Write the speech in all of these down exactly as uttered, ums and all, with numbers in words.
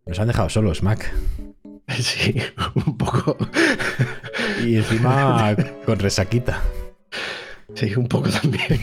Nos han dejado solos, Mac. Sí, un poco. Y encima con resaquita. Sí, un poco también.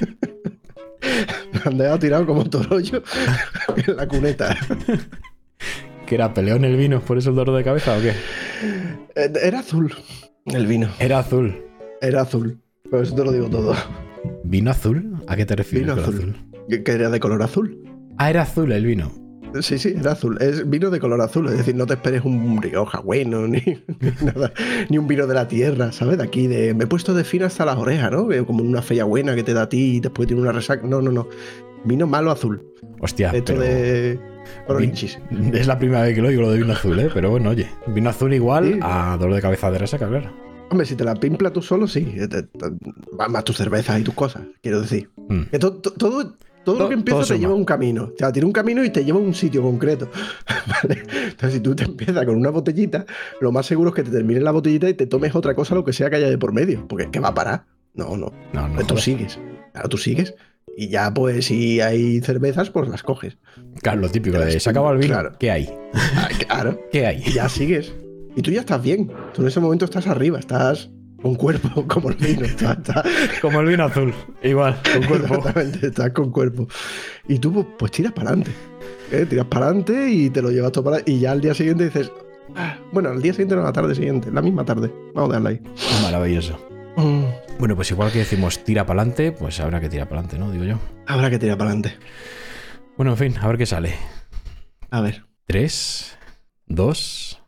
Me han dejado tirado como torollo en la cuneta. ¿Que era peleón el vino? ¿Por eso el dolor de cabeza o qué? Era azul el vino. Era azul. Era azul. Por eso te lo digo todo. ¿Vino azul? ¿A qué te refieres? Vino con azul. azul? Que era de color azul. Ah, era azul el vino. Sí, sí, era azul. Es vino de color azul. Es decir, no te esperes un Rioja bueno, ni, ni nada, ni un vino de la tierra, ¿sabes? De aquí, de me he puesto de fino hasta las orejas, ¿no? Como una fea buena que te da a ti y después tiene una resaca. No, no, no. Vino malo azul. Hostia, Esto pero... de Oranges. Es la primera vez que lo digo lo de vino azul, ¿eh? Pero bueno, oye, vino azul igual sí. A dolor de cabeza de resaca, claro. Hombre, si te la pimpla tú solo, sí. Va más tus cervezas y tus cosas, quiero decir. Mm. Que to, to, todo... Todo lo que empieza te lleva un camino. O sea, tiene un camino y te lleva a un sitio concreto. ¿Vale? Entonces, si tú te empiezas con una botellita, lo más seguro es que te termines la botellita y te tomes otra cosa, lo que sea que haya de por medio. Porque es que va a parar. No, no. no, no tú joder. sigues. Claro, tú sigues. Y ya, pues, si hay cervezas, pues las coges. Claro, lo típico de se acaba el vino. Claro. ¿Qué hay? Ah, claro. ¿Qué hay? Y ya sigues. Y tú ya estás bien. Tú en ese momento estás arriba, estás... con cuerpo, como el vino. Está, está. Como el vino azul, igual, con cuerpo. Exactamente, estás con cuerpo. Y tú, pues, pues tiras para adelante. ¿eh? Tiras para adelante y te lo llevas todo para... Y ya al día siguiente dices... Ah, bueno, al día siguiente no, la tarde siguiente, la misma tarde. Vamos a dejarla ahí. Maravilloso. Mm. Bueno, pues igual que decimos tira para adelante, pues habrá que tirar para adelante, ¿no? Digo yo. Habrá que tirar para adelante. Bueno, en fin, a ver qué sale. A ver. Tres, dos...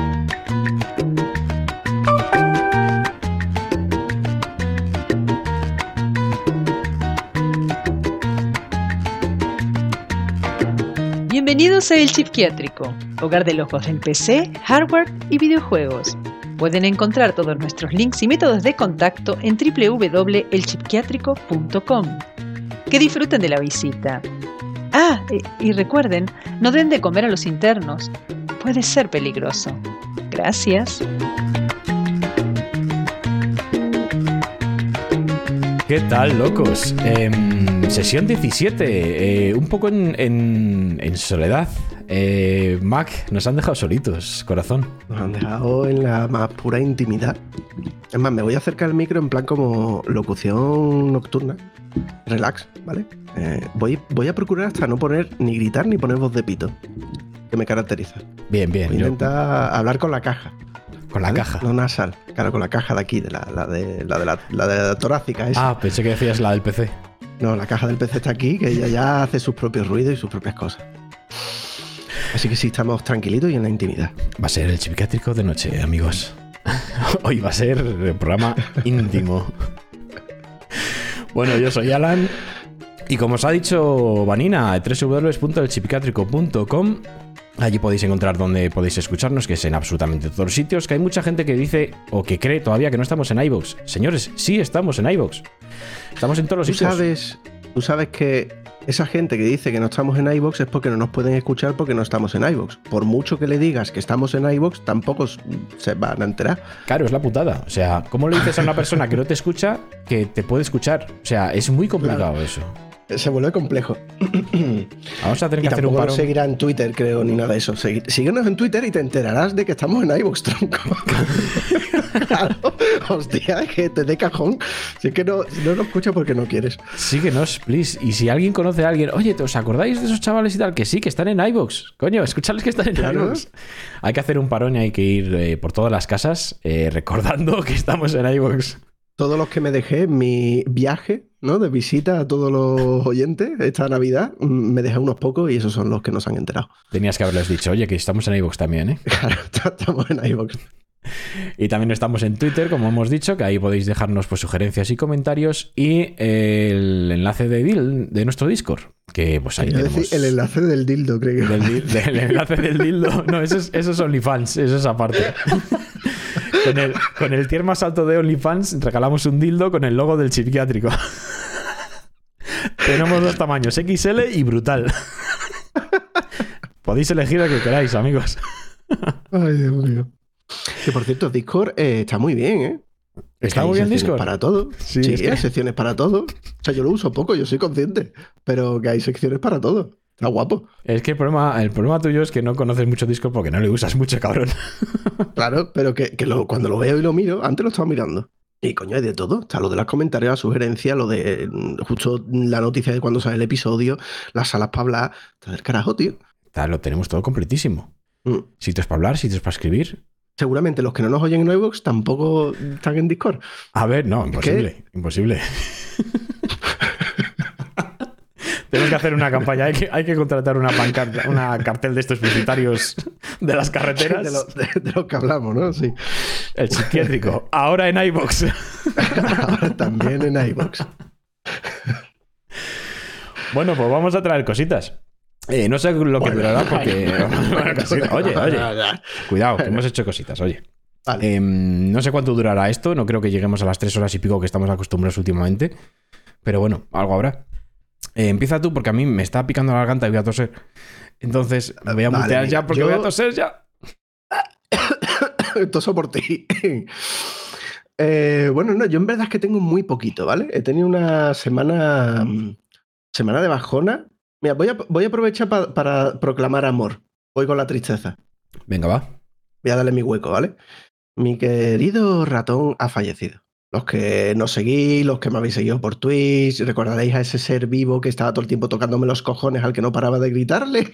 Bienvenidos a El Chipquiátrico, hogar de locos del P C, hardware y videojuegos. Pueden encontrar todos nuestros links y métodos de contacto en doble u doble u doble u punto el chipquiátrico punto com. Que disfruten de la visita. Ah, y, y recuerden, no den de comer a los internos. Puede ser peligroso. Gracias. ¿Qué tal, locos? Eh, sesión diecisiete, eh, un poco en, en, en soledad. Eh, Mac, nos han dejado solitos, corazón. Nos han dejado en la más pura intimidad. Es más, me voy a acercar al micro en plan como locución nocturna. Relax, ¿vale? Eh, voy, voy a procurar hasta no poner ni gritar ni poner voz de pito, que me caracteriza. Bien, bien. Voy a intentar yo... hablar con la caja. Con la ¿vale? caja. No nasal, claro, con la caja de aquí, de la, la, de, la, de, la, la de la torácica. Esa. Ah, pensé que decías la del P C. No, la caja del P C está aquí, que ella ya hace sus propios ruidos y sus propias cosas. Así que sí, estamos tranquilitos y en la intimidad. Va a ser el Chipquiátrico de noche, amigos. Hoy va a ser el programa íntimo. Bueno, yo soy Alan y como os ha dicho Vanina, doble u doble u doble u punto el chipquiátrico punto com. Allí podéis encontrar donde podéis escucharnos, que es en absolutamente todos los sitios, que hay mucha gente que dice o que cree todavía que no estamos en iVoox. Señores, sí estamos en iVoox. Estamos en todos los ¿Tú sitios. Sabes, tú sabes que esa gente que dice que no estamos en iVoox es porque no nos pueden escuchar porque no estamos en iVoox. Por mucho que le digas que estamos en iVoox, tampoco se van a enterar. Claro, es la putada. O sea, ¿cómo le dices a una persona que no te escucha que te puede escuchar? O sea, es muy complicado claro. eso. Se vuelve complejo. Vamos a tener que y hacer un parón. No seguirá en Twitter, creo, ni nada de eso. Segui- síguenos en Twitter y te enterarás de que estamos en iVoox, tronco. Claro. Hostia, es que te dé cajón. Si es que no, no lo escucho porque no quieres. Síguenos, please. Y si alguien conoce a alguien, oye, ¿os acordáis de esos chavales y tal? Que sí, que están en iVoox. Coño, escuchadles que están en claro. iVoox. Hay que hacer un parón y hay que ir eh, por todas las casas eh, recordando que estamos en iVoox. Todos los que me dejé en mi viaje, ¿no? De visita a todos los oyentes esta Navidad, me dejé unos pocos y esos son los que nos han enterado. Tenías que haberles dicho, oye, que estamos en iVoox también, ¿eh? Claro, estamos en iVoox. Y también estamos en Twitter, como hemos dicho, que ahí podéis dejarnos pues, sugerencias y comentarios y eh, el enlace de, Dil, de nuestro Discord. Que pues ahí tenemos... decir, el enlace del dildo, creo que. Del, del enlace del dildo. No, eso es, eso es OnlyFans, eso es aparte. Con el, con el tier más alto de OnlyFans regalamos un dildo con el logo del Chipquiátrico. Tenemos dos tamaños, equis ele y brutal. Podéis elegir el que queráis, amigos. Ay, Dios mío. Que por cierto, Discord eh, está muy bien, ¿eh? Está muy bien Discord. Para todo. Sí, sí es que... hay secciones para todo. O sea, yo lo uso poco, yo soy consciente. Pero que hay secciones para todo. Está guapo. Es que el problema, el problema tuyo es que no conoces mucho Discord porque no le usas mucho, cabrón. Claro, pero que, que lo, cuando lo veo y lo miro, antes lo estaba mirando. Y coño, hay de todo. Está lo de los comentarios, la sugerencia, lo de justo la noticia de cuando sale el episodio, las salas para hablar. Está del carajo, tío. Está, lo tenemos todo completísimo. Mm. Sitios para hablar, sitios para escribir. Seguramente los que no nos oyen en iVoox tampoco están en Discord. A ver, no, imposible. ¿Qué? Imposible. Tenemos que hacer una campaña. Hay que, hay que contratar una pancarta, una cartel de estos publicitarios de las carreteras. De lo, de, de lo que hablamos, ¿no? Sí. El psiquiátrico. Ahora en iVoox. Ahora también en iVoox. Bueno, pues vamos a traer cositas. Eh, no sé lo que bueno, durará porque... oye, oye. Cuidado, que hemos hecho cositas, oye. Vale. Eh, no sé cuánto durará esto. No creo que lleguemos a las tres horas y pico que estamos acostumbrados últimamente. Pero bueno, algo habrá. Eh, empieza tú porque a mí me está picando la garganta y voy a toser. Entonces me voy a vale, mutear ya porque yo... voy a toser ya. Toso por ti. eh, bueno, no, yo en verdad es que tengo muy poquito, ¿vale? He tenido una semana semana de bajona. Mira, voy a, voy a aprovechar pa, para proclamar amor. Voy con la tristeza. Venga, va. Voy a darle mi hueco, ¿vale? Mi querido ratón ha fallecido. Los que nos seguís, los que me habéis seguido por Twitch, recordaréis a ese ser vivo que estaba todo el tiempo tocándome los cojones al que no paraba de gritarle.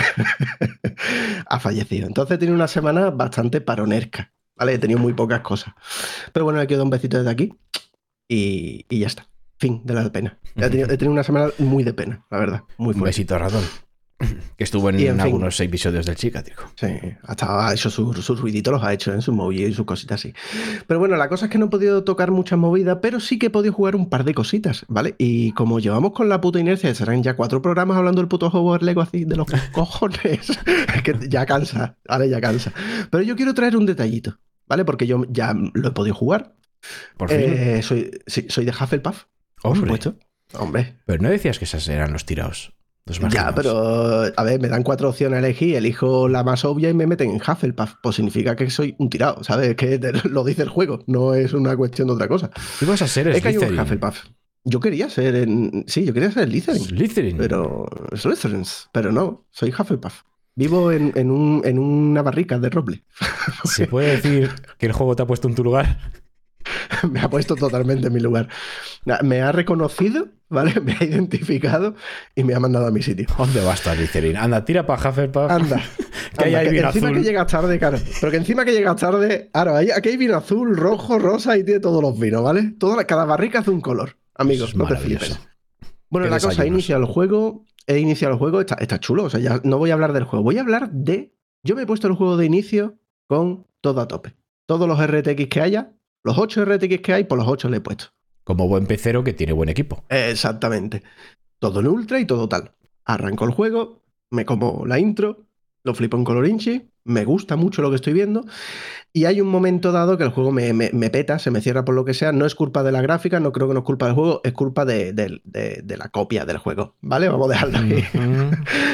Ha fallecido. Entonces tiene una semana bastante paronesca, ¿vale? He tenido muy pocas cosas. Pero bueno, le quedo un besito desde aquí y, y ya está. Fin de la pena. He tenido, he tenido una semana muy de pena, la verdad. Muy fuerte. Un besito, ratón. Que estuvo en, en algunos episodios del Psiquiátrico. Sí, hasta ha hecho sus su ruiditos, los ha hecho en sus movidas y sus cositas así. Pero bueno, la cosa es que no he podido tocar muchas movidas, pero sí que he podido jugar un par de cositas, ¿vale? Y como llevamos con la puta inercia, serán ya cuatro programas hablando del puto Hogwarts Legacy de los cojones, que ya cansa, ¿vale? Ya cansa. Pero yo quiero traer un detallito, ¿vale? Porque yo ya lo he podido jugar. Por fin. Eh, soy, sí, soy de Hufflepuff, por supuesto. Hombre. Pero no decías que esos eran los tirados. Ya, pero a ver, me dan cuatro opciones a elegir, elijo la más obvia y me meten en Hufflepuff. Pues significa que soy un tirado, ¿sabes? Es que lo dice el juego, no es una cuestión de otra cosa. ¿Tú vas a ser es Slytherin? Que hay un Hufflepuff. Yo quería ser en... Sí, yo quería ser Slytherin. Slytherin. Pero... Slytherin. Pero no, soy Hufflepuff. Vivo en, en, un, en una barrica de roble. ¿Se puede decir que el juego te ha puesto en tu lugar? Me ha puesto totalmente en mi lugar. Me ha reconocido, ¿vale? Me ha identificado y me ha mandado a mi sitio. ¿Dónde va a estar Slytherin? Anda, tira para Hufflepuff. Anda. que anda, hay que vino encima azul. que llegas tarde, claro. Pero que encima que llegas tarde... Claro, aquí hay vino azul, rojo, rosa y tiene todos los vinos, ¿vale? Toda, cada barrica hace un color. Amigos, no te flipes. Bueno, la cosa, he iniciado el juego... He iniciado el juego, está, está chulo. O sea, ya no voy a hablar del juego. Voy a hablar de... Yo me he puesto el juego de inicio con todo a tope. Todos los R T X que haya... Los ocho R T X que hay, por los ocho le he puesto. Como buen pecero que tiene buen equipo. Exactamente. Todo en ultra y todo tal. Arranco el juego, me como la intro, lo flipo en colorinchi, me gusta mucho lo que estoy viendo y hay un momento dado que el juego me, me, me peta, se me cierra por lo que sea. No es culpa de la gráfica, no creo que no es culpa del juego, es culpa de, de, de, de la copia del juego. ¿Vale? Vamos a dejarlo aquí. Uh-huh.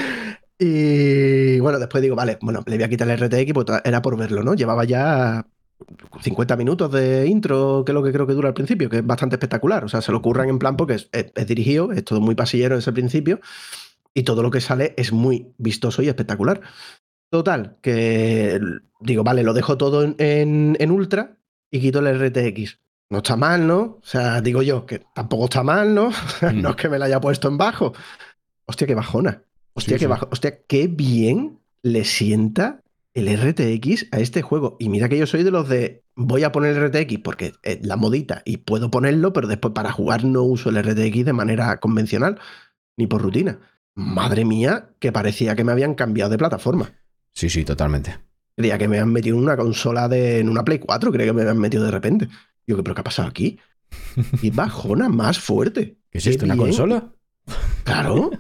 Y bueno, después digo, vale, bueno, le voy a quitar el R T X porque era por verlo, ¿no? Llevaba ya... cincuenta minutos de intro, que es lo que creo que dura al principio, que es bastante espectacular. O sea, se lo ocurran en plan porque es, es, es dirigido, es todo muy pasillero ese principio, y todo lo que sale es muy vistoso y espectacular. Total, que digo, vale, lo dejo todo en, en, en ultra y quito el R T X. No está mal, ¿no? O sea, digo yo, que tampoco está mal, ¿no? Mm. No es que me la haya puesto en bajo. Hostia, qué bajona. Hostia, sí, qué sí. bajo. Hostia, qué bien le sienta el R T X a este juego. Y mira que yo soy de los de voy a poner el R T X porque es la modita y puedo ponerlo, pero después para jugar no uso el R T X de manera convencional ni por rutina. Madre mía, que parecía que me habían cambiado de plataforma. Sí, sí, totalmente. Creía que me habían metido en una consola de... en una Play cuatro, creía que me habían metido de repente. Digo, ¿pero qué ha pasado aquí? Y bajona más fuerte. ¿Qué es esto, una consola? Claro.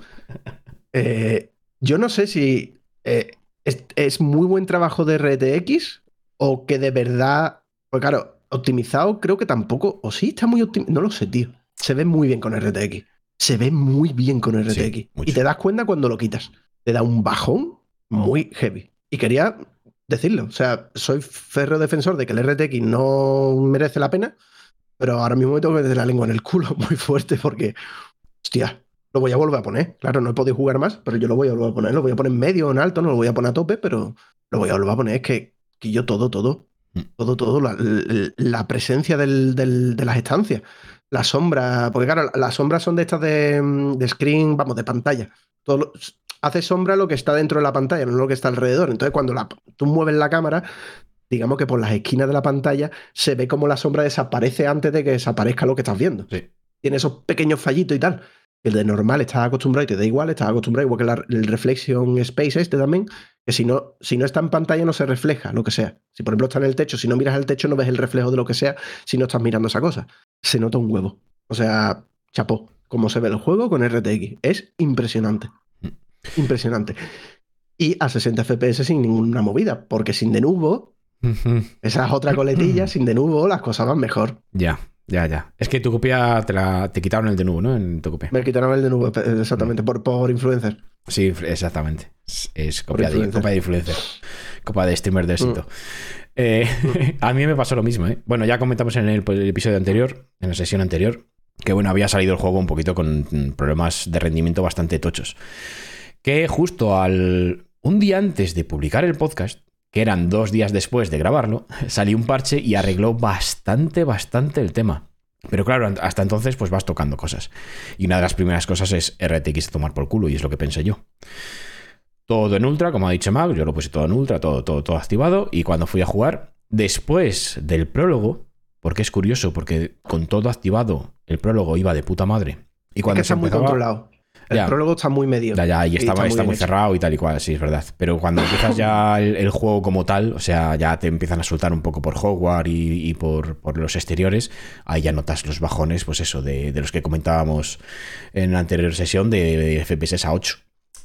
Eh, yo no sé si... Eh, ¿Es, ¿Es muy buen trabajo de R T X? ¿O que de verdad... Pues claro, optimizado creo que tampoco... O sí, está muy optimizado. No lo sé, tío. Se ve muy bien con R T X. Se ve muy bien con R T X. Sí, y te das cuenta cuando lo quitas. Te da un bajón muy heavy. Y quería decirlo. O sea, soy férreo defensor de que el R T X no merece la pena, pero ahora mismo me tengo que meter la lengua en el culo muy fuerte porque... Hostia, lo voy a volver a poner. Claro, no he podido jugar más, pero yo lo voy a volver a poner. Lo voy a poner en medio o en alto, no lo voy a poner a tope, pero lo voy a volver a poner. Es que, que yo todo, todo, todo, todo, la, la, la presencia del, del, de las estancias, la sombra, porque claro, las sombras son de estas de, de screen, vamos, de pantalla. Todo lo, hace sombra lo que está dentro de la pantalla, no lo que está alrededor. Entonces, cuando la, tú mueves la cámara, digamos que por las esquinas de la pantalla se ve como la sombra desaparece antes de que desaparezca lo que estás viendo. Sí. Tiene esos pequeños fallitos y tal. El de normal estás acostumbrado y te da igual, estás acostumbrado igual que la, el Reflection Space este también, que si no, si no está en pantalla no se refleja lo que sea. Si por ejemplo está en el techo, si no miras al techo no ves el reflejo de lo que sea si no estás mirando esa cosa. Se nota un huevo. O sea, chapó. Como se ve el juego con R T X. Es impresionante. Impresionante. Y a sesenta F P S sin ninguna movida, porque sin denuvo, esa es otra coletilla, sin denuvo las cosas van mejor. Ya. Ya, ya. Es que tu copia te, la, te quitaron el de nuevo, ¿no? En tu copia. Me quitaron el de nuevo, exactamente, por, por influencer. Sí, exactamente. Es, es copia, de, copia de influencer. Copia de streamer de éxito. Mm. Eh, a mí me pasó lo mismo, ¿eh? Bueno, ya comentamos en el, el episodio anterior, en la sesión anterior, que bueno, había salido el juego un poquito con problemas de rendimiento bastante tochos. Que justo al... un día antes de publicar el podcast, que eran dos días después de grabarlo, salió un parche y arregló bastante, bastante el tema. Pero claro, hasta entonces pues vas tocando cosas. Y una de las primeras cosas es R T X a tomar por culo, y es lo que pensé yo. Todo en ultra, como ha dicho Mac, yo lo puse todo en ultra, todo, todo, todo activado, y cuando fui a jugar, después del prólogo, porque es curioso, porque con todo activado, el prólogo iba de puta madre. Y cuando es que está se muy empezaba, controlado. El ya, prólogo está muy medio. Ya, ya, y estaba, está muy, está muy cerrado y tal y cual, sí, es verdad. Pero cuando empiezas ya el, el juego como tal, o sea, ya te empiezan a soltar un poco por Hogwarts y, y por, por los exteriores, ahí ya notas los bajones, pues eso, de, de los que comentábamos en la anterior sesión, de, de F P S a ocho.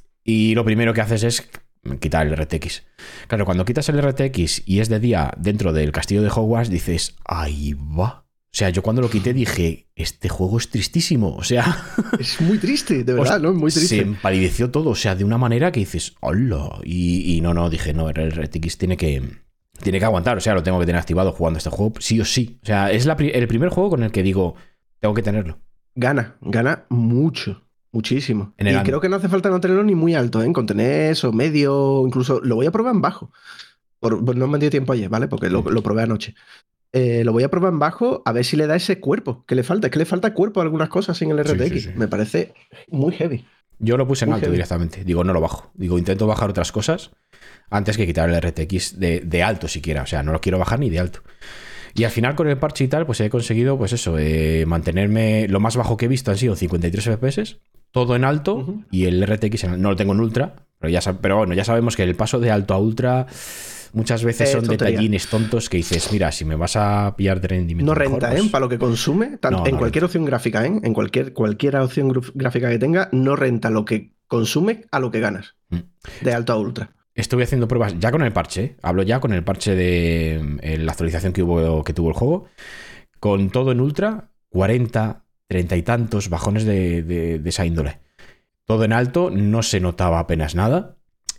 Y lo primero que haces es quitar el R T X. Claro, cuando quitas el R T X y es de día dentro del castillo de Hogwarts, dices, ahí va. O sea, yo cuando lo quité dije, este juego es tristísimo. O sea... Es muy triste, de verdad, ¿no? Muy triste. Se empalideció todo, o sea, de una manera que dices, hola. Y, y no, no, dije, no, el R T X tiene que, tiene que aguantar. O sea, lo tengo que tener activado jugando este juego, sí o sí. O sea, es la, el primer juego con el que digo, tengo que tenerlo. Gana, gana mucho. Muchísimo. En el y creo que no hace falta no tenerlo ni muy alto, ¿eh? Con tener eso, medio, incluso lo voy a probar en bajo. Por, pues no me dio tiempo ayer, ¿vale? Porque lo, lo probé anoche. Eh, lo voy a probar en bajo a ver si le da ese cuerpo que le falta. Es que le falta cuerpo a algunas cosas sin el R T X. Sí, sí, sí. Me parece muy heavy. Yo lo puse en muy alto heavy. directamente. Digo, no lo bajo. Digo, intento bajar otras cosas antes que quitar el R T X de, de alto siquiera. O sea, no lo quiero bajar ni de alto. Y al final con el parche y tal, pues he conseguido, pues eso, eh, mantenerme... Lo más bajo que he visto han sido cincuenta y tres F P S, todo en alto, uh-huh. Y el R T X en, no lo tengo en ultra, pero, ya, pero bueno, ya sabemos que el paso de alto a ultra... Muchas veces son tontería. Detallines tontos que dices, mira, si me vas a pillar de rendimiento. No renta, mejor, pues... ¿eh? Para lo que consume, tanto, no, en no cualquier renta. Opción gráfica, ¿eh? En cualquier, cualquier opción gráfica que tenga, no renta lo que consume a lo que ganas. Mm. De alto a ultra. Estuve haciendo pruebas ya con el parche, ¿eh? Hablo ya con el parche de eh, la actualización que, hubo, que tuvo el juego. Con todo en ultra, cuarenta, treinta y tantos bajones de, de, de esa índole. Todo en alto, no se notaba apenas nada.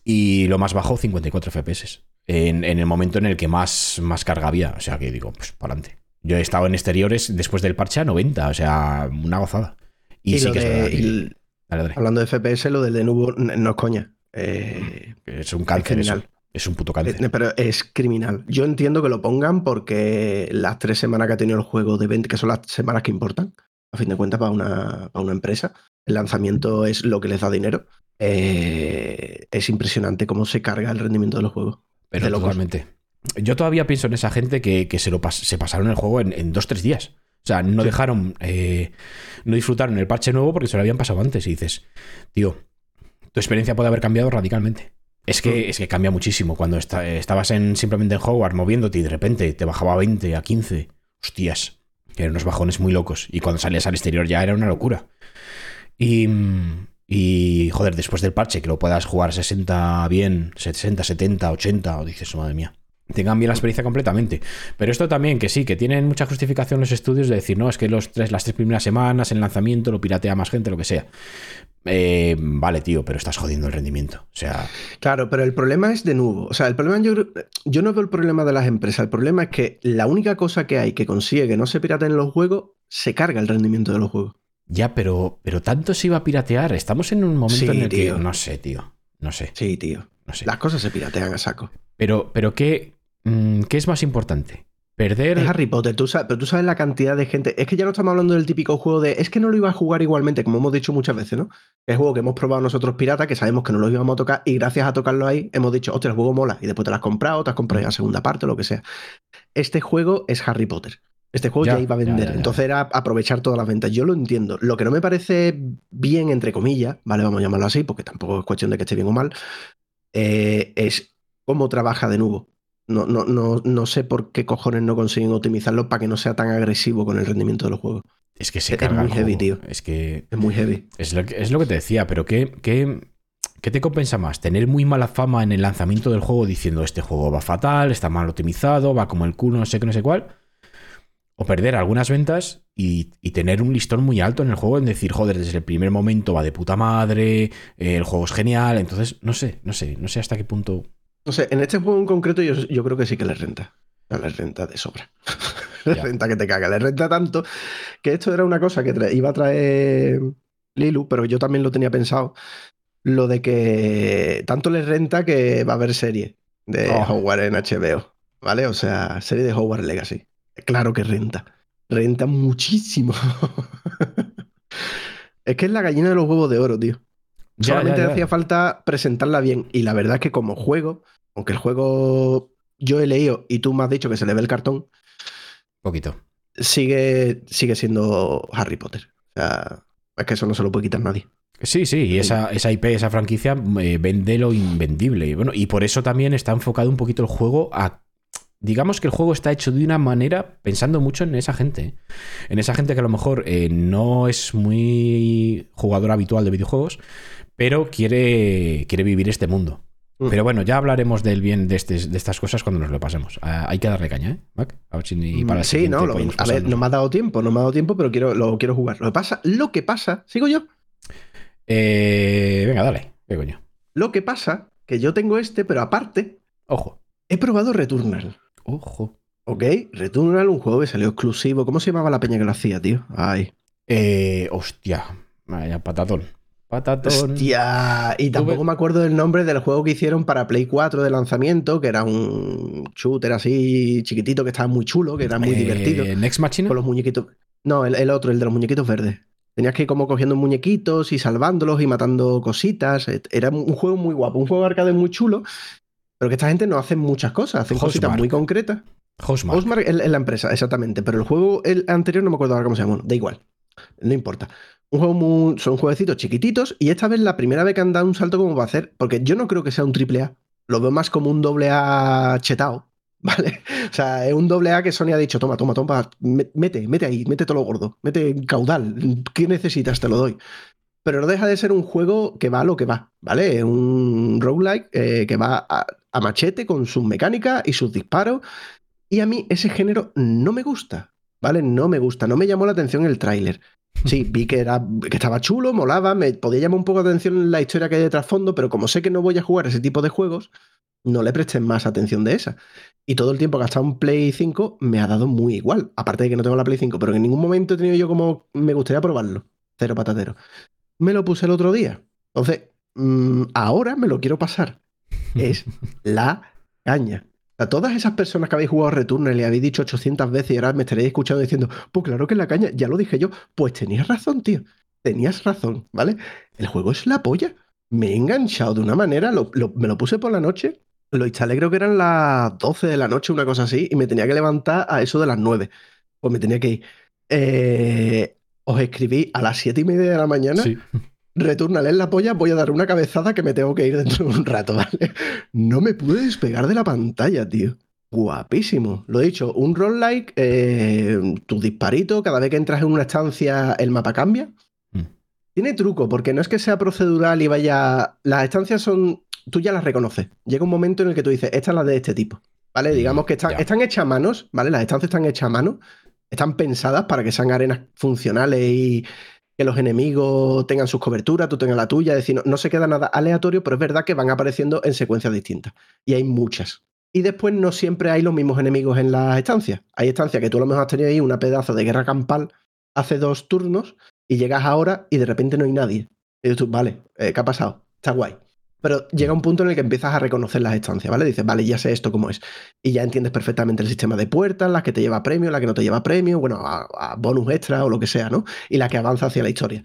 Y lo más bajo, cincuenta y cuatro F P S. En, en el momento en el que más, más carga había. O sea que digo, pues para adelante. Yo he estado en exteriores después del parche a noventa, o sea, una gozada. Y, y sí que de, es verdad. Y, dale, dale. Hablando de F P S, lo del de nuevo no es coña. Eh, es un cáncer, es, eso. Es un puto cáncer. Eh, pero es criminal. Yo entiendo que lo pongan porque las tres semanas que ha tenido el juego de venta, que son las semanas que importan, a fin de cuentas, para una, para una empresa, el lanzamiento es lo que les da dinero. Eh, es impresionante cómo se carga el rendimiento de los juegos. Pero totalmente. Yo todavía pienso en esa gente que, que se, lo pas se pasaron el juego en, en dos, tres días. O sea, no sí. dejaron, eh, no disfrutaron el parche nuevo porque se lo habían pasado antes. Y dices, tío, tu experiencia puede haber cambiado radicalmente. Es que, mm. es que cambia muchísimo. Cuando está, estabas en, simplemente en Hogwarts moviéndote y de repente te bajaba a veinte, a quince. Hostias, que eran unos bajones muy locos. Y cuando salías al exterior ya era una locura. Y... Y, joder, después del parche, que lo puedas jugar sesenta bien, sesenta, setenta, ochenta, o dices, madre mía, te cambia la experiencia completamente. Pero esto también, que sí, que tienen mucha justificación los estudios de decir, no, es que los tres, las tres primeras semanas, el lanzamiento, lo piratea más gente, lo que sea. Eh, vale, tío, pero estás jodiendo el rendimiento. O sea... Claro, pero el problema es de nuevo. O sea, el problema, yo, yo no veo el problema de las empresas. El problema es que la única cosa que hay que consigue que no se pirateen los juegos, se carga el rendimiento de los juegos. Ya, pero, pero tanto se iba a piratear. Estamos en un momento sí, en el tío. que... No sé, tío. No sé. Sí, tío. No sé. Las cosas se piratean a saco. Pero, pero ¿qué, ¿qué es más importante? Perder... Es Harry Potter, tú sabes, pero tú sabes la cantidad de gente... Es que ya no estamos hablando del típico juego de... Es que no lo iba a jugar igualmente, como hemos dicho muchas veces, ¿no? Es juego que hemos probado nosotros pirata, que sabemos que no lo íbamos a tocar, y gracias a tocarlo ahí hemos dicho, hostia, el juego mola, y después te lo has comprado, te has comprado la segunda parte o lo que sea. Este juego es Harry Potter. Este juego ya, ya iba a vender, ya, ya, ya. Entonces era aprovechar todas las ventas. Yo lo entiendo. Lo que no me parece bien, entre comillas, ¿vale? Vamos a llamarlo así, porque tampoco es cuestión de que esté bien o mal, eh, es cómo trabaja de nuevo. No, no, no, no sé por qué cojones no consiguen optimizarlo para que no sea tan agresivo con el rendimiento de los juegos. Es que se es, carga es muy el heavy, juego. tío. Es que... Es muy heavy. Es lo que, es lo que te decía, pero ¿qué, qué, ¿qué te compensa más? ¿Tener muy mala fama en el lanzamiento del juego diciendo este juego va fatal, está mal optimizado, va como el culo, no sé qué, no sé cuál? O perder algunas ventas y, y tener un listón muy alto en el juego en decir, joder, desde el primer momento va de puta madre, eh, el juego es genial. Entonces, no sé, no sé, no sé hasta qué punto... No sé, en este juego en concreto yo, yo creo que sí que les renta. Les renta de sobra. Les renta que te caga. Les renta tanto que esto era una cosa que tra- iba a traer Lilu, pero yo también lo tenía pensado. Lo de que tanto les renta que va a haber serie de oh. Hogwarts en H B O. ¿Vale? O sea, serie de Hogwarts Legacy. Claro que renta. Renta muchísimo. Es que es la gallina de los huevos de oro, tío. Ya, Solamente ya, ya. hacía falta presentarla bien. Y la verdad es que como juego, aunque el juego yo he leído y tú me has dicho que se le ve el cartón. Poquito. Sigue, sigue siendo Harry Potter. O sea, es que eso no se lo puede quitar nadie. Sí, sí, y esa, esa I P, esa franquicia eh, vende lo invendible. Y, bueno, y por eso también está enfocado un poquito el juego a... Digamos que el juego está hecho de una manera pensando mucho en esa gente. En esa gente que a lo mejor eh, no es muy jugador habitual de videojuegos, pero quiere, quiere vivir este mundo. Uh. Pero bueno, ya hablaremos del bien de, este, de estas cosas cuando nos lo pasemos. Uh, hay que darle caña, ¿eh, Mac? A ver si para sí, no, lo, a ver, no me ha dado tiempo, no me ha dado tiempo, pero quiero, lo quiero jugar. Lo que pasa, lo que pasa, ¿sigo yo? Eh, venga, dale, qué coño. Lo que pasa, que yo tengo este, pero aparte, ojo, he probado Returnal. Ojo. Ok, Returnal, un juego que salió exclusivo. ¿Cómo se llamaba la peña que lo hacía, tío? Ay. Eh, hostia, vaya, patatón. Patatón. Hostia, y tampoco me acuerdo del nombre del juego que hicieron para Play cuatro de lanzamiento, que era un shooter así chiquitito, que estaba muy chulo, que era muy eh, divertido. ¿Next Machina? Con los muñequitos. No, el, el otro, el de los muñequitos verdes. Tenías que ir como cogiendo muñequitos y salvándolos y matando cositas. Era un juego muy guapo, un juego arcade muy chulo, pero que esta gente no hace muchas cosas, hacen Housemarque. cositas muy concretas. Housemarque. Housemarque es la empresa, exactamente, pero el juego el anterior no me acuerdo ahora cómo se llama, da igual, no importa. Un juego muy, son jueguecitos chiquititos y esta vez la primera vez que han dado un salto como va a hacer, porque yo no creo que sea un triple A, lo veo más como un doble A chetao, ¿vale? O sea, es un doble A que Sony ha dicho, toma, toma, toma, mete, mete ahí, mete todo lo gordo, mete caudal, ¿qué necesitas? Te lo doy. Pero no deja de ser un juego que va a lo que va, ¿vale? Es un roguelike eh, que va a, a machete con sus mecánicas y sus disparos. Y a mí ese género no me gusta, ¿vale? No me gusta, no me llamó la atención el tráiler. Sí, vi que, era, que estaba chulo, molaba, me podía llamar un poco de atención la historia que hay de trasfondo, pero como sé que no voy a jugar ese tipo de juegos, no le presté más atención de esa. Y todo el tiempo gastado en Play cinco me ha dado muy igual, aparte de que no tengo la Play cinco, pero en ningún momento he tenido yo como, me gustaría probarlo, cero patatero. Me lo puse el otro día, entonces, mmm, ahora me lo quiero pasar. Es la caña. A todas esas personas que habéis jugado Returnal y le habéis dicho ochocientas veces y ahora me estaréis escuchando diciendo, pues claro que es la caña, ya lo dije yo, pues tenías razón, tío, tenías razón, ¿vale? El juego es la polla. Me he enganchado de una manera, lo, lo, me lo puse por la noche, lo instalé creo que eran las doce de la noche, una cosa así, y me tenía que levantar a eso de las nueve. Pues me tenía que ir. Eh, os escribí a las siete y media de la mañana. Sí. Returnal en la polla, voy a dar una cabezaza que me tengo que ir dentro de un rato, ¿vale? No me pude despegar de la pantalla, tío. Guapísimo. Lo he dicho, un roguelike, eh, tu disparito, cada vez que entras en una estancia el mapa cambia. Mm. Tiene truco, porque no es que sea procedural y vaya... Las estancias son... Tú ya las reconoces. Llega un momento en el que tú dices, esta es la de este tipo, ¿vale? Mm, Digamos que están, yeah. están hechas a manos, ¿vale? Las estancias están hechas a mano, están pensadas para que sean arenas funcionales y... que los enemigos tengan sus coberturas, tú tengas la tuya, es decir, no, no se queda nada aleatorio, pero es verdad que van apareciendo en secuencias distintas. Y hay muchas. Y después no siempre hay los mismos enemigos en las estancias. Hay estancias que tú a lo mejor has tenido ahí una pedazo de guerra campal hace dos turnos y llegas ahora y de repente no hay nadie. Y dices tú, vale, eh, ¿qué ha pasado? Está guay. Pero llega un punto en el que empiezas a reconocer las estancias, ¿vale? Dices, vale, ya sé esto cómo es. Y ya entiendes perfectamente el sistema de puertas, las que te lleva premio, la que no te lleva premio, bueno, a, a bonus extra o lo que sea, ¿no? Y la que avanza hacia la historia.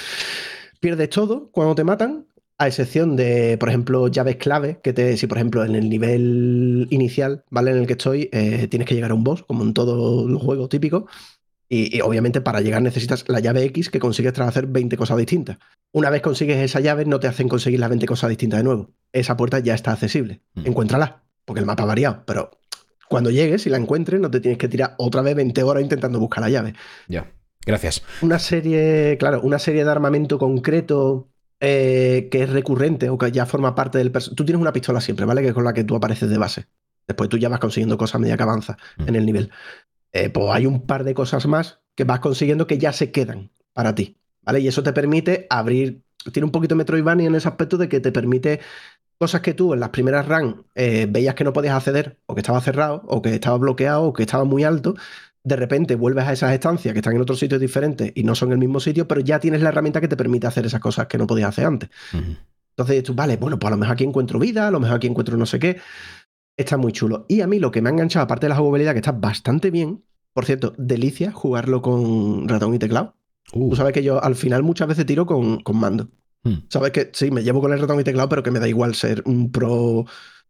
Pierdes todo cuando te matan, a excepción de, por ejemplo, llaves clave, que te, si por ejemplo en el nivel inicial, ¿vale? En el que estoy, eh, tienes que llegar a un boss, como en todo el juego típico. Y, y obviamente para llegar necesitas la llave X que consigues tras hacer veinte cosas distintas. Una vez consigues esa llave, no te hacen conseguir las veinte cosas distintas de nuevo. Esa puerta ya está accesible. Mm. Encuéntrala, porque el mapa ha variado. Pero cuando llegues y la encuentres, no te tienes que tirar otra vez veinte horas intentando buscar la llave. Ya, gracias. Una serie, claro, una serie de armamento concreto eh, que es recurrente o que ya forma parte del personaje. Tú tienes una pistola siempre, ¿vale? Que es con la que tú apareces de base. Después tú ya vas consiguiendo cosas a medida que avanzas mm. en el nivel. Eh, pues hay un par de cosas más que vas consiguiendo que ya se quedan para ti, ¿vale? Y eso te permite abrir, tiene un poquito Metroidvania en ese aspecto de que te permite cosas que tú en las primeras runs eh, veías que no podías acceder, o que estaba cerrado, o que estaba bloqueado, o que estaba muy alto. De repente vuelves a esas estancias que están en otros sitios diferentes y no son el mismo sitio, pero ya tienes la herramienta que te permite hacer esas cosas que no podías hacer antes. Uh-huh. Entonces tú, vale, bueno, pues a lo mejor aquí encuentro vida, a lo mejor aquí encuentro no sé qué. Está muy chulo. Y a mí lo que me ha enganchado, aparte de la jugabilidad, que está bastante bien, por cierto, delicia jugarlo con ratón y teclado. Uh. Tú sabes que yo al final muchas veces tiro con, con mando. Hmm. Sabes que sí, me llevo con el ratón y teclado, pero que me da igual ser un pro,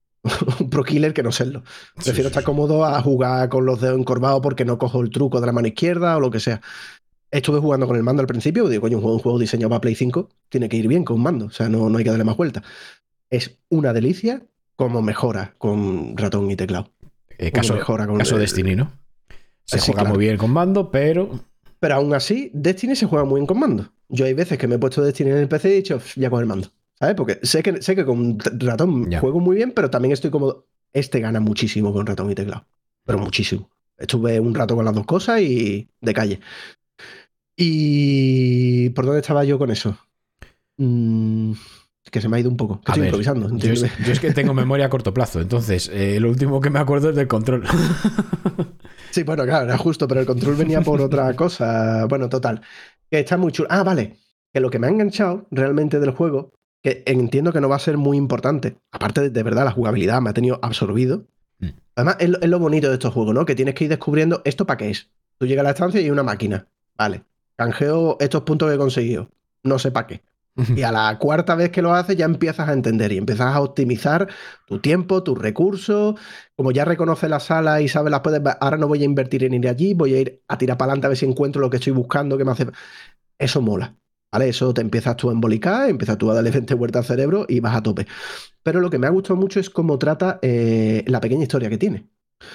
un pro killer que no serlo. Prefiero sí, sí, estar sí. cómodo a jugar con los dedos encorvados porque no cojo el truco de la mano izquierda o lo que sea. Estuve jugando con el mando al principio, digo, coño, un juego, un juego diseñado para Play cinco tiene que ir bien con un mando, o sea, no, no hay que darle más vuelta. Es una delicia como mejora con ratón y teclado. Eh, caso mejora con caso el, Destiny, ¿no? Se sí, juega claro. muy bien con mando, pero... Pero aún así, Destiny se juega muy bien con mando. Yo hay veces que me he puesto Destiny en el P C y he dicho, ya con el mando, ¿sabes? Porque sé que, sé que con ratón ya. juego muy bien, pero también estoy cómodo. Este gana muchísimo con ratón y teclado, pero muchísimo. Estuve un rato con las dos cosas y de calle. ¿Y por dónde estaba yo con eso? Mm... que se me ha ido un poco. Que estoy ver, improvisando. Yo es, yo es que tengo memoria a corto plazo, entonces eh, lo último que me acuerdo es del control. Sí, bueno, claro, era justo, pero el control venía por otra cosa. Bueno, total. Que está muy chulo. Ah, vale. Que lo que me ha enganchado realmente del juego, que entiendo que no va a ser muy importante, aparte de, de verdad la jugabilidad me ha tenido absorbido. Mm. Además, es lo, es lo bonito de estos juegos, ¿no? Que tienes que ir descubriendo esto para qué es. Tú llegas a la estancia y hay una máquina. Vale. Canjeo estos puntos que he conseguido. No sé para qué. Y a la cuarta vez que lo haces ya empiezas a entender y empiezas a optimizar tu tiempo, tus recursos. Como ya reconoces la sala y sabes las puedes... Ahora no voy a invertir en ir allí, voy a ir a tirar para adelante a ver si encuentro lo que estoy buscando, que me hace... Eso mola, ¿vale? Eso te empiezas tú a embolicar, empiezas tú a darle veinte vueltas al cerebro y vas a tope. Pero lo que me ha gustado mucho es cómo trata eh, la pequeña historia que tiene.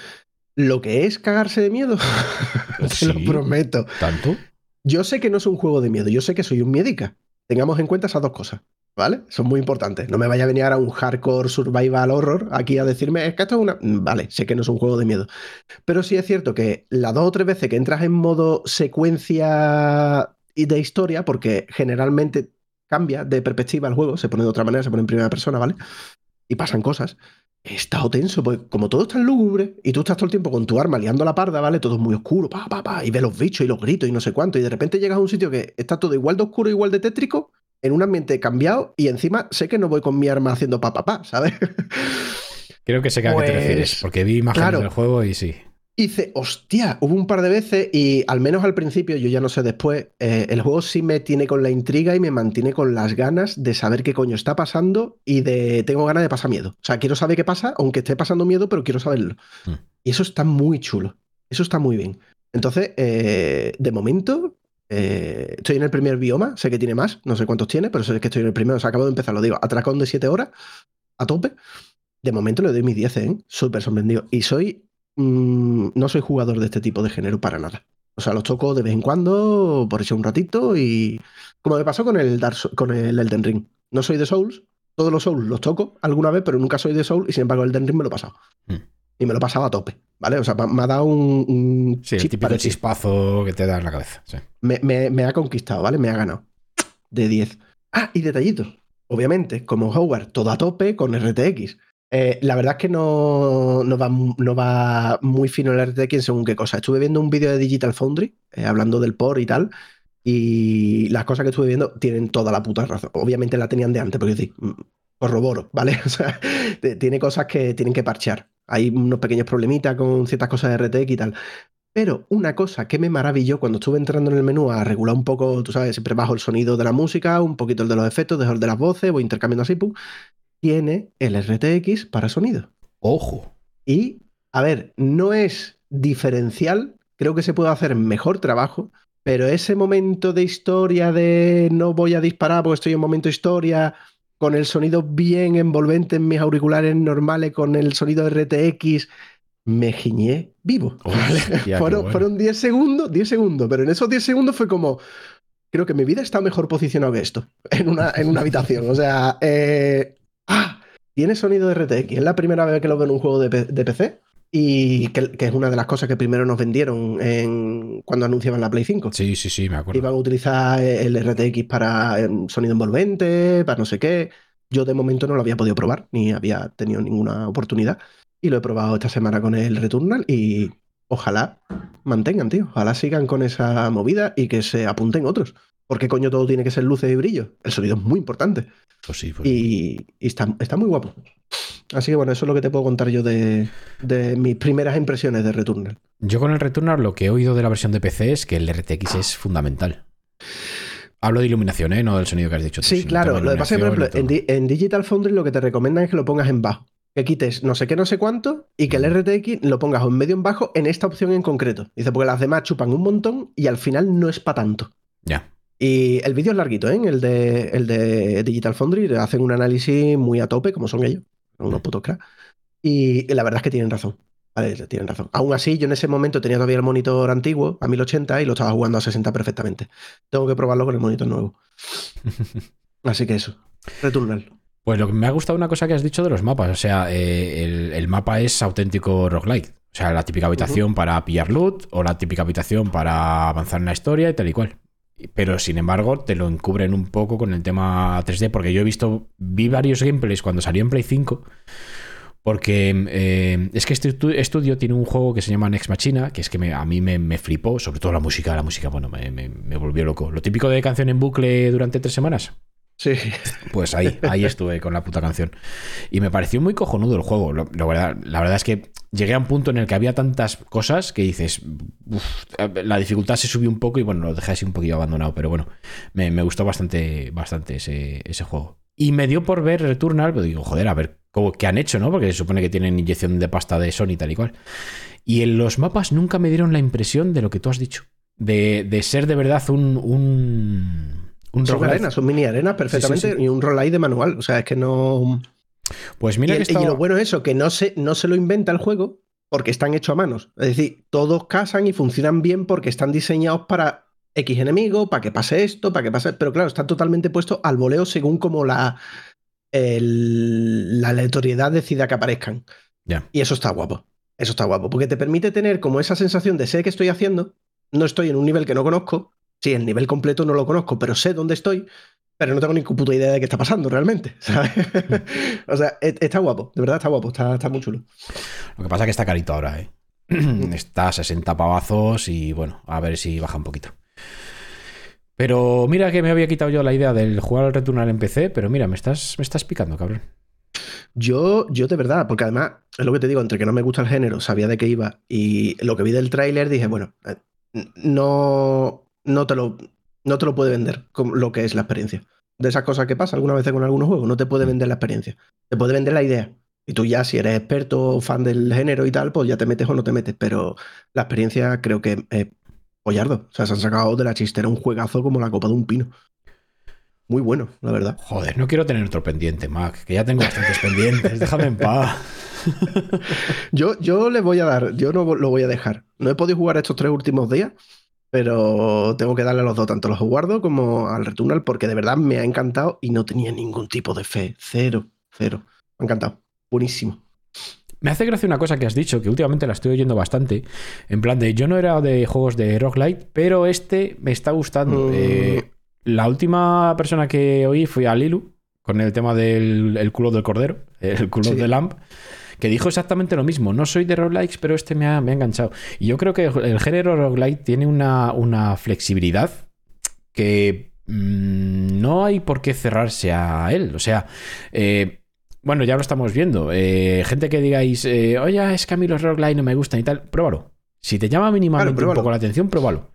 Lo que es cagarse de miedo, te sí, lo prometo. ¿Tanto? Yo sé que no es un juego de miedo, yo sé que soy un miedica. Tengamos en cuenta esas dos cosas, ¿vale? Son muy importantes. No me vaya a venir ahora un hardcore survival horror aquí a decirme, es que esto es una... Vale, sé que no es un juego de miedo. Pero sí es cierto que las dos o tres veces que entras en modo secuencia y de historia, porque generalmente cambia de perspectiva el juego, se pone de otra manera, se pone en primera persona, ¿vale? Y pasan cosas. He estado tenso, porque como todo está en lúgubre y tú estás todo el tiempo con tu arma liando la parda, ¿vale? Todo es muy oscuro, pa, pa, pa, y ves los bichos y los gritos y no sé cuánto, y de repente llegas a un sitio que está todo igual de oscuro, igual de tétrico, en un ambiente cambiado, y encima sé que no voy con mi arma haciendo pa, pa, pa, ¿sabes? Creo que sé a pues, qué te refieres, porque vi imágenes claro, del juego y sí. Hice, hostia, hubo un par de veces y al menos al principio, yo ya no sé después, eh, el juego sí me tiene con la intriga y me mantiene con las ganas de saber qué coño está pasando y de tengo ganas de pasar miedo. O sea, quiero saber qué pasa, aunque esté pasando miedo, pero quiero saberlo. Mm. Y eso está muy chulo. Eso está muy bien. Entonces, eh, de momento, eh, estoy en el primer bioma, sé que tiene más, no sé cuántos tiene, pero sé que estoy en el primero, o sea, acabo de empezar, lo digo, atracón de siete horas, a tope. De momento le doy mis diez, ¿eh? Súper sorprendido. Y soy... no soy jugador de este tipo de género para nada. O sea, los toco de vez en cuando, por eso un ratito, y como me pasó con el, Dark so- con el Elden Ring. No soy de Souls, todos los Souls los toco alguna vez, pero nunca soy de Souls, y sin embargo el Elden Ring me lo he pasado. Mm. Y me lo he pasado a tope, ¿vale? O sea, me ha dado un, un sí, chip el típico parecido. Chispazo que te da en la cabeza. Sí. Me, me, me ha conquistado, ¿vale? Me ha ganado. De diez. Ah, y detallitos. Obviamente, como Howard, todo a tope con R T X. Eh, la verdad es que no, no, va, no va muy fino el R T X en según qué cosa. Estuve viendo un vídeo de Digital Foundry, eh, hablando del por y tal, Y las cosas que estuve viendo tienen toda la puta razón. Obviamente la tenían de antes, porque decir, corroboro, ¿vale? O sea, tiene cosas que tienen que parchear. Hay unos pequeños problemitas con ciertas cosas de R T X y tal. Pero una cosa que me maravilló cuando estuve entrando en el menú a regular un poco, tú sabes, siempre bajo el sonido de la música, un poquito el de los efectos, dejo el de las voces, voy intercambiando así, pum, tiene el R T X para sonido. ¡Ojo! Y, a ver, no es diferencial, creo que se puede hacer mejor trabajo, pero ese momento de historia de no voy a disparar porque estoy en momento historia, con el sonido bien envolvente en mis auriculares normales, con el sonido R T X, me giñé vivo. Hostia, fueron, bueno. fueron diez segundos, diez segundos, pero en esos diez segundos fue como, creo que mi vida está mejor posicionado que esto, en una, en una habitación. O sea, eh, ¡ah! Tiene sonido de R T X. Es la primera vez que lo veo en un juego de, de P C y que, que es una de las cosas que primero nos vendieron en, cuando anunciaban la Play cinco. Sí, sí, sí, me acuerdo. Iban a utilizar el R T X para sonido envolvente, para no sé qué. Yo de momento no lo había podido probar, ni había tenido ninguna oportunidad. Y lo he probado esta semana con el Returnal y ojalá mantengan, tío. Ojalá sigan con esa movida y que se apunten otros. ¿Por qué coño todo tiene que ser luces y brillo? El sonido es muy importante. Pues sí, pues y sí. y está, está muy guapo. Así que bueno, eso es lo que te puedo contar yo de, de mis primeras impresiones de Returnal. Yo con el Returnal lo que he oído de la versión de P C es que el R T X es fundamental. Hablo de iluminación, ¿eh? No del sonido que has dicho tú. Sí, claro. Lo que pasa es que, por ejemplo, en, Di- en Digital Foundry lo que te recomiendan es que lo pongas en bajo. Que quites no sé qué, no sé cuánto y que el R T X lo pongas en medio en bajo en esta opción en concreto. Dice, porque las demás chupan un montón y al final no es para tanto. Ya. Y el vídeo es larguito, ¿eh? El de, el de Digital Foundry hacen un análisis muy a tope, como son ellos. Son unos putos cracks. Y, y la verdad es que tienen razón. Vale, tienen razón. Aún así, yo en ese momento tenía todavía el monitor antiguo a mil ochenta y lo estaba jugando a sesenta perfectamente. Tengo que probarlo con el monitor nuevo. Así que eso. Returnal. Pues lo que me ha gustado una cosa que has dicho de los mapas. O sea, eh, el, el mapa es auténtico roguelike. O sea, la típica habitación uh-huh. para pillar loot o la típica habitación para avanzar en la historia y tal y cual. Pero sin embargo, te lo encubren un poco con el tema tres D, porque yo he visto, vi varios gameplays cuando salió en Play cinco. Porque eh, es que este estudio tiene un juego que se llama Nex Machina, que es que me, a mí me, me flipó, sobre todo la música, la música, bueno, me, me, me volvió loco. Lo típico de canción en bucle durante tres semanas. Sí. Pues ahí, ahí estuve con la puta canción. Y me pareció muy cojonudo el juego. Lo, lo verdad, la verdad es que llegué a un punto en el que había tantas cosas que dices, uf, la dificultad se subió un poco y bueno, lo dejé así un poquillo abandonado. Pero bueno, me, me gustó bastante, bastante ese, ese juego. Y me dio por ver Returnal, pero digo, joder, a ver cómo, qué han hecho, ¿no? Porque se supone que tienen inyección de pasta de Sony y tal y cual. Y en los mapas nunca me dieron la impresión de lo que tú has dicho. De, de ser de verdad un... un Un son arenas, son mini arenas perfectamente, sí, sí, sí. Y un roguelike de manual. O sea, es que no. Pues mira y, que el, estaba... y lo bueno es eso, que no se, no se lo inventa el juego porque están hechos a manos. Es decir, todos casan y funcionan bien porque están diseñados para X enemigo, para que pase esto, para que pase. Pero claro, están totalmente puestos al voleo según como la, el, la aleatoriedad decida que aparezcan. Yeah. Y eso está guapo. Eso está guapo. Porque te permite tener como esa sensación de sé qué estoy haciendo, no estoy en un nivel que no conozco. Sí, el nivel completo no lo conozco, pero sé dónde estoy, pero no tengo ni puta idea de qué está pasando realmente, ¿sabes? O sea, está guapo, de verdad está guapo, está, está muy chulo. Lo que pasa es que está carito ahora, ¿eh? Está a sesenta pavazos y bueno, a ver si baja un poquito. Pero mira que me había quitado yo la idea del jugar al Returnal en P C, pero mira, me estás, me estás picando, cabrón. Yo, yo de verdad, porque además, es lo que te digo, entre que no me gusta el género, sabía de qué iba, y lo que vi del tráiler dije, bueno, no... No te, lo, no te lo puede vender como lo que es la experiencia. De esas cosas que pasa algunas veces con algunos juegos, no te puede vender la experiencia. Te puede vender la idea. Y tú ya, si eres experto o fan del género y tal, pues ya te metes o no te metes. Pero la experiencia creo que es pollardo. O sea, se han sacado de la chistera un juegazo como la copa de un pino. Muy bueno, la verdad. Joder, no quiero tener otro pendiente, Mac, que ya tengo bastantes pendientes. Déjame en paz. yo, yo le voy a dar, yo no lo voy a dejar. No he podido jugar estos tres últimos días, pero tengo que darle a los dos, tanto a los Hogwarts como al Returnal, porque de verdad me ha encantado y no tenía ningún tipo de fe. Cero, cero. Me ha encantado. Buenísimo. Me hace gracia una cosa que has dicho, que últimamente la estoy oyendo bastante. En plan de, yo no era de juegos de roguelite, pero este me está gustando. Mm. Eh, la última persona que oí fue a Lilu, con el tema del el culo del cordero, el culo sí. del lamp, que dijo exactamente lo mismo. No soy de roguelikes, pero este me ha, me ha enganchado. Y yo creo que el género roguelike tiene una, una flexibilidad que mmm, no hay por qué cerrarse a él. O sea, eh, bueno, ya lo estamos viendo. Eh, gente que digáis, eh, oye, es que a mí los roguelike no me gustan y tal, pruébalo. Si te llama mínimamente claro, un poco la atención, pruébalo.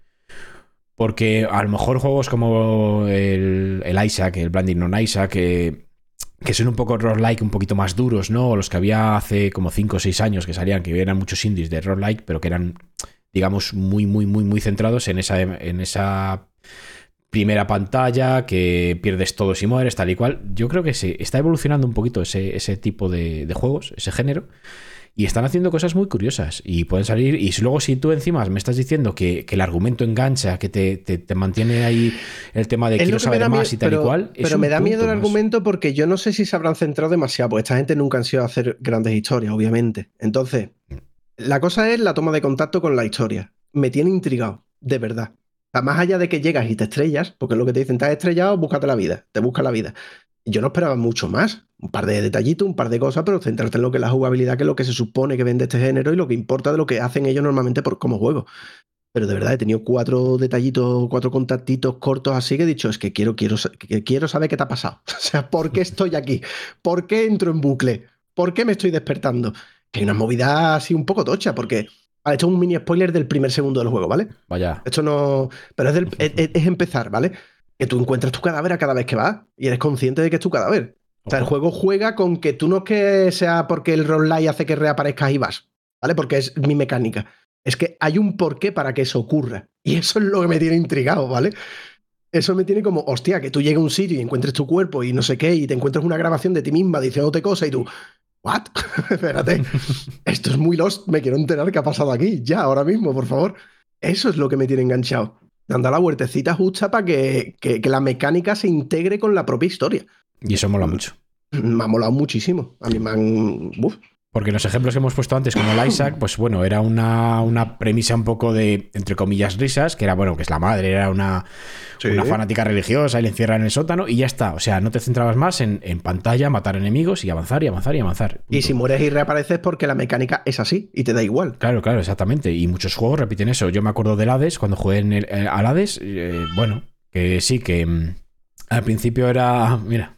Porque a lo mejor juegos como el, el Isaac, el Blinding on Isaac, que, que son un poco roguelike, un poquito más duros, ¿no? O los que había hace como cinco o seis años que salían, que eran muchos indies de roguelike, pero que eran, digamos, muy, muy, muy, muy centrados en esa, en esa primera pantalla, que pierdes todo si mueres, tal y cual. Yo creo que se está evolucionando un poquito ese, ese tipo de, de juegos, ese género. Y están haciendo cosas muy curiosas y pueden salir. Y luego, si tú encima me estás diciendo que, que el argumento engancha, que te, te, te mantiene ahí el tema de es quiero saber más y tal pero, y cual. Pero me da miedo el más. argumento porque yo no sé si se habrán centrado demasiado, porque esta gente nunca han sido a hacer grandes historias, obviamente. Entonces, la cosa es la toma de contacto con la historia. Me tiene intrigado, de verdad. O sea, más allá de que llegas y te estrellas, porque es lo que te dicen, te has estrellado, búscate la vida, te busca la vida. Yo no esperaba mucho más, un par de detallitos, un par de cosas, pero centrarte en lo que es la jugabilidad, que es lo que se supone que vende este género y lo que importa de lo que hacen ellos normalmente por, como juego. Pero de verdad he tenido cuatro detallitos, cuatro contactitos cortos así que he dicho, es que quiero, quiero, que quiero saber qué te ha pasado. O sea, ¿por qué estoy aquí? ¿Por qué entro en bucle? ¿Por qué me estoy despertando? Que hay una movida así un poco tocha, porque... Vale, esto es un mini spoiler del primer segundo del juego, ¿vale? Vaya. Esto no... Pero es, del, es, es empezar, ¿vale? Que tú encuentras tu cadáver a cada vez que vas y eres consciente de que es tu cadáver. O sea, el juego juega con que tú no es que sea porque el roguelike hace que reaparezcas y vas, ¿vale? Porque es mi mecánica. Es que hay un porqué para que eso ocurra. Y eso es lo que me tiene intrigado, ¿vale? Eso me tiene como, hostia, que tú llegues a un sitio y encuentres tu cuerpo y no sé qué, y te encuentres una grabación de ti misma diciéndote cosas y tú, ¿what? Espérate, esto es muy Lost, me quiero enterar qué ha pasado aquí, ya, ahora mismo, por favor. Eso es lo que me tiene enganchado. Dando la vueltecita justa para que, que, que la mecánica se integre con la propia historia. Y eso mola mucho. Me ha molado muchísimo. A mí me han... Uf. Porque los ejemplos que hemos puesto antes, como el Isaac, pues bueno, era una, una premisa un poco de, entre comillas, risas, que era, bueno, que es la madre, era una, sí. una fanática religiosa y le encierra en el sótano y ya está. O sea, no te centrabas más en, en pantalla, matar enemigos y avanzar y avanzar y avanzar. Punto. Y si mueres y reapareces porque la mecánica es así y te da igual. Claro, claro, exactamente. Y muchos juegos repiten eso. Yo me acuerdo del Hades, cuando jugué en el, eh, al Hades, eh, bueno, que sí, que mmm, al principio era... Mira.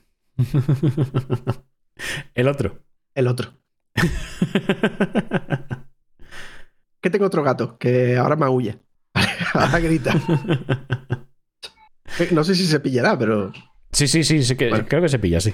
el otro. El otro. Que tengo otro gato que ahora me aúlla. Ahora grita. No sé si se pillará, pero... Sí, sí, sí, sí que, bueno. Creo que se pilla, sí.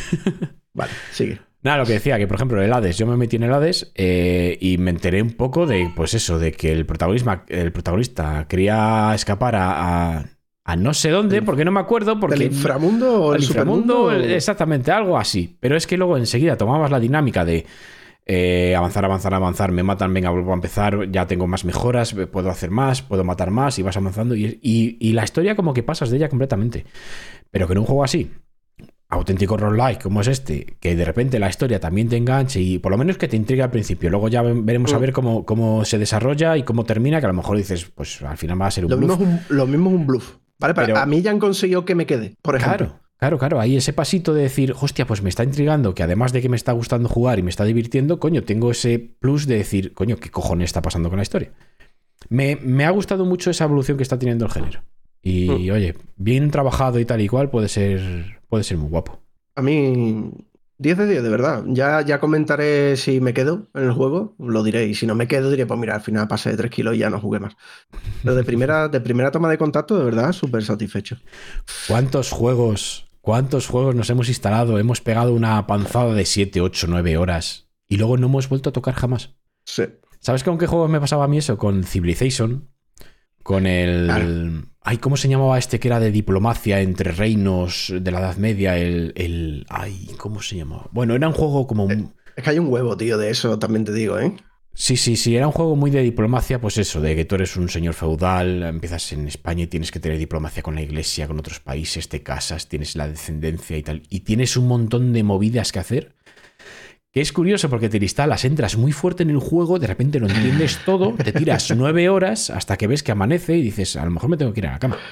Vale, sigue. Nada, lo que decía, que por ejemplo el Hades, yo me metí en el Hades eh, y me enteré un poco de, pues eso, de que el protagonista, el protagonista quería escapar a... a A no sé dónde, porque no me acuerdo. Porque ¿El inframundo o el, el inframundo? Supermundo? Exactamente, algo así. Pero es que luego enseguida tomabas la dinámica de eh, avanzar, avanzar, avanzar, me matan, venga, vuelvo a empezar, ya tengo más mejoras, puedo hacer más, puedo matar más y vas avanzando. Y, y, y la historia como que pasas de ella completamente. Pero que en un juego así, auténtico roguelike como es este, que de repente la historia también te enganche y por lo menos que te intrigue al principio. Luego ya veremos a ver cómo, cómo se desarrolla y cómo termina, que a lo mejor dices, pues al final va a ser un lo bluff. Mismo es un, lo mismo es un bluff. Vale, pero, pero a mí ya han conseguido que me quede, por ejemplo. Claro, claro, claro. Ahí ese pasito de decir, hostia, pues me está intrigando, que además de que me está gustando jugar y me está divirtiendo, coño, tengo ese plus de decir, coño, ¿qué cojones está pasando con la historia? Me, me ha gustado mucho esa evolución que está teniendo el género. Y, mm. oye, bien trabajado y tal y cual, puede ser, puede ser muy guapo. A mí... diez de diez, de verdad. Ya, ya comentaré si me quedo en el juego, lo diré. Y si no me quedo, diré, pues mira, al final pasé de tres kilos y ya no jugué más. Pero de primera, de primera toma de contacto, de verdad, súper satisfecho. ¿Cuántos juegos, cuántos juegos nos hemos instalado? Hemos pegado una panzada de siete, ocho, nueve horas y luego no hemos vuelto a tocar jamás. Sí. ¿Sabes con qué juego me pasaba a mí eso? Con Civilization. Con el... Claro. Ay, ¿cómo se llamaba este que era de diplomacia entre reinos de la Edad Media? El... el ay, ¿cómo se llamaba? Bueno, era un juego como... Un... Es que hay un huevo, tío, de eso también te digo, ¿eh? Sí, sí, sí. Era un juego muy de diplomacia, pues eso, de que tú eres un señor feudal, empiezas en España y tienes que tener diplomacia con la iglesia, con otros países, te casas, tienes la descendencia y tal. Y tienes un montón de movidas que hacer. Que es curioso porque te instalas, entras muy fuerte en el juego, de repente lo entiendes todo, te tiras nueve horas hasta que ves que amanece y dices, a lo mejor me tengo que ir a la cama.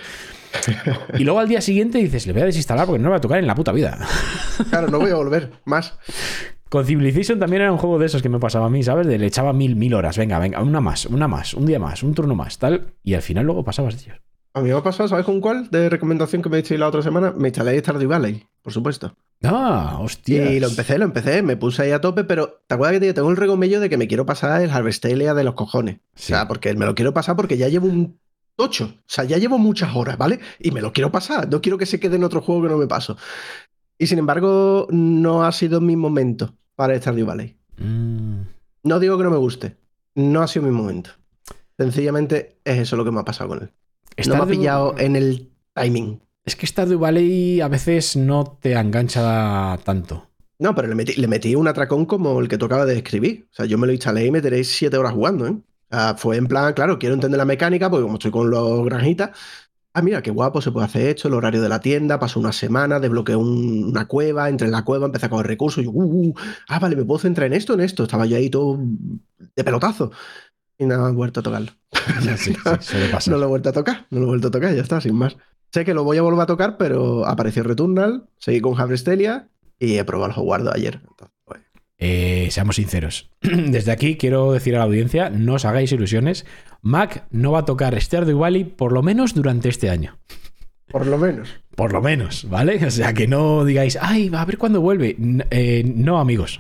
Y luego al día siguiente dices, le voy a desinstalar porque no me va a tocar en la puta vida. Claro, no voy a volver más. Con Civilization también era un juego de esos que me pasaba a mí, ¿sabes? De le echaba mil, mil horas, venga, venga, una más, una más, un día más, un turno más, tal. Y al final luego pasabas de ellos. A mí me ha pasado, ¿sabes con cuál? De recomendación que me diste la otra semana. Me instalé Stardew Valley, por supuesto. Ah, hostia. Y lo empecé, lo empecé, me puse ahí a tope, pero ¿te acuerdas que tengo el regomello de que me quiero pasar el Harvestelia de los cojones? Sí. O sea, porque me lo quiero pasar porque ya llevo un tocho. O sea, ya llevo muchas horas, ¿vale? Y me lo quiero pasar. No quiero que se quede en otro juego que no me paso. Y sin embargo, no ha sido mi momento para Stardew Valley. Mm. No digo que no me guste. No ha sido mi momento. Sencillamente es eso lo que me ha pasado con él. No me ha pillado en el timing. Es que Stardew Valley a veces no te engancha tanto. No, pero le metí, le metí un atracón como el que tú acabas de describir. O sea, yo me lo instalé y me tenéis siete horas jugando, ¿eh? O sea, fue en plan, claro, quiero entender la mecánica, porque como estoy con los granjitas, ah, mira, qué guapo, se puede hacer esto, el horario de la tienda, paso una semana, desbloqueo un, una cueva, entré en la cueva, empecé a coger recursos, y yo, uh, uh, ah, vale, me puedo centrar en esto, en esto. Estaba yo ahí todo de pelotazo. Y nada, he vuelto a tocarlo. Ya, sí, sí, suele pasar. No lo he vuelto a tocar, no lo he vuelto a tocar, ya está, sin más. Sé que lo voy a volver a tocar, pero apareció Returnal, seguí con Harvestelia y he probado el Hogwarts ayer. Entonces, pues. eh, seamos sinceros. Desde aquí quiero decir a la audiencia, no os hagáis ilusiones. Mac no va a tocar Stardew Valley por lo menos durante este año. Por lo menos. Por lo menos, ¿vale? O sea, que no digáis, ay, a ver cuándo vuelve. Eh, no, amigos.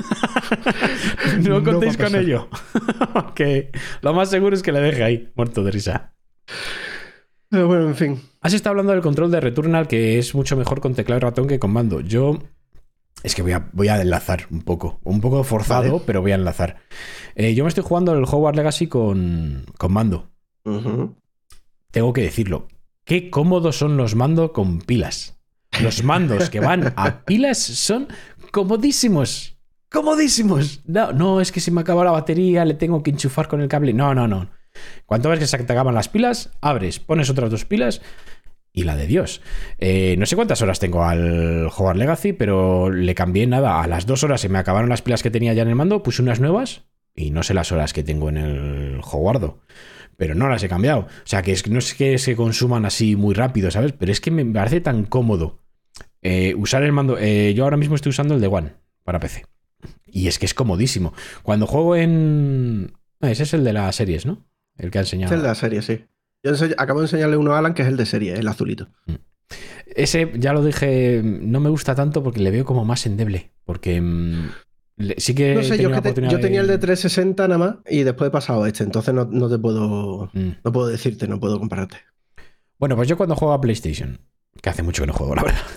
No contéis no con ello. Que lo más seguro es que le deje ahí, muerto de risa. Pero bueno, en fin. Has estado hablando del control de Returnal, que es mucho mejor con teclado y ratón que con mando. Yo... Es que voy a, voy a enlazar un poco. Un poco forzado, vale. Pero voy a enlazar. Eh, yo me estoy jugando el Hogwarts Legacy con, con mando. Uh-huh. Tengo que decirlo. Qué cómodos son los mandos con pilas. Los mandos que van a pilas son comodísimos. Comodísimos. No, no, es que si me acaba la batería le tengo que enchufar con el cable. No, no, no. Cuando ves que se te acaban las pilas, abres, pones otras dos pilas y la de Dios. Eh, no sé cuántas horas tengo al Hogwarts Legacy, pero le cambié nada. A las dos horas se me acabaron las pilas que tenía ya en el mando, puse unas nuevas y no sé las horas que tengo en el Hogwarts. Pero no las he cambiado. O sea, que es, no es que se consuman así muy rápido, ¿sabes? Pero es que me parece tan cómodo eh, usar el mando. Eh, yo ahora mismo estoy usando el de One para P C. Y es que es comodísimo. Cuando juego en... Ah, ese es el de las series, ¿no? El que ha enseñado. Es el de la serie, sí. Yo ense... acabo de enseñarle uno a Alan que es el de serie, el azulito. Ese, ya lo dije, no me gusta tanto porque le veo como más endeble. Porque... Sí que no sé, yo, que te, yo tenía de... el de trescientos sesenta nada más y después he pasado a este, entonces no, no te puedo mm. no puedo decirte, no puedo compararte. Bueno, pues yo cuando juego a PlayStation, que hace mucho que no juego, la verdad,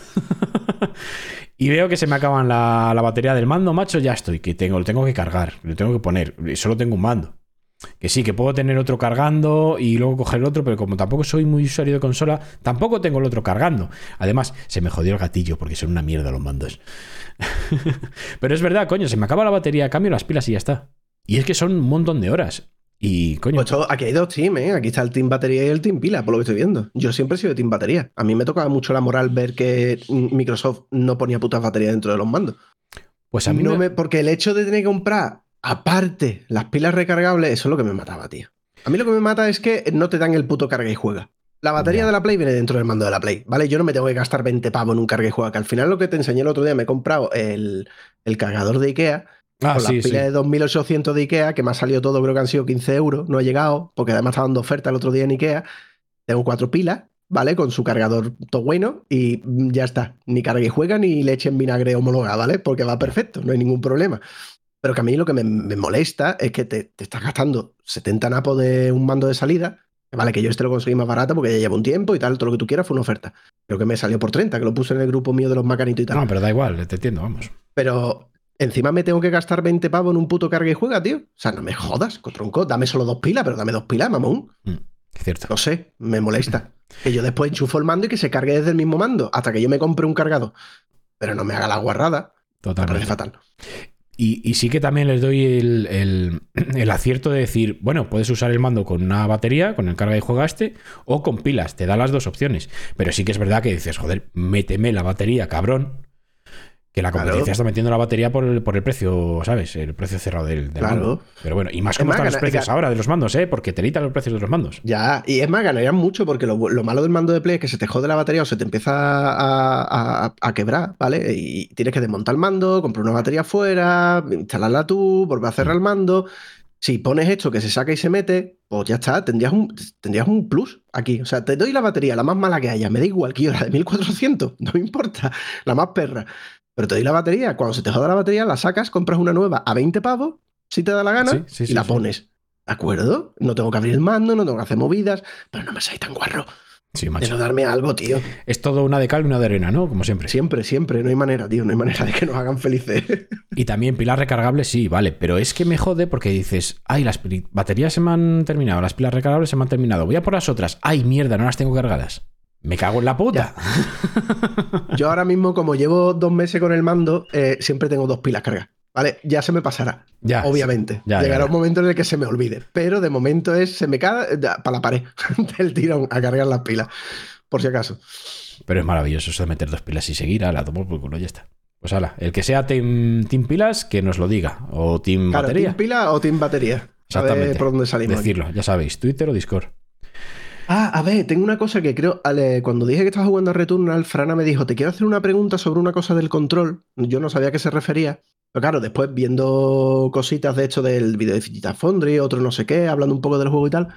y veo que se me acaban la, la batería del mando, macho, ya estoy, que tengo, lo tengo que cargar, lo tengo que poner, solo tengo un mando. Que sí, que puedo tener otro cargando y luego coger el otro, pero como tampoco soy muy usuario de consola, tampoco tengo el otro cargando. Además, se me jodió el gatillo porque son una mierda los mandos. Pero es verdad, coño, se me acaba la batería, cambio las pilas y ya está. Y es que son un montón de horas. Y, coño... Pues todo, aquí hay dos teams, ¿eh? Aquí está el team batería y el team pila, por lo que estoy viendo. Yo siempre he sido de team batería. A mí me tocaba mucho la moral ver que Microsoft no ponía putas baterías dentro de los mandos. Pues a mí no me... me... Porque el hecho de tener que comprar aparte las pilas recargables, eso es lo que me mataba, tío. A mí lo que me mata es que no te dan el puto carga y juega. La batería yeah. de la Play viene dentro del mando de la Play, ¿vale? Yo no me tengo que gastar veinte pavos en un carga y juega, que al final lo que te enseñé el otro día, me he comprado el, el cargador de Ikea, ah, con sí, las pilas sí. de dos mil ochocientos de Ikea, que me ha salido todo, creo que han sido quince euros, no ha llegado, porque además estaba dando oferta el otro día en Ikea. Tengo cuatro pilas, ¿vale? Con su cargador todo bueno y ya está. Ni carga y juega ni leche en vinagre homologada, ¿vale? Porque va perfecto, no hay ningún problema. Pero que a mí lo que me, me molesta es que te, te estás gastando setenta napos de un mando de salida. Vale, que yo este lo conseguí más barato porque ya lleva un tiempo y tal, todo lo que tú quieras fue una oferta. Pero que me salió por treinta, que lo puse en el grupo mío de los macanitos y tal. No, pero da igual, te entiendo, vamos. Pero encima me tengo que gastar veinte pavos en un puto carga y juega, tío. O sea, no me jodas, tronco, dame solo dos pilas, pero dame dos pilas, mamón. Mm, cierto. No sé, me molesta. Que yo después enchufo el mando y que se cargue desde el mismo mando, hasta que yo me compre un cargador. Pero no me haga la guarrada. Totalmente. Me parece fatal. Y, y sí que también les doy el, el, el acierto de decir, bueno, puedes usar el mando con una batería, con el carga y juega este, o con pilas, te da las dos opciones. Pero sí que es verdad que dices, joder, méteme la batería, cabrón. Que la competencia claro. está metiendo la batería por el, por el precio, ¿sabes? El precio cerrado del, del claro. mando. Pero bueno, y más como están los precios ahora de los mandos, ¿eh? Porque te limitan los precios de los mandos. Ya, y es más, ganarían mucho porque lo, lo malo del mando de Play es que se te jode la batería o se te empieza a, a, a quebrar, ¿vale? Y tienes que desmontar el mando, comprar una batería fuera, instalarla tú, volver a cerrar el mando. Si pones esto que se saca y se mete, pues ya está, tendrías un, tendrías un plus aquí. O sea, te doy la batería, la más mala que haya. Me da igual que yo la de mil cuatrocientos, no me importa, la más perra. Pero te doy la batería, cuando se te joda la batería, la sacas, compras una nueva a veinte pavos, si te da la gana, sí, sí, y sí, la sí. pones. ¿De acuerdo? No tengo que abrir el mando, no tengo que hacer movidas, pero no me seáis tan guarro. Sí, macho. De no darme algo, tío. Es todo una de cal y una de arena, ¿no? Como siempre. Siempre, siempre. No hay manera, tío. No hay manera de que nos hagan felices. Y también pilas recargables, sí, vale. Pero es que me jode porque dices, ay, las baterías se me han terminado, las pilas recargables se me han terminado. Voy a por las otras. Ay, mierda, no las tengo cargadas. Me cago en la puta. Yo ahora mismo, como llevo dos meses con el mando, eh, siempre tengo dos pilas cargadas. ¿Vale? Ya se me pasará. Ya, obviamente. Ya, Llegará ya, ya. un momento en el que se me olvide. Pero de momento es, se me cae para la pared del tirón a cargar las pilas. Por si acaso. Pero es maravilloso eso de meter dos pilas y seguir, a la tomo por culo, ya está. Pues ala, el que sea team, team pilas, que nos lo diga. O team claro, batería. Team pila o team batería. Exactamente. Por dónde salimos. Decirlo, ya sabéis, Twitter o Discord. Ah, a ver, tengo una cosa que creo, Ale, cuando dije que estaba jugando a Returnal, Frana me dijo, te quiero hacer una pregunta sobre una cosa del control. Yo no sabía a qué se refería. Pero claro, después viendo cositas de hecho del vídeo de Digital Foundry, otro no sé qué, hablando un poco del juego y tal,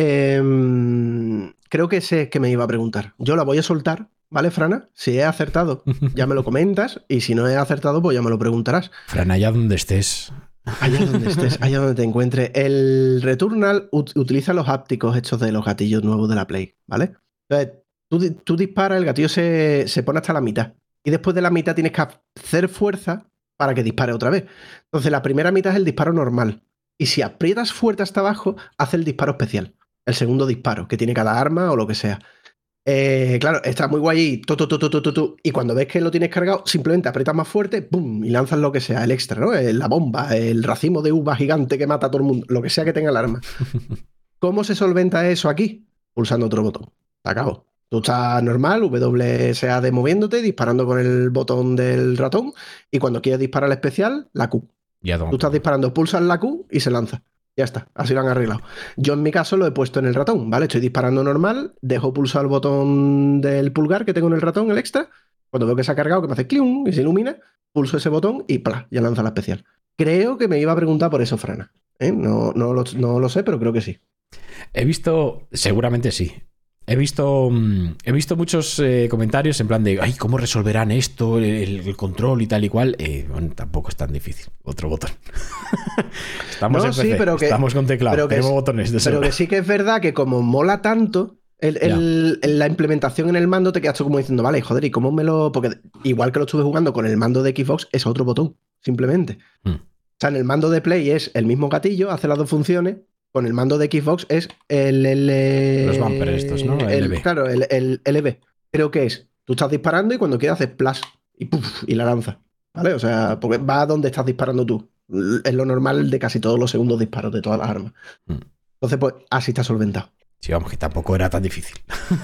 eh, creo que sé que me iba a preguntar. Yo la voy a soltar, ¿vale, Frana? Si he acertado, ya me lo comentas, y si no he acertado, pues ya me lo preguntarás. Frana, allá donde estés. Allá donde estés, allá donde te encuentres. El Returnal ut- utiliza los hápticos hechos de los gatillos nuevos de la Play, ¿vale? Entonces, tú, tú disparas, el gatillo se, se pone hasta la mitad. Y después de la mitad tienes que hacer fuerza para que dispare otra vez. Entonces, la primera mitad es el disparo normal. Y si aprietas fuerte hasta abajo, hace el disparo especial. El segundo disparo, que tiene cada arma o lo que sea. Eh, claro, está muy guay. Tu, tu, tu, tu, tu, tu, y cuando ves que lo tienes cargado, simplemente aprietas más fuerte, ¡pum! Y lanzas lo que sea, el extra, ¿no? La bomba, el racimo de uva gigante que mata a todo el mundo, lo que sea que tenga el arma. ¿Cómo se solventa eso aquí? Pulsando otro botón. Se acabó. Tú estás normal, W S A D moviéndote, disparando con el botón del ratón, y cuando quieres disparar el especial, la Q. Ya Tú estás disparando, pulsas la Q y se lanza. Ya está, así lo han arreglado. Yo en mi caso lo he puesto en el ratón, ¿vale? Estoy disparando normal, dejo pulsar el botón del pulgar que tengo en el ratón, el extra. Cuando veo que se ha cargado, que me hace clium y se ilumina, pulso ese botón y ¡plá! Ya lanza la especial. Creo que me iba a preguntar por eso, Frana. ¿Eh? No, no, lo, no lo sé, pero creo que sí. He visto, seguramente sí. He visto, he visto muchos eh, comentarios en plan de, ay, ¿cómo resolverán esto, el, el control y tal y cual? Eh, bueno, tampoco es tan difícil. Otro botón. Estamos no, en P C, sí, pero que, estamos con teclado, pero que tenemos es, botones de Pero que sí que es verdad que como mola tanto el, el, el, la implementación en el mando, te quedas tú como diciendo, vale, joder, ¿y cómo me lo...? Porque igual que lo estuve jugando con el mando de Xbox, es otro botón, simplemente. Hmm. O sea, en el mando de Play es el mismo gatillo, hace las dos funciones. Con el mando de Xbox es el... el Los bumpers estos, ¿no? El, el, claro, el, el L B. Creo que es, tú estás disparando y cuando quieras haces splash y, puff, y la lanza. ¿Vale? O sea, porque va a donde estás disparando tú. Es lo normal de casi todos los segundos disparos de todas las armas. Mm. Entonces, pues, así está solventado. Sí, vamos, que tampoco era tan difícil.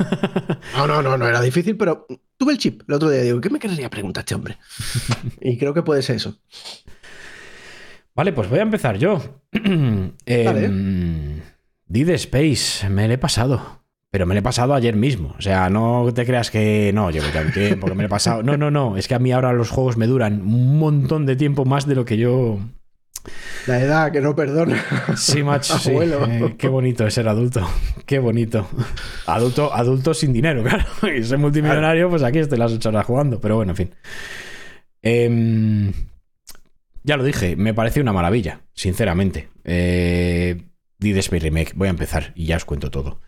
No, no, no, no era difícil, pero tuve el chip el otro día. Digo, ¿qué me querría preguntar este hombre? Y creo que puede ser eso. Vale, pues voy a empezar yo. eh, vale. Dead Space, me lo he pasado. Pero me lo he pasado ayer mismo. O sea, no te creas que no, llevo ya un tiempo que me lo he pasado. No, no, no. Es que a mí ahora los juegos me duran un montón de tiempo más de lo que yo... La edad que no perdona. Sí, macho, sí. Eh, qué bonito es ser adulto. Qué bonito. Adulto, adulto sin dinero, claro. Y ser multimillonario, pues aquí estoy las ocho horas jugando. Pero bueno, en fin. Eh... Ya lo dije, me pareció una maravilla, sinceramente. Eh, Dead Space Remake, voy a empezar y ya os cuento todo.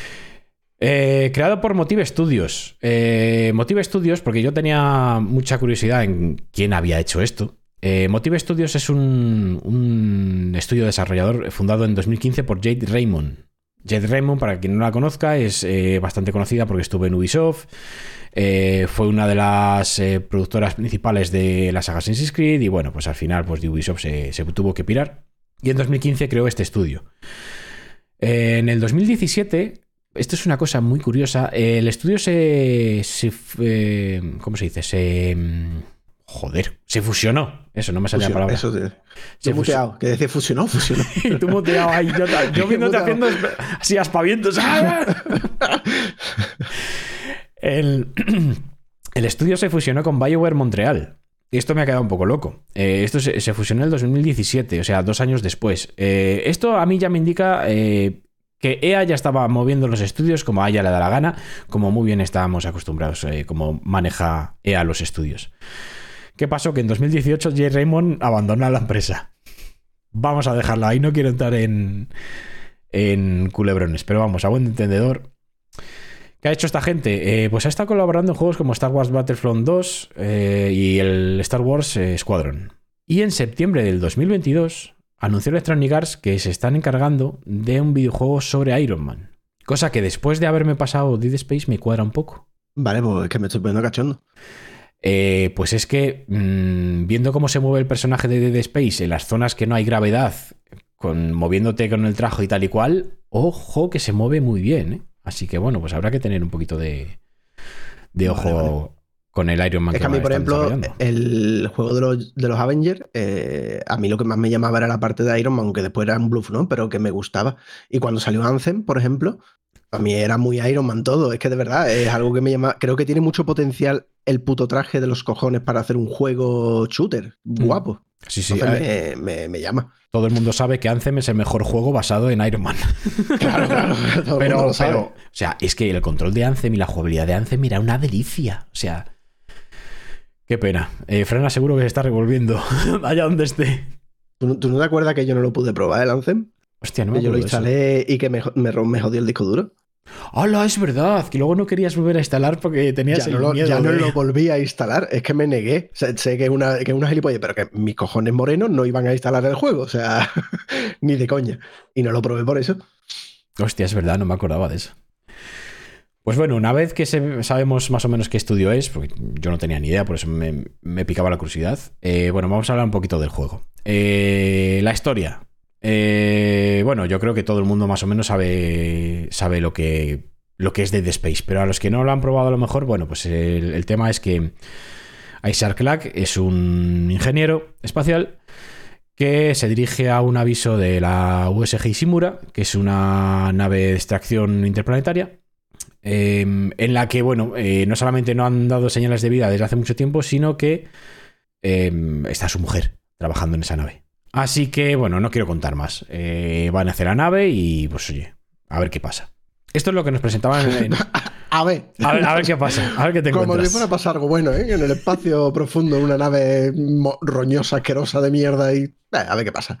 Eh, creado por Motive Studios. Eh, Motive Studios, porque yo tenía mucha curiosidad en quién había hecho esto. Eh, Motive Studios es un, un estudio desarrollador fundado en dos mil quince por Jade Raymond. Jade Raymond, para quien no la conozca, es eh, bastante conocida porque estuvo en Ubisoft. Eh, fue una de las eh, productoras principales de la saga Assassin's Creed y bueno, pues al final pues de Ubisoft se, se tuvo que pirar y en dos mil quince creó este estudio. Eh, en el dos mil diecisiete, esto es una cosa muy curiosa, eh, el estudio se... se eh, ¿cómo se dice? Se... Joder, se fusionó. Eso, no me salía la palabra. Eso te... Se muteado, fu... que decía fusionó, fusionó. Y tú muteado ahí, yo, yo viéndote haciendo así aspavientos. El, el estudio se fusionó con BioWare Montreal. esto me ha quedado un poco loco. Eh, esto se, se fusionó en el dos mil diecisiete, o sea, dos años después. Eh, esto a mí ya me indica eh, que E A ya estaba moviendo los estudios como a ella le da la gana, como muy bien estábamos acostumbrados, eh, como maneja E A los estudios. ¿Qué pasó? Que en dos mil dieciocho Jay Raymond abandona la empresa. Vamos a dejarla ahí, no quiero entrar en, en culebrones, pero vamos, a buen entendedor. ¿Qué ha hecho esta gente? Eh, pues ha estado colaborando en juegos como Star Wars Battlefront dos eh, y el Star Wars eh, Squadron. Y en septiembre del dos mil veintidós anunció Electronic Arts que se están encargando de un videojuego sobre Iron Man. Cosa que después de haberme pasado Dead Space me cuadra un poco. Vale, pues es que me estoy poniendo cachondo. Eh, pues es que mmm, viendo cómo se mueve el personaje de Dead Space en las zonas que no hay gravedad, con, moviéndote con el traje y tal y cual, ojo que se mueve muy bien, ¿eh? Así que bueno, pues habrá que tener un poquito de, de ojo vale, vale. con el Iron Man. Es que, que a mí, por ejemplo, el juego de los, de los Avengers, eh, a mí lo que más me llamaba era la parte de Iron Man, aunque después era un bluff, ¿no? Pero que me gustaba. Y cuando salió Anthem, por ejemplo, a mí era muy Iron Man todo. Es que de verdad es algo que me llama. Creo que tiene mucho potencial el puto traje de los cojones para hacer un juego shooter guapo. Mm. Sí, sí. Entonces, me, me, me llama. Todo el mundo sabe que Anthem es el mejor juego basado en Iron Man. Claro, claro. Todo pero, lo sabe. pero, o sea, es que el control de Anthem y la jugabilidad de Anthem era una delicia. O sea, qué pena. Eh, Fran seguro que se está revolviendo allá donde esté. ¿Tú, ¿Tú no te acuerdas que yo no lo pude probar el Anthem? Hostia, no me acuerdo. Que yo lo instalé y que me, me, me jodió el disco duro. ¡Hala! Es verdad, que luego no querías volver a instalar porque tenías ya el no lo, miedo. Ya de... no lo volví a instalar, es que me negué. O sea, sé que es una, que una gilipollez, pero que mis cojones morenos no iban a instalar el juego, o sea, ni de coña. Y no lo probé por eso. Hostia, es verdad, no me acordaba de eso. Pues bueno, una vez que se, sabemos más o menos qué estudio es, porque yo no tenía ni idea, por eso me, me picaba la curiosidad, eh, bueno, vamos a hablar un poquito del juego. Eh, la historia. Eh, bueno, yo creo que todo el mundo más o menos sabe, sabe lo que, lo que es Dead Space, pero a los que no lo han probado a lo mejor, bueno, pues el, el tema es que Isaac Clarke es un ingeniero espacial que se dirige a un aviso de la U S G Ishimura, que es una nave de extracción interplanetaria, eh, en la que, bueno, eh, no solamente no han dado señales de vida desde hace mucho tiempo, sino que eh, está su mujer trabajando en esa nave. Así que, bueno, no quiero contar más. Eh, van a hacer la nave y, pues, oye, a ver qué pasa. Esto es lo que nos presentaban en... a, ver. a ver. A ver qué pasa. A ver qué te Como encuentras. si fuera a pasar algo bueno, ¿eh? En el espacio profundo, una nave roñosa, asquerosa de mierda y... Eh, a ver qué pasa.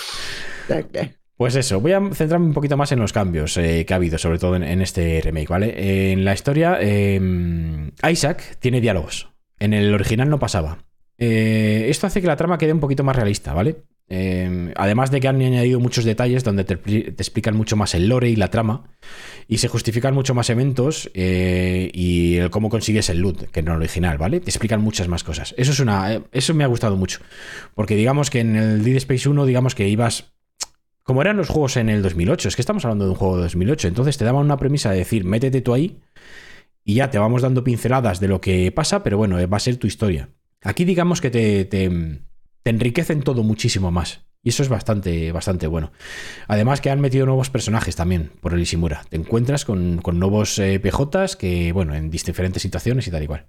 Eh, eh. Pues eso, voy a centrarme un poquito más en los cambios eh, que ha habido, sobre todo en, en este remake, ¿vale? Eh, en la historia, eh, Isaac tiene diálogos. En el original no pasaba. Eh, esto hace que la trama quede un poquito más realista, ¿vale? Eh, además de que han añadido muchos detalles donde te, te explican mucho más el lore y la trama y se justifican mucho más eventos eh, y el cómo consigues el loot que en el original, ¿vale? Te explican muchas más cosas. Eso es una, eso me ha gustado mucho porque digamos que en el Dead Space uno digamos que ibas como eran los juegos en el dos mil ocho, es que estamos hablando de un juego de dos mil ocho, entonces te daban una premisa de decir métete tú ahí y ya te vamos dando pinceladas de lo que pasa, pero bueno, va a ser tu historia. Aquí digamos que te, te, te enriquecen todo muchísimo más. Y eso es bastante, bastante bueno. Además que han metido nuevos personajes también por el Ishimura. Te encuentras con, con nuevos eh, P Jotas que, bueno, en diferentes situaciones y tal igual.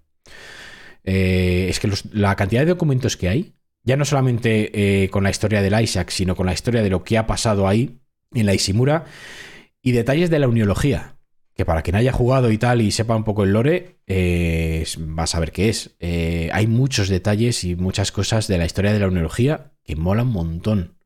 Eh, es que los, la cantidad de documentos que hay, ya no solamente eh, con la historia del Isaac, sino con la historia de lo que ha pasado ahí en la Ishimura y detalles de la uniología. Que para quien haya jugado y tal y sepa un poco el lore, eh, va a saber qué es. Eh, hay muchos detalles y muchas cosas de la historia de la uniología que mola un montón.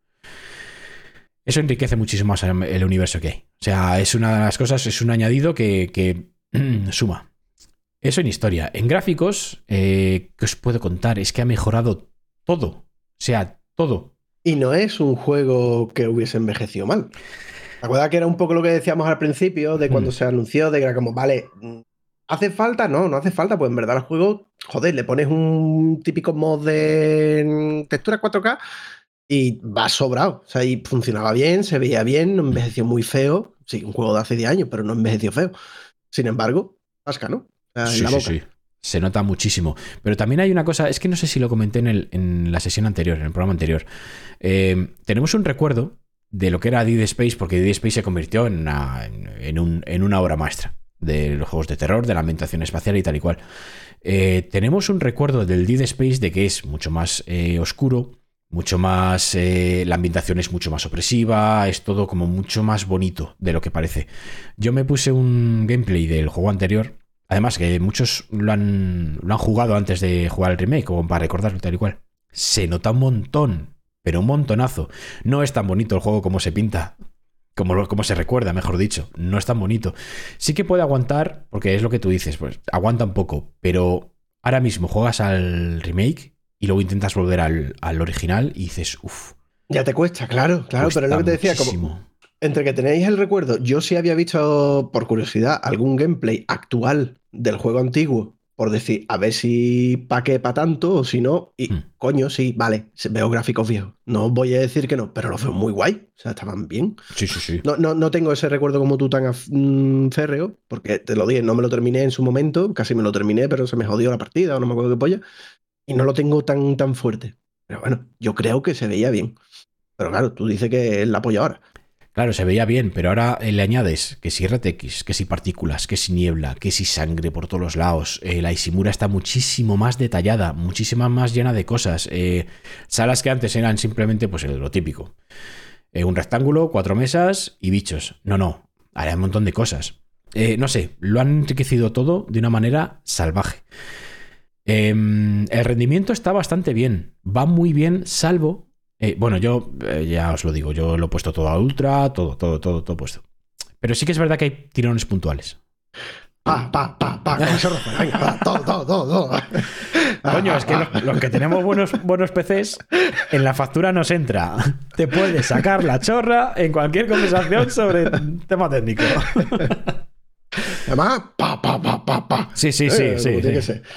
Eso enriquece muchísimo más el universo que hay. O sea, es una de las cosas, es un añadido que, que suma. Eso en historia. En gráficos, eh, ¿qué os puedo contar? Es que ha mejorado todo. O sea, todo. Y no es un juego que hubiese envejecido mal. ¿Te acuerdas que era un poco lo que decíamos al principio de cuando mm. se anunció? De que era como, vale, ¿hace falta? No, no hace falta. Pues en verdad el juego, joder, le pones un típico mod de textura cuatro K y va sobrado. O sea, y funcionaba bien, se veía bien, no envejeció muy feo. Sí, un juego de hace diez años, pero no envejeció feo. Sin embargo, asca, ¿no? O sea, sí, en la sí, boca. sí. Se nota muchísimo. Pero también hay una cosa, es que no sé si lo comenté en, el, en la sesión anterior, en el programa anterior. Eh, tenemos un recuerdo de lo que era Dead Space, porque Dead Space se convirtió en una, en, un, en una obra maestra. de los juegos de terror, de la ambientación espacial y tal y cual. Eh, tenemos un recuerdo del Dead Space de que es mucho más eh, oscuro, mucho más... Eh, la ambientación es mucho más opresiva, es todo como mucho más bonito de lo que parece. Yo me puse un gameplay del juego anterior, además que muchos lo han, lo han jugado antes de jugar el remake, como para recordarlo tal y cual. Se nota un montón, pero un montonazo. No es tan bonito el juego como se pinta, como, lo, como se recuerda, mejor dicho. No es tan bonito. Sí que puede aguantar, porque es lo que tú dices, pues aguanta un poco, pero ahora mismo juegas al remake y luego intentas volver al, al original y dices, uff. Ya te cuesta, claro, claro, pero es lo que te decía, muchísimo. Como entre que tenéis el recuerdo, yo sí había visto, por curiosidad, algún gameplay actual del juego antiguo, por decir, a ver si pa' qué pa' tanto, o si no, y hmm. coño, sí, vale, veo gráficos viejos. No voy a decir que no, pero los veo muy guay, o sea, estaban bien. Sí, sí, sí. No, no, no tengo ese recuerdo como tú tan mm, férreo, porque te lo dije, no me lo terminé en su momento, casi me lo terminé, pero se me jodió la partida, o no me acuerdo qué polla. Y no lo tengo tan, tan fuerte. Pero bueno, yo creo que se veía bien. Pero claro, tú dices que es la polla ahora. Claro, se veía bien, pero ahora le añades que si R T X, que si partículas, que si niebla, que si sangre por todos los lados. Eh, la Ishimura está muchísimo más detallada, muchísima más llena de cosas. Eh, salas que antes eran simplemente pues lo típico. Eh, un rectángulo, cuatro mesas y bichos. No, no, ahora hay un montón de cosas. Eh, no sé, lo han enriquecido todo de una manera salvaje. Eh, el rendimiento está bastante bien, va muy bien, salvo... Eh, bueno, yo eh, ya os lo digo, yo lo he puesto todo a ultra, todo, todo, todo, todo puesto. Pero sí que es verdad que hay tirones puntuales. Pa, pa, pa, pa, venga, va, todo, todo, todo, todo. Coño, es que los, los que tenemos buenos, buenos P Cs, en la factura nos entra. Te puedes sacar la chorra en cualquier conversación sobre tema técnico. Además, pa, pa, pa, pa, pa. Sí, sí, sí, eh, sí. Tiene sí. que ser.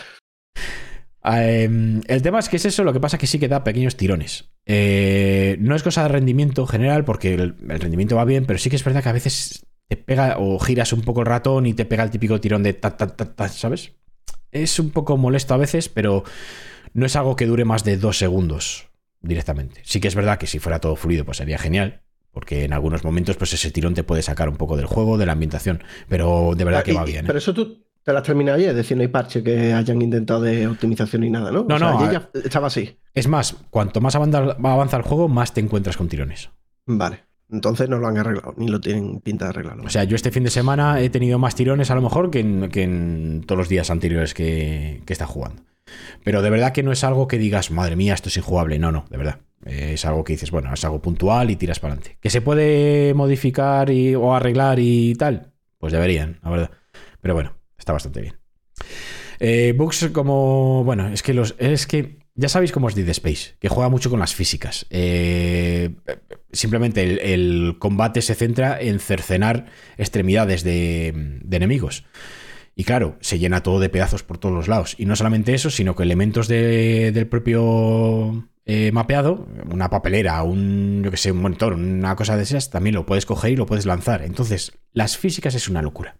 Eh, el tema es que es eso, lo que pasa es que sí que da pequeños tirones. Eh, no es cosa de rendimiento general, porque el, el rendimiento va bien, pero sí que es verdad que a veces te pega o giras un poco el ratón y te pega el típico tirón de ta, ta, ta, ta, ¿sabes? Es un poco molesto a veces, pero no es algo que dure más de dos segundos directamente. Sí que es verdad que si fuera todo fluido, pues sería genial, porque en algunos momentos pues ese tirón te puede sacar un poco del juego, de la ambientación, pero de verdad ah, que y, va bien. ¿eh? Pero eso tú... ¿Te las terminas ayer? Es decir, no hay parche que hayan intentado de optimización ni nada, ¿no? No, o sea, no. Ayer ya estaba así. Es más, cuanto más avanza, avanza el juego, más te encuentras con tirones. Vale. Entonces no lo han arreglado, ni lo tienen pinta de arreglarlo. O sea, yo este fin de semana he tenido más tirones a lo mejor que en, que en todos los días anteriores que, que está jugando. Pero de verdad que no es algo que digas, madre mía, esto es injugable. No, no, de verdad. Es algo que dices, bueno, es algo puntual y tiras para adelante. ¿Que se puede modificar y, o arreglar y tal? Pues deberían, la verdad. Pero bueno, está bastante bien. Eh, bugs como... Bueno, es que los es que ya sabéis cómo es Dead Space, que juega mucho con las físicas. Eh, simplemente el, el combate se centra en cercenar extremidades de, de enemigos. Y claro, se llena todo de pedazos por todos los lados. Y no solamente eso, sino que elementos de, del propio eh, mapeado, una papelera, un, yo que sé, un monitor, una cosa de esas, también lo puedes coger y lo puedes lanzar. Entonces, las físicas es una locura.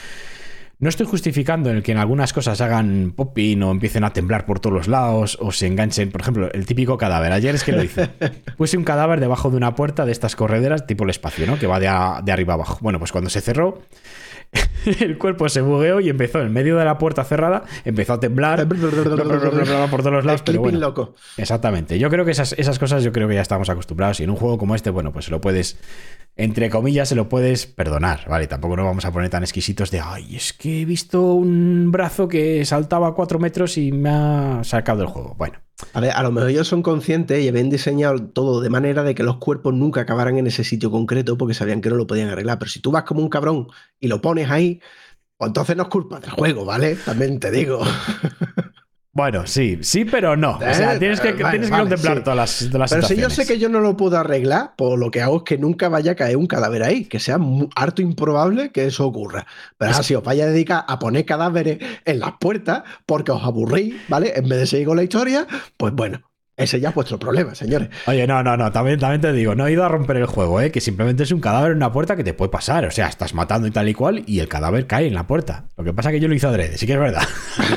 No estoy justificando en el que en algunas cosas hagan popping o empiecen a temblar por todos los lados o se enganchen, por ejemplo, el típico cadáver. Ayer es que lo hice. Puse un cadáver debajo de una puerta de estas correderas tipo el espacio, ¿no? Que va de, a, de arriba abajo. Bueno, pues cuando se cerró, el cuerpo se bugueó y empezó en medio de la puerta cerrada, empezó a temblar por todos los lados. Pero bueno, loco. Exactamente. Yo creo que esas, esas cosas yo creo que ya estamos acostumbrados y en un juego como este, bueno, pues se lo puedes... Entre comillas, se lo puedes perdonar, ¿vale? Tampoco nos vamos a poner tan exquisitos de ay, es que he visto un brazo que saltaba a cuatro metros y me ha sacado del juego. Bueno. A ver, a lo mejor ellos son conscientes y habían diseñado todo de manera de que los cuerpos nunca acabaran en ese sitio concreto porque sabían que no lo podían arreglar. Pero si tú vas como un cabrón y lo pones ahí, pues entonces no es culpa del juego, ¿vale? También te digo. Bueno, sí, sí, pero no. O sea, tienes que, vale, tienes que vale, contemplar sí. todas las, todas las Pero situaciones. si yo sé que yo no lo puedo arreglar, pues lo que hago es que nunca vaya a caer un cadáver ahí, que sea muy, harto improbable que eso ocurra. Pero es... si os vais a dedicar a poner cadáveres en las puertas porque os aburrís, ¿vale? En vez de seguir con la historia, pues bueno. Ese ya es vuestro problema, señores. Oye, no, no, no, también, también te digo, no he ido a romper el juego, ¿eh? Que simplemente es un cadáver en una puerta que te puede pasar. O sea, estás matando y tal y cual y el cadáver cae en la puerta. Lo que pasa es que yo lo hice adrede, sí que es verdad.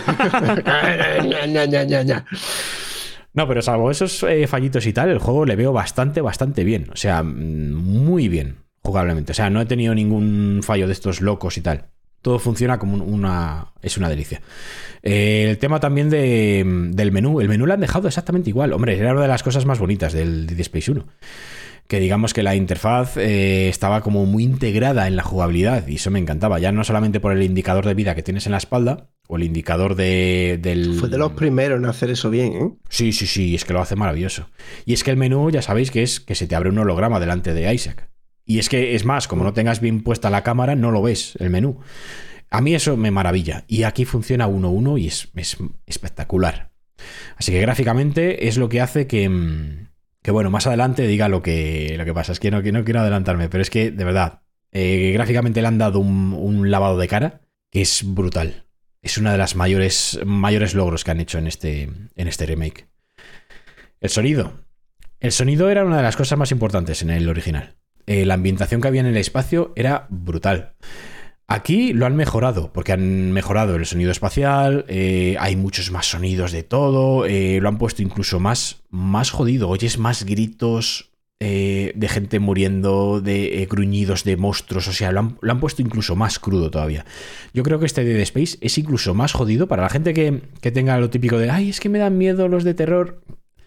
ña, ña, ña, ña. No, pero salvo esos eh, fallitos y tal, el juego le veo bastante, bastante bien. O sea, muy bien, jugablemente. O sea, no he tenido ningún fallo de estos locos y tal. Todo funciona como una... es una delicia. Eh, el tema también de, del menú. El menú lo han dejado exactamente igual. Hombre, era una de las cosas más bonitas del Dead Space uno. Que digamos que la interfaz eh, estaba como muy integrada en la jugabilidad y eso me encantaba. Ya no solamente por el indicador de vida que tienes en la espalda o el indicador de, del... Fue de los primeros en hacer eso bien, ¿eh? Sí, sí, sí, es que lo hace maravilloso. Y es que el menú, ya sabéis que es que se te abre un holograma delante de Isaac. Y es que, es más, como no tengas bien puesta la cámara, no lo ves, el menú. A mí eso me maravilla. Y aquí funciona uno a uno y es, es espectacular. Así que gráficamente es lo que hace que... Que bueno, más adelante diga lo que, lo que pasa. Es que no, que no quiero adelantarme, pero es que, de verdad, eh, gráficamente le han dado un, un lavado de cara que es brutal. Es una de las mayores, mayores logros que han hecho en este, en este remake. El sonido. El sonido era una de las cosas más importantes en el original. Eh, la ambientación que había en el espacio era brutal. Aquí lo han mejorado, porque han mejorado el sonido espacial, eh, hay muchos más sonidos de todo, eh, lo han puesto incluso más, más jodido, oyes más gritos eh, de gente muriendo, de eh, gruñidos de monstruos, o sea, lo han, lo han puesto incluso más crudo todavía. Yo creo que este Dead Space es incluso más jodido para la gente que, que tenga lo típico de, ay, es que me dan miedo los de terror.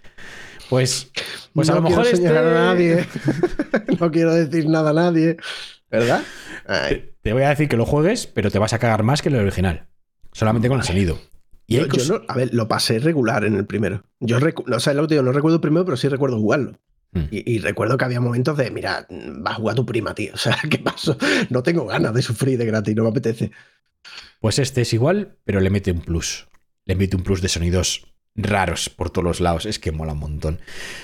Pues, pues no a lo mejor quiero señalar este... a nadie, no quiero decir nada a nadie, ¿verdad? Ay. Te voy a decir que lo juegues, pero te vas a cagar más que el original. Solamente con el sonido. Y yo, cos... yo no, a ver, lo pasé regular en el primero. Yo recu... o sea, lo que digo, no recuerdo el primero, pero sí recuerdo jugarlo. Mm. Y, y recuerdo que había momentos de, mira, va a jugar tu prima, tío. O sea, ¿qué pasó? No tengo ganas de sufrir de gratis, no me apetece. Pues este es igual, pero le mete un plus. Le mete un plus de sonidos raros por todos los lados. Es que mola un montón.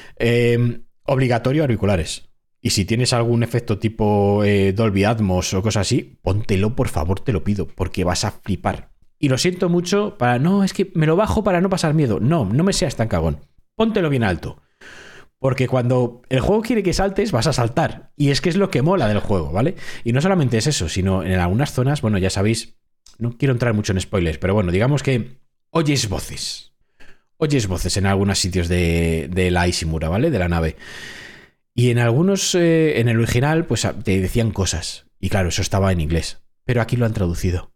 Eh, obligatorio auriculares. Y si tienes algún efecto tipo eh, Dolby Atmos o cosas así, póntelo, por favor, te lo pido, porque vas a flipar. Y lo siento mucho para... No, es que me lo bajo para no pasar miedo. No, no me seas tan cagón. Póntelo bien alto. Porque cuando el juego quiere que saltes, vas a saltar. Y es que es lo que mola del juego, ¿vale? Y no solamente es eso, sino en algunas zonas, bueno, ya sabéis, no quiero entrar mucho en spoilers, pero bueno, digamos que oyes voces. Oyes voces en algunos sitios de, de la Ishimura, ¿vale? De la nave. Y en algunos, eh, en el original, pues te decían cosas. Y claro, eso estaba en inglés. Pero aquí lo han traducido.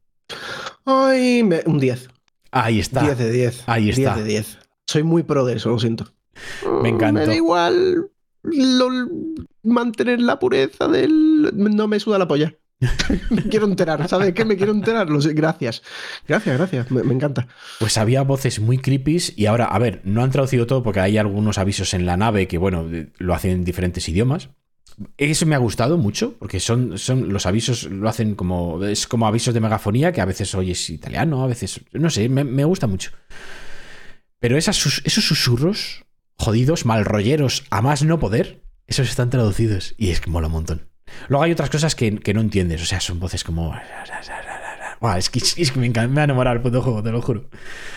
Ay, me... un diez. Ahí está. diez de diez. Ahí está. diez de diez. Soy muy pro de eso, lo siento. Me encantó. Me da igual lo... mantener la pureza del... No me suda la polla. Me quiero enterar, ¿sabes qué? Me quiero enterar. Lo sé. Gracias. Gracias, gracias. Me, me encanta. Pues había voces muy creepy y ahora, a ver, no han traducido todo porque hay algunos avisos en la nave que, bueno, lo hacen en diferentes idiomas. Eso me ha gustado mucho porque son, son los avisos, lo hacen como, es como avisos de megafonía que a veces oyes italiano, a veces, no sé, me, me gusta mucho. Pero esas, esos susurros jodidos, malrolleros, a más no poder, esos están traducidos y es que mola un montón. Luego hay otras cosas que, que no entiendes, o sea, son voces como... Wow, es que, es que me, encanta, me ha enamorado el puto juego, te lo juro.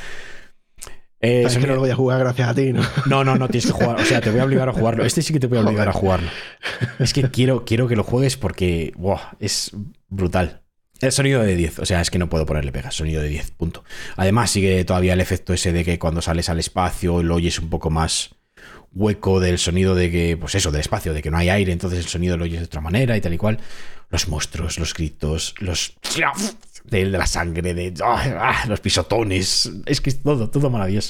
Eh, es que no lo voy a jugar gracias a ti, ¿no? No, no, no tienes que jugar, o sea, te voy a obligar a jugarlo. Este sí que te voy a obligar Joder. a jugarlo. Es que quiero, quiero que lo juegues porque, wow, es brutal. El sonido de diez, o sea, es que no puedo ponerle pegas, sonido de diez, punto. Además sigue todavía el efecto ese de que cuando sales al espacio lo oyes un poco más... hueco del sonido de que, pues eso, del espacio, de que no hay aire, entonces el sonido lo oyes de otra manera y tal y cual. Los monstruos, los gritos, los... de, de la sangre, de ah, los pisotones. Es que es todo, todo maravilloso.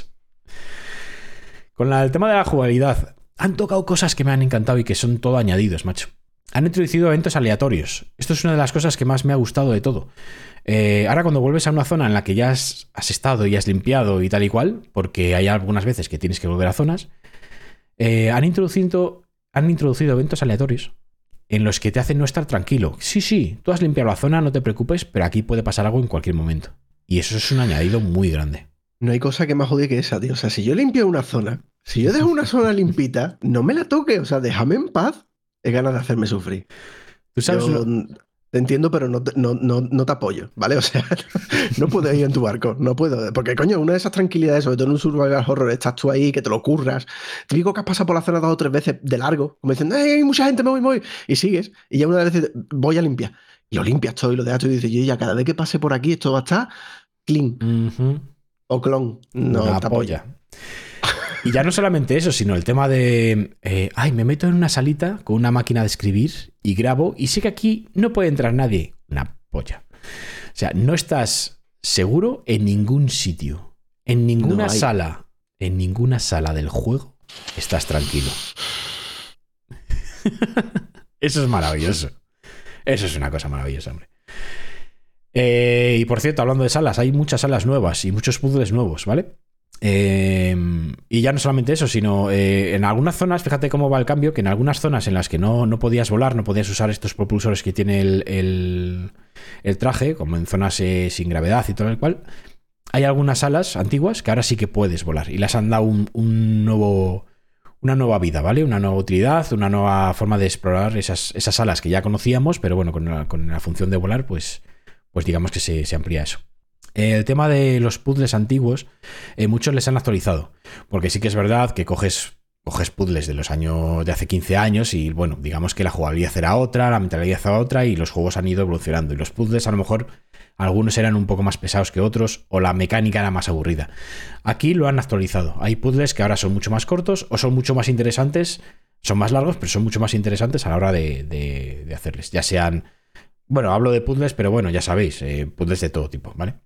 Con la, el tema de la jugabilidad, han tocado cosas que me han encantado y que son todo añadidos, macho. Han introducido eventos aleatorios. Esto es una de las cosas que más me ha gustado de todo. Eh, ahora cuando vuelves a una zona en la que ya has, has estado y has limpiado y tal y cual, porque hay algunas veces que tienes que volver a zonas, Eh, han, introducido, han introducido eventos aleatorios en los que te hacen no estar tranquilo. Sí, sí, tú has limpiado la zona, no te preocupes, pero aquí puede pasar algo en cualquier momento. Y eso es un añadido muy grande. No hay cosa que más odie que esa, tío. O sea, si yo limpio una zona, si yo dejo una zona limpita, no me la toque. O sea, déjame en paz. Es ganas de hacerme sufrir. ¿Tú sabes? Yo, te entiendo, pero no te, no, no, no te apoyo, ¿vale? O sea, no puedo ir en tu barco, no puedo. Porque, coño, una de esas tranquilidades, sobre todo en un survival horror, estás tú ahí, que te lo curras. Te digo que has pasado por la zona dos o tres veces de largo, como diciendo, ¡ay, hay mucha gente, me voy, me voy! Y sigues, y ya una vez dices, voy a limpiar. Y lo limpias todo y lo dejas todo y dices, yo ya cada vez que pase por aquí, esto va a estar clean. Uh-huh. O clon. No una te polla. Y ya no solamente eso, sino el tema de, eh, ay, me meto en una salita con una máquina de escribir y grabo y sé que aquí no puede entrar nadie. Una polla. sea, no estás seguro en ningún sitio. En ninguna No hay. sala. En ninguna sala del juego estás tranquilo. Eso es maravilloso. Eso es una cosa maravillosa, hombre. Eh, y por cierto, hablando de salas, hay muchas salas nuevas y muchos puzzles nuevos, ¿vale? Eh, y ya no solamente eso, sino eh, en algunas zonas, fíjate cómo va el cambio, que en algunas zonas en las que no, no podías volar, no podías usar estos propulsores que tiene el, el, el traje, como en zonas eh, sin gravedad y todo el cual, hay algunas salas antiguas que ahora sí que puedes volar y las han dado un, un nuevo... Una nueva vida, ¿vale? Una nueva utilidad, una nueva forma de explorar esas, esas salas que ya conocíamos, pero bueno, con la, con la función de volar, pues, pues digamos que se, se amplía eso. El tema de los puzzles antiguos, eh, muchos les han actualizado, porque sí que es verdad que coges, coges puzzles de los años de hace quince años y bueno, digamos que la jugabilidad era otra, la mentalidad era otra y los juegos han ido evolucionando. Y los puzzles a lo mejor algunos eran un poco más pesados que otros o la mecánica era más aburrida. Aquí lo han actualizado. Hay puzzles que ahora son mucho más cortos o son mucho más interesantes, son más largos, pero son mucho más interesantes a la hora de, de, de hacerles. Ya sean, bueno, hablo de puzzles, pero bueno, ya sabéis, eh, puzzles de todo tipo, ¿vale?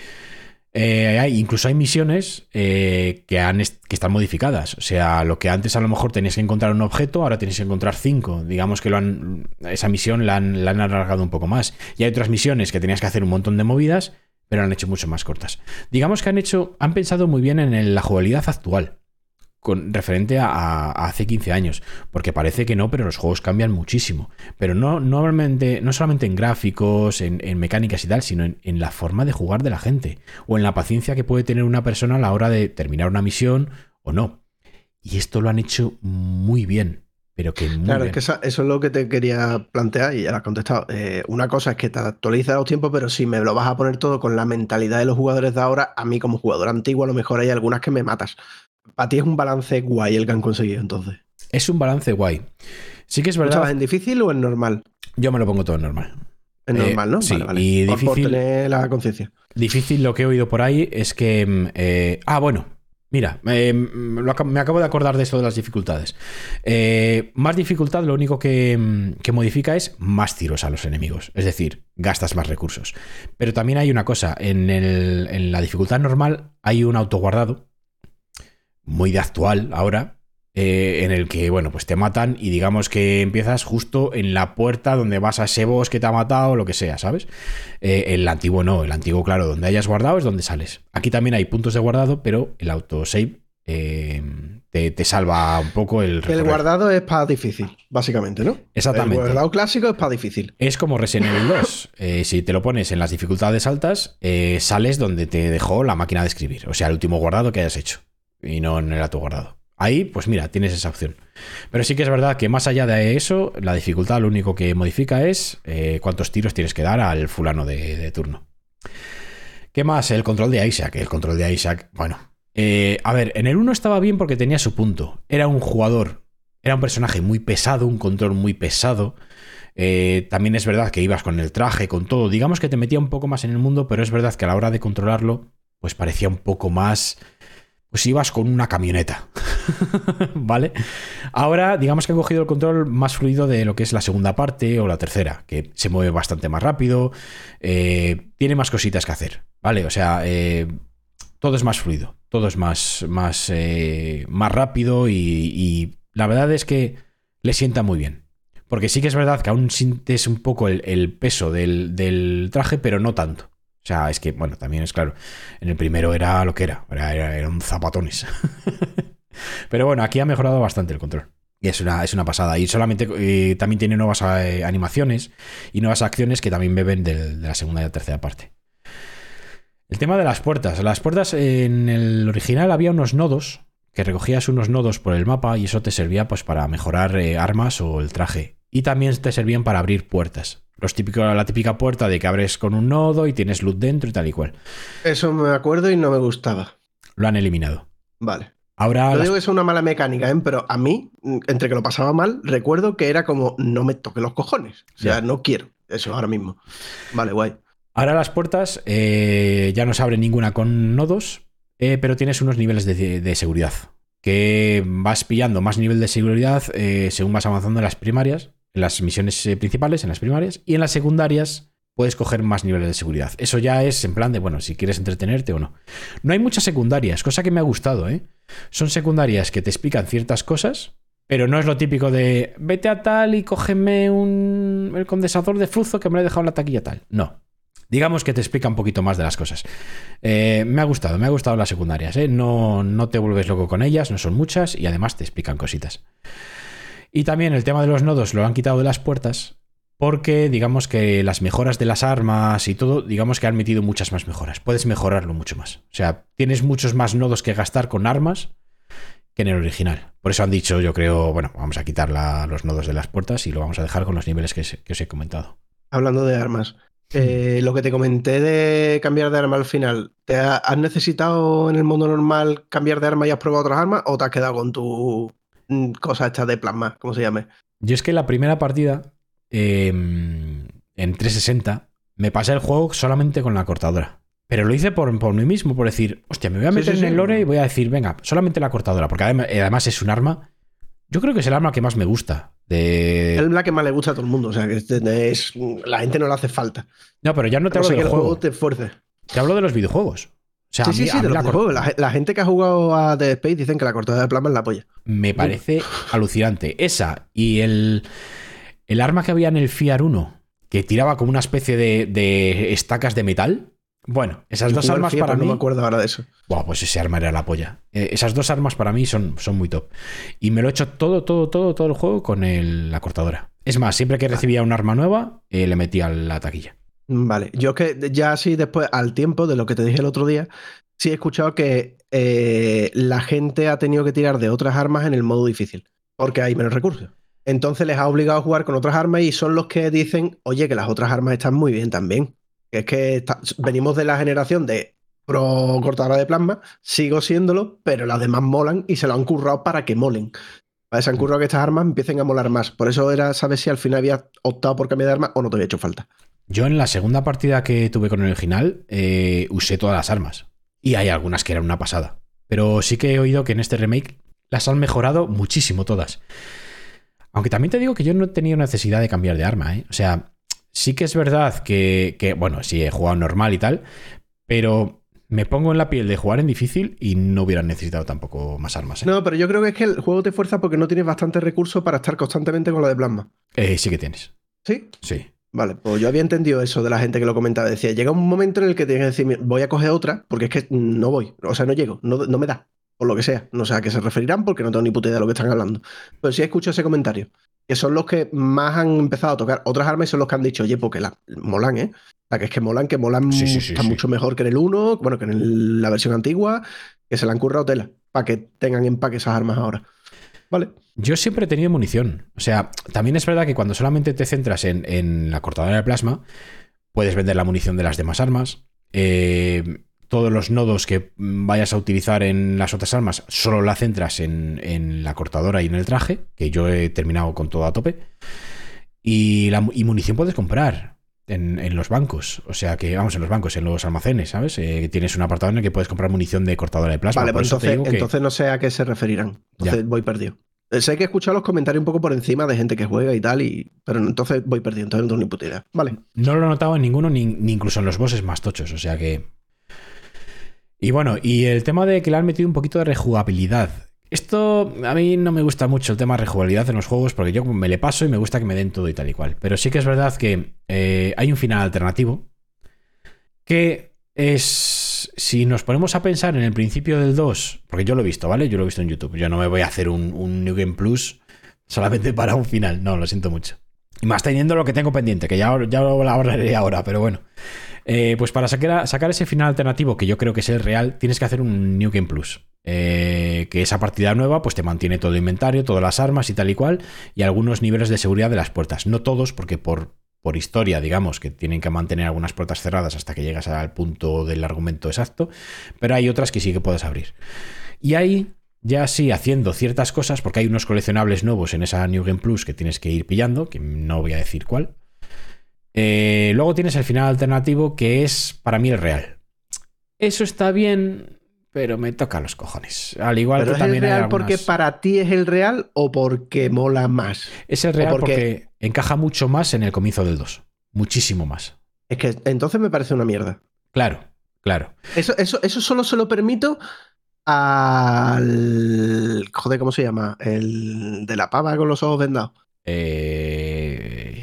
Eh, hay, incluso hay misiones eh, que, han est- que están modificadas. O sea, lo que antes a lo mejor tenías que encontrar un objeto, ahora tienes que encontrar cinco. Digamos que lo han, esa misión la han, la han alargado un poco más. Y hay otras misiones que tenías que hacer un montón de movidas, pero han hecho mucho más cortas. Digamos que han hecho, han pensado muy bien en el- la jugabilidad actual, con referente a, a- a hace quince años, porque parece que no, pero los juegos cambian muchísimo. Pero no, normalmente, no solamente en gráficos, en, en mecánicas y tal, sino en, en la forma de jugar de la gente, o en la paciencia que puede tener una persona a la hora de terminar una misión o no. Y esto lo han hecho muy bien, pero que muy Claro, bien. es que esa- eso es lo que te quería plantear y ya lo has contestado. Eh, una cosa es que te actualiza los tiempos, pero si me lo vas a poner todo con la mentalidad de los jugadores de ahora, a mí como jugador antiguo a lo mejor hay algunas que me matas. Para ti es un balance guay el que han conseguido entonces. Es un balance guay. Sí que es ¿Lo verdad. echabas en difícil o en normal? Yo me lo pongo todo en normal. En Eh, normal, ¿no? sí, Vale, vale. y Por- por difícil- tener la conciencia. Difícil lo que he oído por ahí es que... mm, eh, ah, bueno. Mira, eh, mm, lo ac- me acabo de acordar de esto de las dificultades. Eh, más dificultad lo único que, mm, que modifica es más tiros a los enemigos. Es decir, gastas más recursos. Pero también hay una cosa. En, el- en la dificultad normal hay un autoguardado muy de actual ahora, eh, en el que, bueno, pues te matan y digamos que empiezas justo en la puerta donde vas a ese boss que te ha matado o lo que sea, ¿sabes? Eh, el antiguo no, el antiguo, claro, donde hayas guardado es donde sales. Aquí también hay puntos de guardado, pero el autosave eh, te, te salva un poco el El recorrer. guardado es para difícil, básicamente, ¿no? Exactamente. El guardado clásico es para difícil. Es como Resident Evil dos. Eh, si te lo pones en las dificultades altas, eh, sales donde te dejó la máquina de escribir. O sea, el último guardado que hayas hecho. Y no en el autoguardado. Ahí, pues mira, tienes esa opción. Pero sí que es verdad que más allá de eso, la dificultad lo único que modifica es eh, cuántos tiros tienes que dar al fulano de, de turno. ¿Qué más? El control de Isaac. El control de Isaac, bueno. Eh, a ver, en el uno estaba bien porque tenía su punto. Era un jugador, era un personaje muy pesado, un control muy pesado. Eh, también es verdad que ibas con el traje, con todo. Digamos que te metía un poco más en el mundo, pero es verdad que a la hora de controlarlo, pues parecía un poco más... Pues ibas con una camioneta. ¿Vale? Ahora, digamos que han cogido el control más fluido de lo que es la segunda parte o la tercera, que se mueve bastante más rápido, eh, tiene más cositas que hacer, ¿vale? O sea, eh, todo es más fluido, todo es más, más, eh, más rápido y, y la verdad es que le sienta muy bien. Porque sí que es verdad que aún sientes un poco el, el peso del, del traje, pero no tanto. O sea, es que, bueno, también es claro, en el primero era lo que era, era, era, era un zapatones. Pero bueno, aquí ha mejorado bastante el control. Y es una, es una pasada. Y solamente eh, también tiene nuevas eh, animaciones y nuevas acciones que también beben del, de la segunda y la tercera parte. El tema de las puertas. Las puertas en el original había unos nodos, que recogías unos nodos por el mapa y eso te servía pues para mejorar eh, armas o el traje. Y también te servían para abrir puertas. Los típicos, la típica puerta de que abres con un nodo y tienes loot dentro y tal y cual. Eso me acuerdo y no me gustaba. Lo han eliminado. Vale. Ahora No las... digo que es una mala mecánica, ¿eh? Pero a mí, entre que lo pasaba mal, recuerdo que era como, no me toque los cojones. O sea, Ya. no quiero eso ahora mismo. Vale, guay. Ahora las puertas eh, ya no se abre ninguna con nodos, eh, pero tienes unos niveles de, de seguridad. Que vas pillando más nivel de seguridad eh, según vas avanzando en las primarias, en las misiones eh, principales, en las primarias, y en las secundarias, puedes coger más niveles de seguridad. Eso ya es en plan de, bueno, si quieres entretenerte o no. No hay muchas secundarias, cosa que me ha gustado, ¿eh? Son secundarias que te explican ciertas cosas, pero no es lo típico de vete a tal y cógeme un, el condensador de flujo que me lo he dejado en la taquilla tal. No. Digamos que te explica un poquito más de las cosas. Eh, me ha gustado, me ha gustado las secundarias, ¿eh? No, no te vuelves loco con ellas, no son muchas y además te explican cositas. Y también el tema de los nodos lo han quitado de las puertas porque digamos que las mejoras de las armas y todo, digamos que han metido muchas más mejoras. Puedes mejorarlo mucho más. O sea, tienes muchos más nodos que gastar con armas que en el original. Por eso han dicho, yo creo, bueno, vamos a quitar la, los nodos de las puertas y lo vamos a dejar con los niveles que, que os he comentado. Hablando de armas, eh, lo que te comenté de cambiar de arma al final, ¿te ha, has necesitado en el mundo normal cambiar de arma y has probado otras armas o te has quedado con tu mm, cosa hecha de plasma, como se llame? Yo es que la primera partida eh, en trescientos sesenta me pasé el juego solamente con la cortadora. Pero lo hice por, por mí mismo, por decir, hostia, me voy a meter sí, sí, en el lore sí. y voy a decir, venga, solamente la cortadora, porque además, además es un arma, yo creo que es el arma que más me gusta. De... Es la que más le gusta a todo el mundo, o sea, que es, es, la gente no le hace falta. No, pero ya no te hablo del juego. juego te esfuerce. Te hablo de los videojuegos. O sea, sí, a mí, sí, sí, a mí de los la, videojuegos. La, la gente que ha jugado a Dead Space dicen que la cortadora de plasma es la polla. Me parece alucinante. Esa y el, el arma que había en el F I A R uno, que tiraba como una especie de, de estacas de metal. Bueno, esas dos armas para mí... No me acuerdo ahora de eso. Buah, pues ese arma era la polla. Eh, esas dos armas para mí son, son muy top. Y me lo he hecho todo, todo, todo, todo el juego con el, la cortadora. Es más, siempre que recibía un arma nueva, eh, le metía la taquilla. Vale, yo que ya así después, al tiempo de lo que te dije el otro día, sí he escuchado que eh, la gente ha tenido que tirar de otras armas en el modo difícil, porque hay menos recursos. Entonces les ha obligado a jugar con otras armas y son los que dicen, oye, que las otras armas están muy bien también. Es que está, venimos de la generación de pro cortadora de plasma, sigo siéndolo, pero las demás molan y se lo han currado para que molen. ¿Vale? Se han currado que estas armas empiecen a molar más. Por eso era saber si al final habías optado por cambiar de arma o no te había hecho falta. Yo en la segunda partida que tuve con el original eh, usé todas las armas. Y hay algunas que eran una pasada. Pero sí que he oído que en este remake las han mejorado muchísimo todas. Aunque también te digo que yo no he tenido necesidad de cambiar de arma, ¿eh? O sea... Sí que es verdad que, que, bueno, sí he jugado normal y tal, pero me pongo en la piel de jugar en difícil y no hubieran necesitado tampoco más armas, ¿eh? No, pero yo creo que es que el juego te fuerza porque no tienes bastantes recursos para estar constantemente con la de plasma. Eh, sí que tienes. ¿Sí? Sí. Vale, pues yo había entendido eso de la gente que lo comentaba. Decía, llega un momento en el que tienes que decir, voy a coger otra porque es que no voy, o sea, no llego, no, no me da, por lo que sea. No sé a qué se referirán porque no tengo ni puta idea de lo que están hablando. Pero sí escucho ese comentario. Que son los que más han empezado a tocar otras armas y son los que han dicho, oye, porque la, molan, ¿eh? O sea, que es que molan, que molan sí, sí, sí, están sí. mucho mejor que en el uno, bueno, que en el, la versión antigua, que se la han currado tela, para que tengan empaque esas armas ahora. Vale. Yo siempre he tenido munición. O sea, también es verdad que cuando solamente te centras en, en la cortadora de plasma, puedes vender la munición de las demás armas. Eh... Todos los nodos que vayas a utilizar en las otras armas solo la centras en, en la cortadora y en el traje, que yo he terminado con todo a tope. Y, la, y munición puedes comprar en, en los bancos. O sea que, vamos, en los bancos, en los almacenes, ¿sabes? Eh, tienes un apartado en el que puedes comprar munición de cortadora de plasma. Vale, por pues eso entonces, te digo que... entonces no sé a qué se referirán. Entonces ya. Voy perdido. Sé que he escuchado los comentarios un poco por encima de gente que juega y tal, y... pero entonces voy perdido, entonces no tengo ni puta idea. Vale. No lo he notado en ninguno, ni, ni incluso en los bosses más tochos, o sea que... Y bueno, y el tema de que le han metido un poquito de rejugabilidad. Esto a mí no me gusta mucho el tema de rejugabilidad en los juegos porque yo me le paso y me gusta que me den todo y tal y cual. Pero sí que es verdad que eh, hay un final alternativo que es... Si nos ponemos a pensar en el principio del dos, porque yo lo he visto, ¿vale? Yo lo he visto en YouTube. Yo no me voy a hacer un, un New Game Plus solamente para un final. No, lo siento mucho. Y más teniendo lo que tengo pendiente, que ya, ya lo hablaré ahora, pero bueno. Eh, pues para sacar, sacar ese final alternativo, que yo creo que es el real, tienes que hacer un New Game Plus. Eh, que esa partida nueva pues te mantiene todo el inventario, todas las armas y tal y cual, y algunos niveles de seguridad de las puertas. No todos, porque por, por historia, digamos, que tienen que mantener algunas puertas cerradas hasta que llegas al punto del argumento exacto, pero hay otras que sí que puedes abrir. Y ahí... Ya sí, haciendo ciertas cosas, porque hay unos coleccionables nuevos en esa New Game Plus que tienes que ir pillando, que no voy a decir cuál. Eh, luego tienes el final alternativo, que es para mí el real. Eso está bien, pero me toca los cojones. Al igual ¿Pero que es también el real hay algunas... porque para ti es el real o porque mola más? Es el real porque... porque encaja mucho más en el comienzo del dos. Muchísimo más. Es que entonces me parece una mierda. Claro, claro. Eso, eso, eso solo se lo permito al... Joder, ¿cómo se llama? El de la pava con los ojos vendados. Eh...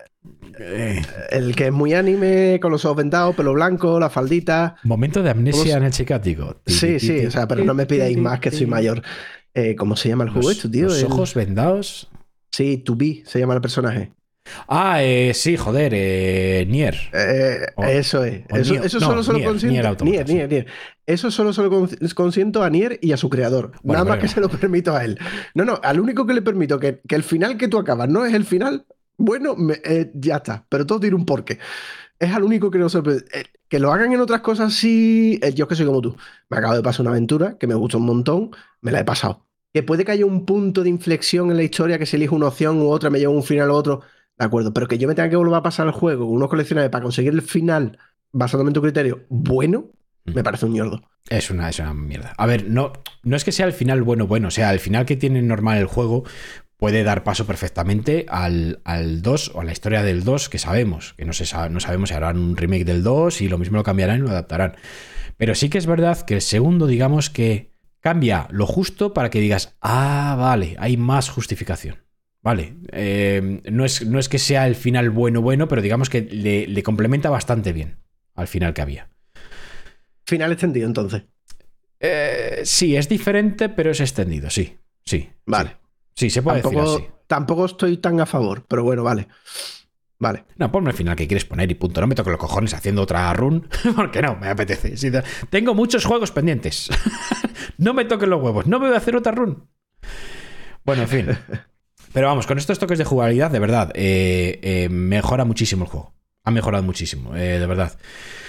Eh... El que es muy anime, con los ojos vendados, pelo blanco, la faldita. Momento de amnesia en el psiquiátrico. Sí, sí, o sea, pero no me pidáis más que soy mayor. Eh, ¿Cómo se llama el juego esto, tío? Los el... ojos vendados. Sí, To Be se llama el personaje. Ah, eh, sí, joder, eh, Nier. Eh, o, eso es. Eso, Nier, eso solo no, se lo consiento. Nier, Nier, Nier, Nier. Eso solo se lo consiento a Nier y a su creador. Bueno, Nada más que no. se lo permito a él. No, no, al único que le permito que, que el final que tú acabas no es el final, bueno, me, eh, ya está. Pero todo tiene un porqué. Es al único que no se eh, que lo hagan en otras cosas, sí. Eh, yo que soy como tú. Me acabo de pasar una aventura que me gusta un montón, me la he pasado. Que puede que haya un punto de inflexión en la historia, que se elige una opción u otra, me lleva un final u otro. De acuerdo, pero que yo me tenga que volver a pasar el juego con unos coleccionables para conseguir el final, basándome en tu criterio, bueno, mm. me parece un ñordo. Es una, es una mierda. A ver, no, no es que sea el final bueno, bueno. O sea, el final que tiene normal el juego puede dar paso perfectamente al, al dos o a la historia del dos, que sabemos. Que no, se sabe, no sabemos si harán un remake del dos y lo mismo lo cambiarán y lo adaptarán. Pero sí que es verdad que el segundo, digamos que cambia lo justo para que digas, ah, vale, hay más justificación. Vale, eh, no, es, no es que sea el final bueno, bueno, pero digamos que le, le complementa bastante bien al final que había. Final extendido, entonces. Eh, sí, es diferente, pero es extendido, sí. Sí. Vale. Sí, sí se puede tampoco, decir así. Tampoco estoy tan a favor, pero bueno, vale. Vale. No, ponme el final que quieres poner y punto. No me toque los cojones haciendo otra run, porque no, me apetece. Sí, tengo muchos juegos pendientes. No me toquen los huevos, no me voy a hacer otra run. Bueno, en fin. Pero vamos, con estos toques de jugabilidad, de verdad, eh, eh, mejora muchísimo el juego. Ha mejorado muchísimo, eh, de verdad.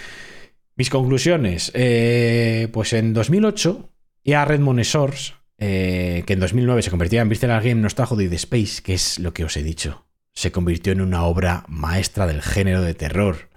Mis conclusiones. Eh, pues en dos mil ocho, E A Redmond Source, eh, que en dos mil nueve se convertía en Visceral Game, nos trajo Dead Space, que es lo que os he dicho. Se convirtió en una obra maestra del género de terror.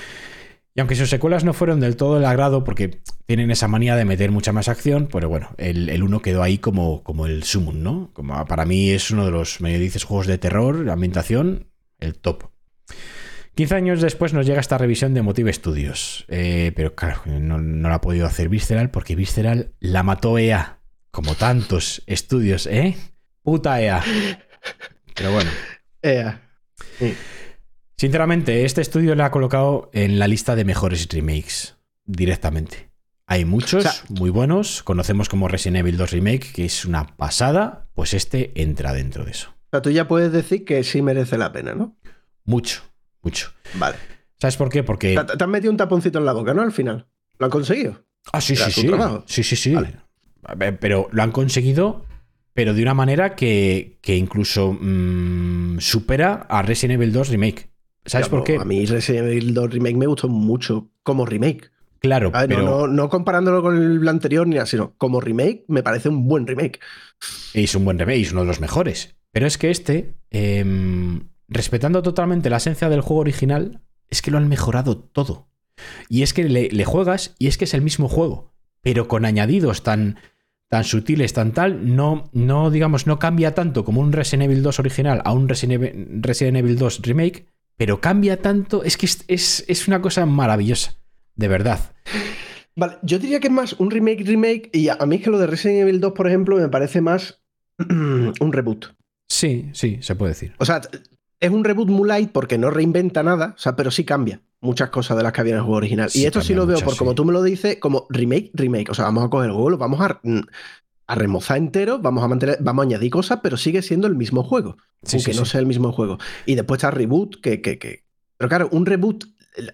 Y aunque sus secuelas no fueron del todo el agrado, porque tienen esa manía de meter mucha más acción, pero bueno, el, el uno quedó ahí como, como el sumum, ¿no? Como para mí es uno de los, me dices, juegos de terror, ambientación, el top. quince años después nos llega esta revisión de Motive Studios. Eh, pero claro, no, no la ha podido hacer Visceral, porque Visceral la mató E A. Como tantos estudios, ¿eh? Puta E A. Pero bueno. E A. Sí. Sinceramente, este estudio le ha colocado en la lista de mejores remakes directamente. Hay muchos, o sea, muy buenos. Conocemos como Resident Evil dos Remake, que es una pasada. Pues este entra dentro de eso. O sea, tú ya puedes decir que sí merece la pena, ¿no? Mucho, mucho. Vale. ¿Sabes por qué? Porque... Te, te has metido un taponcito en la boca, ¿no? Al final. ¿Lo han conseguido? Ah, sí, sí, sí. Sí, sí, sí. Vale. Pero lo han conseguido, pero de una manera que, que incluso mmm, supera a Resident Evil dos Remake. ¿Sabes Claro, por qué? A mí Resident Evil dos Remake me gustó mucho como remake. Claro, ver, pero... No, no, no comparándolo con el anterior ni nada, sino como remake me parece un buen remake. Es un buen remake, es uno de los mejores. Pero es que este, eh, respetando totalmente la esencia del juego original, es que lo han mejorado todo. Y es que le, le juegas y es que es el mismo juego, pero con añadidos tan, tan sutiles, tan tal, no, no, digamos, no cambia tanto como un Resident Evil dos original a un Resident Evil, Resident Evil dos Remake, pero cambia tanto, es que es, es, es una cosa maravillosa, de verdad. Vale, yo diría que es más un remake, remake, y a, a mí es que lo de Resident Evil dos, por ejemplo, me parece más un reboot. Sí, sí, se puede decir. O sea, es un reboot muy light porque no reinventa nada, o sea, pero sí cambia muchas cosas de las que había en el juego original. Sí, y esto sí lo veo, mucho, por sí. Como tú me lo dices, como remake, remake. O sea, vamos a coger el juego, lo vamos a, a remozar entero, vamos a mantener, vamos a añadir cosas, pero sigue siendo el mismo juego. Sí, aunque sí, no sí. sea el mismo juego. Y después está reboot, que, que, que... Pero claro, un reboot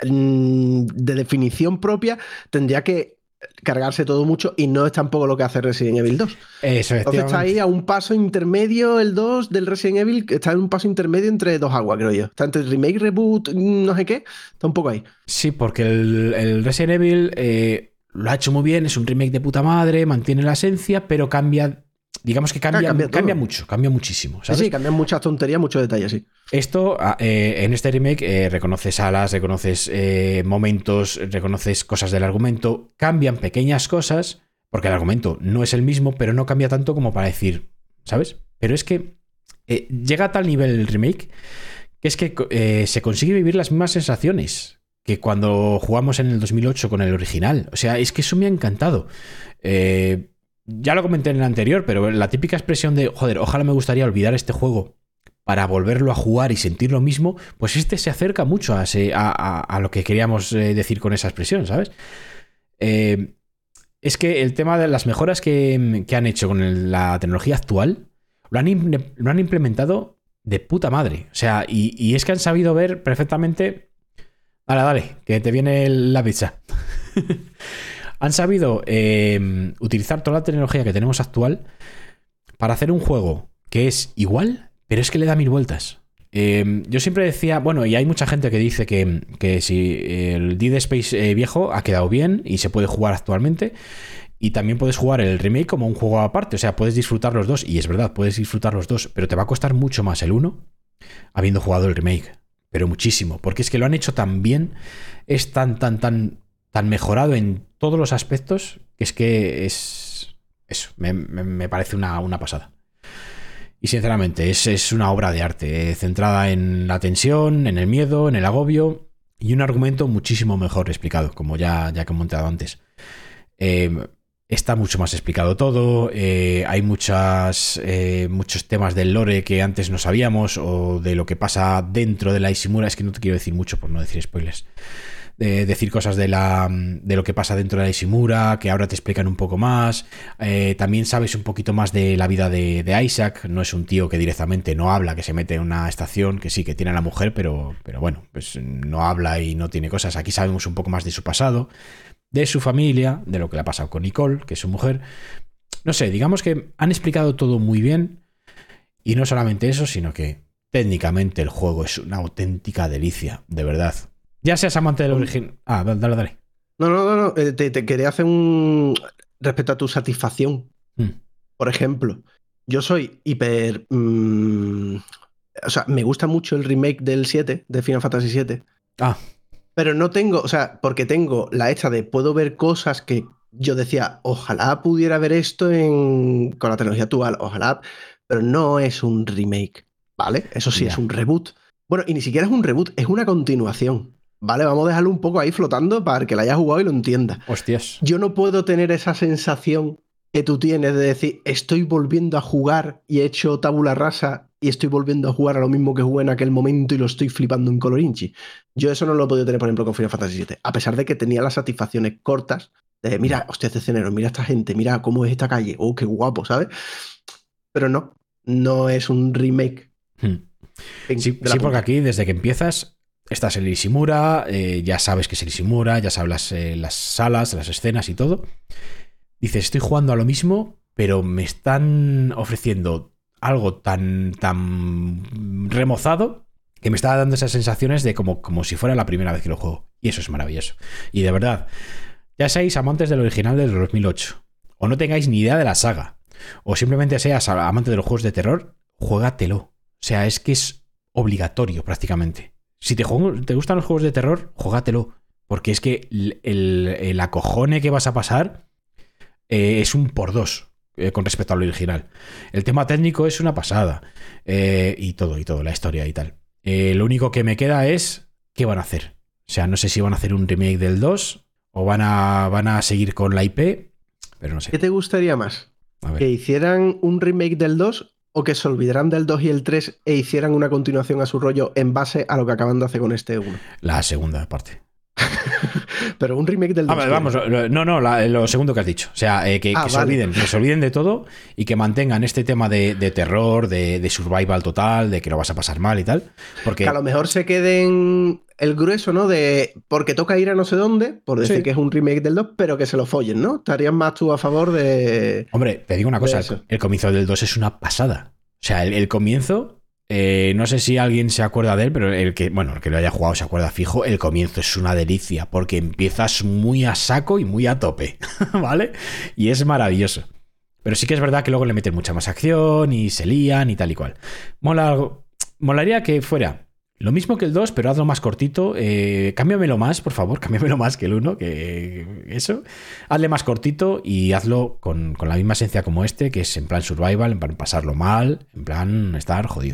de definición propia tendría que cargarse todo mucho y no es tampoco lo que hace Resident Evil dos. Eso, entonces está ahí a un paso intermedio el dos del Resident Evil, está en un paso intermedio entre dos aguas, creo yo. Está entre remake, reboot, no sé qué, está un poco ahí. Sí, porque el, el Resident Evil eh, lo ha hecho muy bien, es un remake de puta madre, mantiene la esencia, pero cambia, digamos que cambia, ah, cambia, cambia mucho, cambia muchísimo, ¿sabes? Sí, sí, cambian muchas tonterías, muchos detalles, sí. Esto, eh, en este remake, eh, reconoces alas, reconoces eh, momentos, reconoces cosas del argumento, cambian pequeñas cosas, porque el argumento no es el mismo, pero no cambia tanto como para decir, ¿sabes? Pero es que eh, llega a tal nivel el remake que es que eh, se consigue vivir las mismas sensaciones que cuando jugamos en el dos mil ocho con el original. O sea, es que eso me ha encantado. Eh, ya lo comenté en el anterior, pero la típica expresión de, joder, ojalá me gustaría olvidar este juego para volverlo a jugar y sentir lo mismo, pues este se acerca mucho a, ese, a, a, a lo que queríamos eh, decir con esa expresión, ¿sabes? Eh, es que el tema de las mejoras que, que han hecho con el, la tecnología actual lo han, lo han implementado de puta madre. O sea, y, y es que han sabido ver perfectamente... Dale, dale, que te viene la pizza. Han sabido eh, utilizar toda la tecnología que tenemos actual para hacer un juego que es igual, pero es que le da mil vueltas. Eh, yo siempre decía, bueno, y hay mucha gente que dice que, que si el Dead Space eh, viejo ha quedado bien y se puede jugar actualmente, y también puedes jugar el remake como un juego aparte, o sea, puedes disfrutar los dos, y es verdad, puedes disfrutar los dos, pero te va a costar mucho más el uno habiendo jugado el remake, pero muchísimo, porque es que lo han hecho tan bien, es tan, tan, tan, tan mejorado en todos los aspectos, que es que es eso, me, me, me parece una, una pasada. Y sinceramente, es, es una obra de arte, eh, centrada en la tensión, en el miedo, en el agobio, y un argumento muchísimo mejor explicado, como ya, ya que he montado antes. Eh, está mucho más explicado todo, eh, hay muchas, eh, muchos temas del lore que antes no sabíamos, o de lo que pasa dentro de la Ishimura. Es que no te quiero decir mucho por no decir spoilers. De decir cosas de, la, de lo que pasa dentro de la Ishimura, que ahora te explican un poco más. Eh, también sabes un poquito más de la vida de, de Isaac. No es un tío que directamente no habla, que se mete en una estación, que sí, que tiene a la mujer, pero, pero bueno, pues no habla y no tiene cosas. Aquí sabemos un poco más de su pasado, de su familia, de lo que le ha pasado con Nicole, que es su mujer. No sé, digamos que han explicado todo muy bien. Y no solamente eso, sino que técnicamente el juego es una auténtica delicia, de verdad. Ya seas amante del origen. Ah, dale, dale. No, no, no, no. Te, te quería hacer un... Respecto a tu satisfacción. Mm. Por ejemplo, yo soy hiper... Mmm... O sea, me gusta mucho el remake del siete, de Final Fantasy siete. Ah. Pero no tengo... O sea, porque tengo la hecha de puedo ver cosas que yo decía, ojalá pudiera ver esto en... con la tecnología actual, ojalá... Pero no es un remake, ¿vale? Eso sí, yeah. Es un reboot. Bueno, y ni siquiera es un reboot, es una continuación. Vale, vamos a dejarlo un poco ahí flotando para que lo haya jugado y lo entienda. Hostias. Yo no puedo tener esa sensación que tú tienes de decir, estoy volviendo a jugar y he hecho tabula rasa y estoy volviendo a jugar a lo mismo que jugué en aquel momento y lo estoy flipando en colorinchi. Yo eso no lo he podido tener, por ejemplo, con Final Fantasy siete. A pesar de que tenía las satisfacciones cortas de, mira, hostia, este escenario, mira esta gente, mira cómo es esta calle, oh, qué guapo, ¿sabes? Pero no, no es un remake. Hmm. En, sí, sí porque aquí, desde que empiezas... Estás en el Ishimura, eh, ya sabes que es el Ishimura, ya sabes las, eh, las salas, las escenas y todo. Dices, estoy jugando a lo mismo, pero me están ofreciendo algo tan, tan remozado que me está dando esas sensaciones de como, como si fuera la primera vez que lo juego. Y eso es maravilloso. Y de verdad, ya seáis amantes del original del dos mil ocho, o no tengáis ni idea de la saga, o simplemente seas amante de los juegos de terror, juégatelo. O sea, es que es obligatorio prácticamente. Si te, juego, te gustan los juegos de terror, juégatelo. Porque es que el, el, el acojone que vas a pasar eh, es un por dos eh, con respecto al original. El tema técnico es una pasada. Eh, y todo, y todo, la historia y tal. Eh, lo único que me queda es ¿qué van a hacer? O sea, no sé si van a hacer un remake del dos o van a, van a seguir con la I P, pero no sé. ¿Qué te gustaría más? ¿Que hicieran un remake del dos o que se olvidaran del dos y el tres e hicieran una continuación a su rollo en base a lo que acaban de hacer con este uno? La segunda parte. Pero un remake del dos. Ah, vamos, no, no, la, lo segundo que has dicho. O sea, eh, que, ah, que, vale. se olviden, que se olviden de todo y que mantengan este tema de, de terror, de, de survival total, de que lo vas a pasar mal y tal. Porque que a lo mejor se queden el grueso, ¿no? De porque toca ir a no sé dónde, por decir sí. que es un remake del dos, pero que se lo follen, ¿no? ¿Estarías más tú a favor de...? Hombre, te digo una cosa, el, el comienzo del dos es una pasada. O sea, el, el comienzo... Eh, no sé si alguien se acuerda de él, pero el que, bueno, el que lo haya jugado se acuerda fijo. El comienzo es una delicia porque empiezas muy a saco y muy a tope, ¿vale? Y es maravilloso. Pero sí que es verdad que luego le meten mucha más acción y se lían y tal y cual. Mola algo. Molaría que fuera lo mismo que el dos, pero hazlo más cortito. Eh, cámbiamelo más, por favor. Cámbiamelo más que el uno, que eso. Hazle más cortito y hazlo con, con la misma esencia como este, que es en plan survival, en plan pasarlo mal, en plan estar jodido.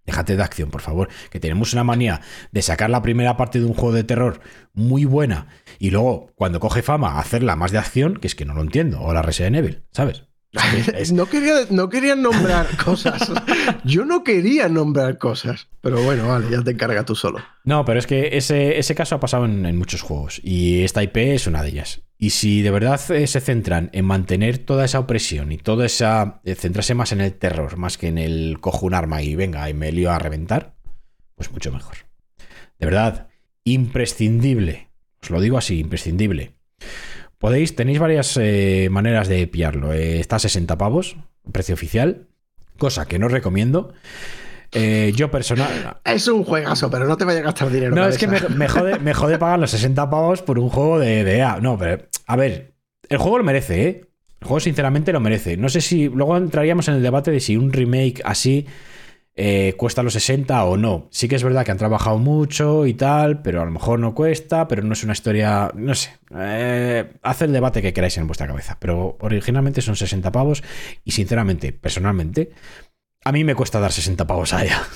Déjate de acción, por favor. Que tenemos una manía de sacar la primera parte de un juego de terror muy buena y luego, cuando coge fama, hacerla más de acción, que es que no lo entiendo. O la Resident Evil, ¿sabes? Es... No, quería, no quería nombrar cosas. Yo no quería nombrar cosas. Pero bueno, vale, ya te encargas tú solo. No, pero es que ese, ese caso ha pasado en, en muchos juegos. Y esta I P es una de ellas. Y si de verdad eh, se centran en mantener toda esa opresión y toda esa... Eh, centrarse más en el terror, más que en el cojo un arma y venga, y me lío a reventar, pues mucho mejor. De verdad, imprescindible. Os lo digo así, imprescindible. Podéis, tenéis varias eh, maneras de pillarlo. Eh, está a sesenta pavos, precio oficial, cosa que no recomiendo. Eh, yo personal... Es un juegazo, pero no te vayas a gastar dinero. No, es que me, me, jode, me jode pagar los sesenta pavos por un juego de, de E A. No, pero a ver, el juego lo merece, ¿eh? El juego sinceramente lo merece. No sé si... Luego entraríamos en el debate de si un remake así... Eh, cuesta los sesenta o no. Sí que es verdad que han trabajado mucho y tal, pero a lo mejor no cuesta, pero no es una historia, no sé, eh, haz el debate que queráis en vuestra cabeza, pero originalmente son sesenta pavos y sinceramente, personalmente, a mí me cuesta dar sesenta pavos a ella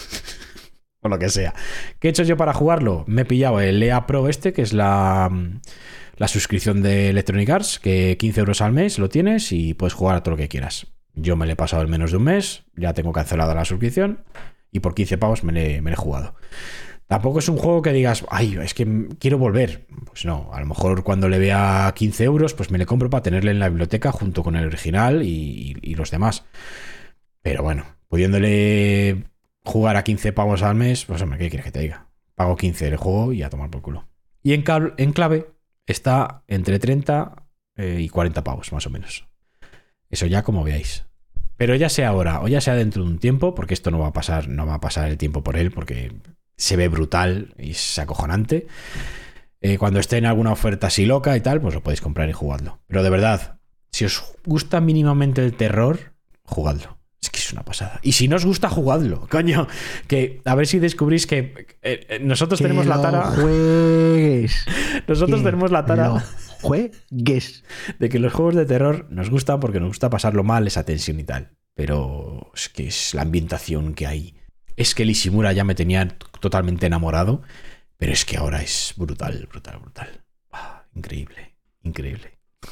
o lo que sea. ¿Qué he hecho yo para jugarlo? Me he pillado el E A Pro este, que es la la suscripción de Electronic Arts, que quince euros al mes lo tienes y puedes jugar a todo lo que quieras. Yo me lo he pasado en menos de un mes, ya tengo cancelada la suscripción y por quince pavos me lo he, me lo he jugado. Tampoco es un juego que digas, ay, es que quiero volver. Pues no, a lo mejor cuando le vea quince euros, pues me le compro para tenerle en la biblioteca junto con el original y, y, y los demás. Pero bueno, pudiéndole jugar a quince pavos al mes, pues hombre, ¿qué quieres que te diga? Pago quince el juego y a tomar por culo. Y en, cable, en clave está entre treinta eh, y cuarenta pavos, más o menos. Eso ya como veáis. Pero ya sea ahora o ya sea dentro de un tiempo, porque esto no va a pasar, no va a pasar el tiempo por él, porque se ve brutal y es acojonante. Eh, cuando esté en alguna oferta así loca y tal, pues lo podéis comprar y jugadlo. Pero de verdad, si os gusta mínimamente el terror, jugadlo. Es que es una pasada. Y si no os gusta, jugadlo, coño. Que a ver si descubrís que eh, nosotros que tenemos la tara. Juegues. Nosotros que tenemos la tara. Lo juegues. De que los juegos de terror nos gustan porque nos gusta pasarlo mal, esa tensión y tal. Pero es que es la ambientación que hay. Es que el Ishimura ya me tenía totalmente enamorado. Pero es que ahora es brutal, brutal, brutal. Ah, increíble, increíble.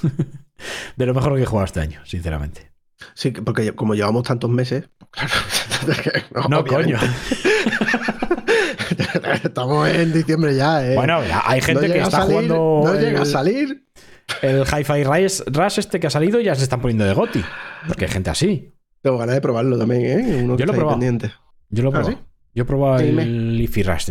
De lo mejor que he jugado este año, sinceramente. Sí, porque como llevamos tantos meses, claro. No, no coño. Estamos en diciembre ya, ¿eh? Bueno, hay gente no que está salir, jugando. No el, llega a salir. El Hi-Fi Rush este que ha salido ya se están poniendo de goti. Porque hay gente así. Tengo ganas de probarlo también, ¿eh? Uno Yo lo he probado. Yo lo he probado. ¿Ah, sí? Yo he probado sí, el Hi-Fi Rush.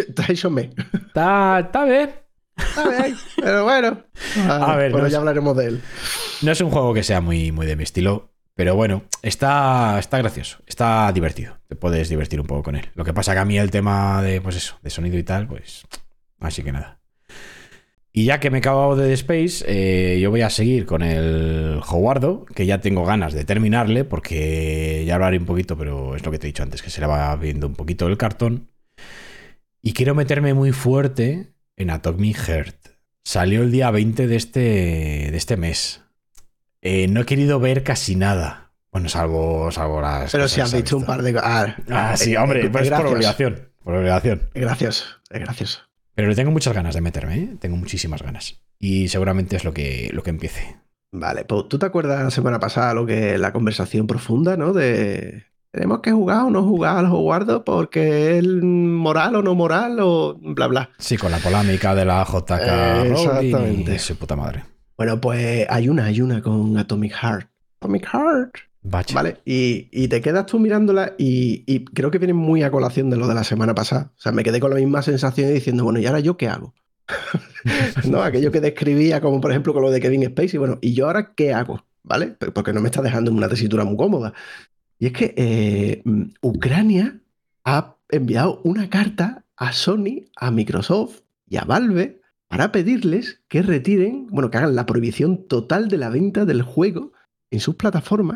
Está, está bien. Está bien, pero bueno. Ah, a ver, bueno, no ya es, hablaremos de él. No es un juego que sea muy, muy de mi estilo. Pero bueno, está, está gracioso, está divertido. Te puedes divertir un poco con él. Lo que pasa que a mí el tema de, pues eso, de sonido y tal, pues así que nada. Y ya que me he acabado de Dead Space, eh, yo voy a seguir con el Howardo, que ya tengo ganas de terminarle, porque ya hablaré un poquito, pero es lo que te he dicho antes, que se le va viendo un poquito el cartón. Y quiero meterme muy fuerte en Atomic Heart. Salió el día veinte de este, de este mes. Eh, no he querido ver casi nada. Bueno, salvo, salvo las. Pero si has visto un par de. Ah, ah sí, hombre, pues es por obligación. Por obligación. Es gracioso, es gracioso. Pero le tengo muchas ganas de meterme, ¿eh? Tengo muchísimas ganas. Y seguramente es lo que, lo que empiece. Vale, pues tú te acuerdas la semana pasada lo que la conversación profunda, ¿no? De. Tenemos que jugar o no jugar al Hogwarts porque es moral o no moral o bla bla. Sí, con la polémica de la J K. Eh, exactamente. Y su puta madre. Bueno, pues hay una, hay una con Atomic Heart. Atomic Heart. Bache. Vale, y, y te quedas tú mirándola y, y creo que viene muy a colación de lo de la semana pasada. O sea, me quedé con la misma sensación y diciendo, bueno, ¿y ahora yo qué hago? ¿No? Aquello que describía como, por ejemplo, con lo de Kevin Spacey. Bueno, ¿y yo ahora qué hago? ¿Vale? Porque no me está dejando en una tesitura muy cómoda. Y es que eh, Ucrania ha enviado una carta a Sony, a Microsoft y a Valve para pedirles que retiren, bueno, que hagan la prohibición total de la venta del juego en sus plataformas,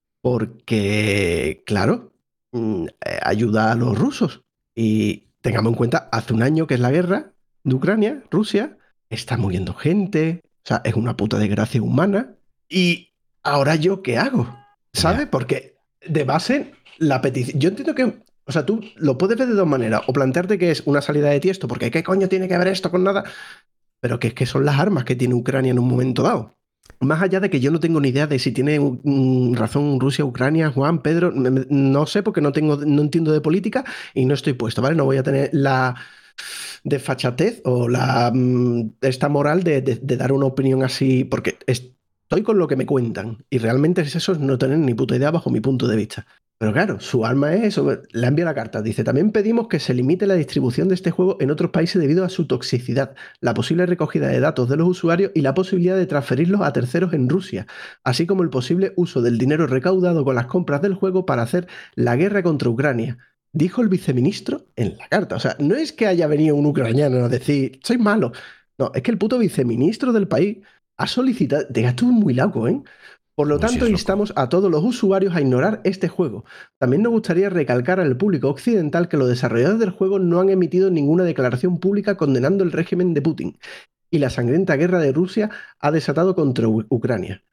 porque, claro, ayuda a los rusos. Y tengamos en cuenta, hace un año que es la guerra de Ucrania, Rusia, está muriendo gente, o sea, es una puta desgracia humana. Y ahora yo, ¿qué hago? ¿Sabes? Yeah. Porque de base, la petición... Yo entiendo que O sea, tú lo puedes ver de dos maneras. O plantearte que es una salida de tiesto, porque ¿qué coño tiene que ver esto con nada? Pero que es que son las armas que tiene Ucrania en un momento dado. Más allá de que yo no tengo ni idea de si tiene um, razón Rusia, Ucrania, Juan, Pedro, no sé porque no, tengo, no entiendo de política y no estoy puesto, ¿vale? No voy a tener la desfachatez o la um, esta moral de, de, de dar una opinión así, porque estoy con lo que me cuentan y realmente es eso, no tener ni puta idea bajo mi punto de vista. Pero claro, su arma es eso, le envía la carta. Dice, también pedimos que se limite la distribución de este juego en otros países debido a su toxicidad, la posible recogida de datos de los usuarios y la posibilidad de transferirlos a terceros en Rusia, así como el posible uso del dinero recaudado con las compras del juego para hacer la guerra contra Ucrania, dijo el viceministro en la carta. O sea, no es que haya venido un ucraniano a decir, soy malo. No, es que el puto viceministro del país ha solicitado... Te estuvo muy loco, ¿eh? Por lo tanto, instamos a todos los usuarios a ignorar este juego. También nos gustaría recalcar al público occidental que los desarrolladores del juego no han emitido ninguna declaración pública condenando el régimen de Putin y la sangrienta guerra de Rusia ha desatado contra Ucrania.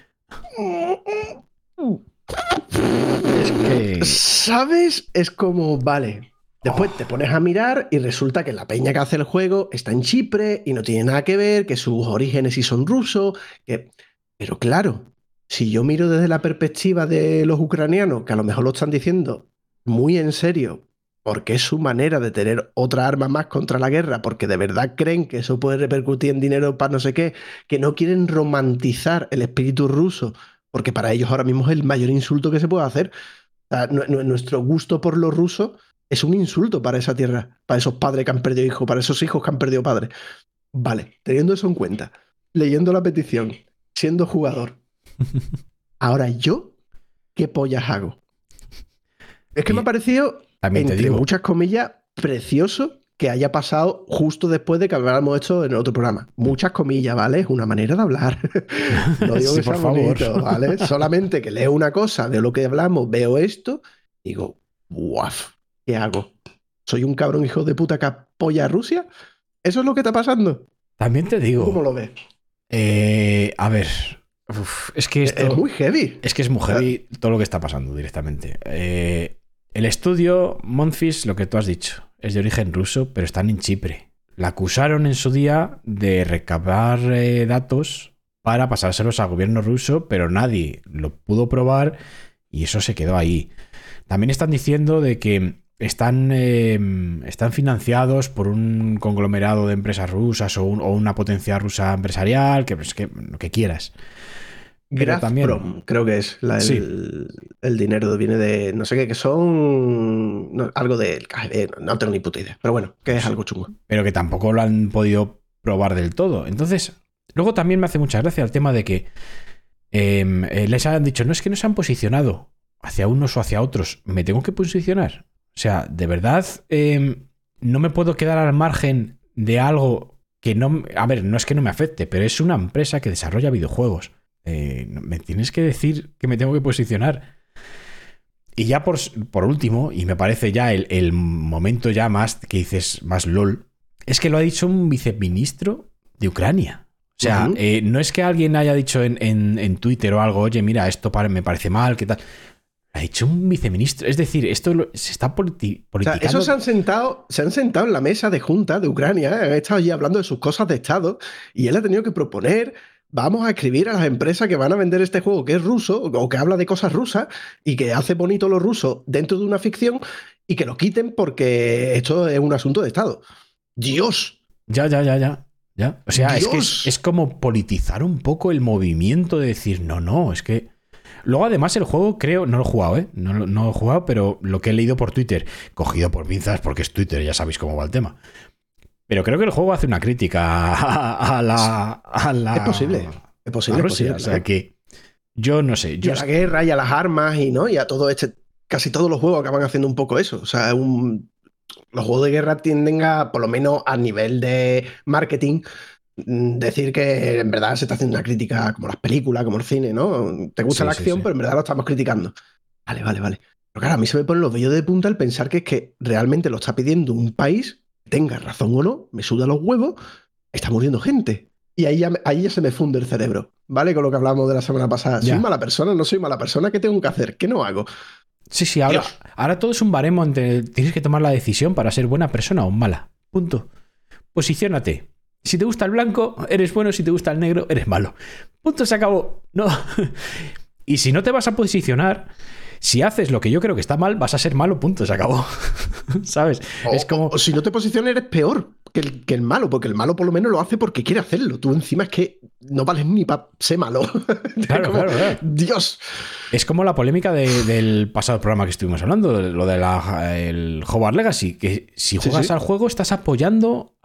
Es que, ¿sabes? Es como, vale, después te pones a mirar y resulta que la peña que hace el juego está en Chipre y no tiene nada que ver, que sus orígenes sí son rusos, que... Pero claro... Si yo miro desde la perspectiva de los ucranianos, que a lo mejor lo están diciendo muy en serio, porque es su manera de tener otra arma más contra la guerra, porque de verdad creen que eso puede repercutir en dinero para no sé qué, que no quieren romantizar el espíritu ruso, porque para ellos ahora mismo es el mayor insulto que se puede hacer. O sea, nuestro gusto por lo ruso es un insulto para esa tierra, para esos padres que han perdido hijos, para esos hijos que han perdido padres. Vale, teniendo eso en cuenta, leyendo la petición, siendo jugador, ahora yo, ¿qué pollas hago? Es que y me ha parecido, entre digo, muchas comillas, precioso que haya pasado justo después de que habláramos esto en el otro programa. Muchas comillas, ¿vale? Es una manera de hablar. No digo sí, que sea bonito, ¿vale? Solamente que leo una cosa, veo lo que hablamos, veo esto, digo, ¡guaf! ¿Qué hago? ¿Soy un cabrón hijo de puta que apoya a Rusia? ¿Eso es lo que está pasando? También te digo... ¿Cómo lo ves? Eh, a ver... Uf, es que esto, es muy heavy. Es que es muy heavy todo lo que está pasando directamente. Eh, el estudio Monfis, lo que tú has dicho, es de origen ruso, pero están en Chipre. La acusaron en su día de recabar eh, datos para pasárselos al gobierno ruso, pero nadie lo pudo probar y eso se quedó ahí. También están diciendo de que están, eh, están financiados por un conglomerado de empresas rusas o, un, o una potencia rusa empresarial, que, pues, que lo que quieras. Pero también, creo que es la, el, sí. el dinero viene de no sé qué, que son no, algo de K G B, no, no tengo ni puta idea, pero bueno, que es sí. algo chungo. Pero que tampoco lo han podido probar del todo. Entonces, luego también me hace mucha gracia el tema de que eh, les han dicho, no es que no se han posicionado hacia unos o hacia otros, me tengo que posicionar. O sea, de verdad, eh, no me puedo quedar al margen de algo que no... A ver, no es que no me afecte, pero es una empresa que desarrolla videojuegos. Eh, me tienes que decir que me tengo que posicionar. Y ya por, por último, y me parece ya el, el momento ya más que dices, más LOL, es que lo ha dicho un viceministro de Ucrania. O sea, uh-huh. eh, no es que alguien haya dicho en, en, en Twitter o algo, oye, mira, esto me parece mal, ¿qué tal? Ha dicho un viceministro. Es decir, esto lo, se está politi- politicando. O sea, esos se han sentado, se han sentado en la mesa de junta de Ucrania, ¿eh? Han estado allí hablando de sus cosas de Estado y él ha tenido que proponer... Vamos a escribir a las empresas que van a vender este juego que es ruso o que habla de cosas rusas y que hace bonito lo ruso dentro de una ficción y que lo quiten porque esto es un asunto de Estado. ¡Dios! Ya, ya, ya, ya. ya. O sea, es que es, es como politizar un poco el movimiento de decir, no, no, es que... Luego, además, el juego, creo, no lo he jugado, ¿eh? No, no lo he jugado, pero lo que he leído por Twitter, cogido por pinzas porque es Twitter, ya sabéis cómo va el tema. Pero creo que el juego hace una crítica a, a, la, a la... Es posible, es posible. A Rusia, es posible, o sea que yo no sé. Yo y a la guerra y a las armas y, ¿no? y a todo este... Casi todos los juegos acaban haciendo un poco eso. O sea, un, los juegos de guerra tienden a, por lo menos a nivel de marketing, decir que en verdad se está haciendo una crítica como las películas, como el cine, ¿no? Te gusta sí, la acción, sí, sí. pero en verdad lo estamos criticando. Vale, vale, vale. Pero claro, a mí se me ponen los vellos de punta al pensar que es que realmente lo está pidiendo un país... tenga razón o no, me suda los huevos, está muriendo gente. Y ahí ya, ahí ya se me funde el cerebro, ¿vale? Con lo que hablamos de la semana pasada. Ya. ¿Soy mala persona? ¿No soy mala persona? ¿Qué tengo que hacer? ¿Qué no hago? Sí, sí, ahora, ahora todo es un baremo entre tienes que tomar la decisión para ser buena persona o mala. Punto. Posiciónate. Si te gusta el blanco, eres bueno. Si te gusta el negro, eres malo. Punto, se acabó. No. Y si no te vas a posicionar, si haces lo que yo creo que está mal, vas a ser malo. Punto, se acabó. ¿Sabes? O, es como... o si no te posicionas, eres peor que el, que el malo, porque el malo por lo menos lo hace porque quiere hacerlo. Tú encima es que no vales ni para ser malo. Claro, como, claro, claro. Dios. Es como la polémica de, del pasado programa que estuvimos hablando, lo de la, el Hogwarts Legacy, que si juegas sí, sí. al juego estás apoyando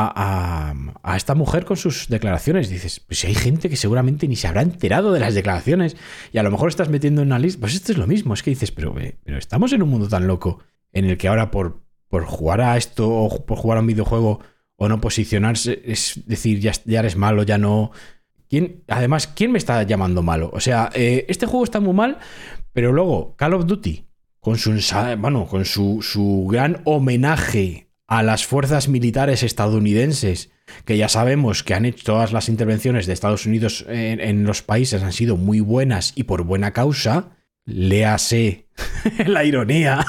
a, a, a esta mujer con sus declaraciones. Dices, pues si hay gente que seguramente ni se habrá enterado de las declaraciones y a lo mejor estás metiendo en una lista. Pues esto es lo mismo, es que dices, pero, pero estamos en un mundo tan loco en el que ahora por, por jugar a esto o por jugar a un videojuego o no posicionarse, es decir, ya, ya eres malo, ya no... ¿Quién, además, ¿quién me está llamando malo? O sea, eh, este juego está muy mal, pero luego Call of Duty, con su, bueno, con su, su gran homenaje a las fuerzas militares estadounidenses, que ya sabemos que han hecho todas las intervenciones de Estados Unidos en, en los países, han sido muy buenas y por buena causa, léase la ironía,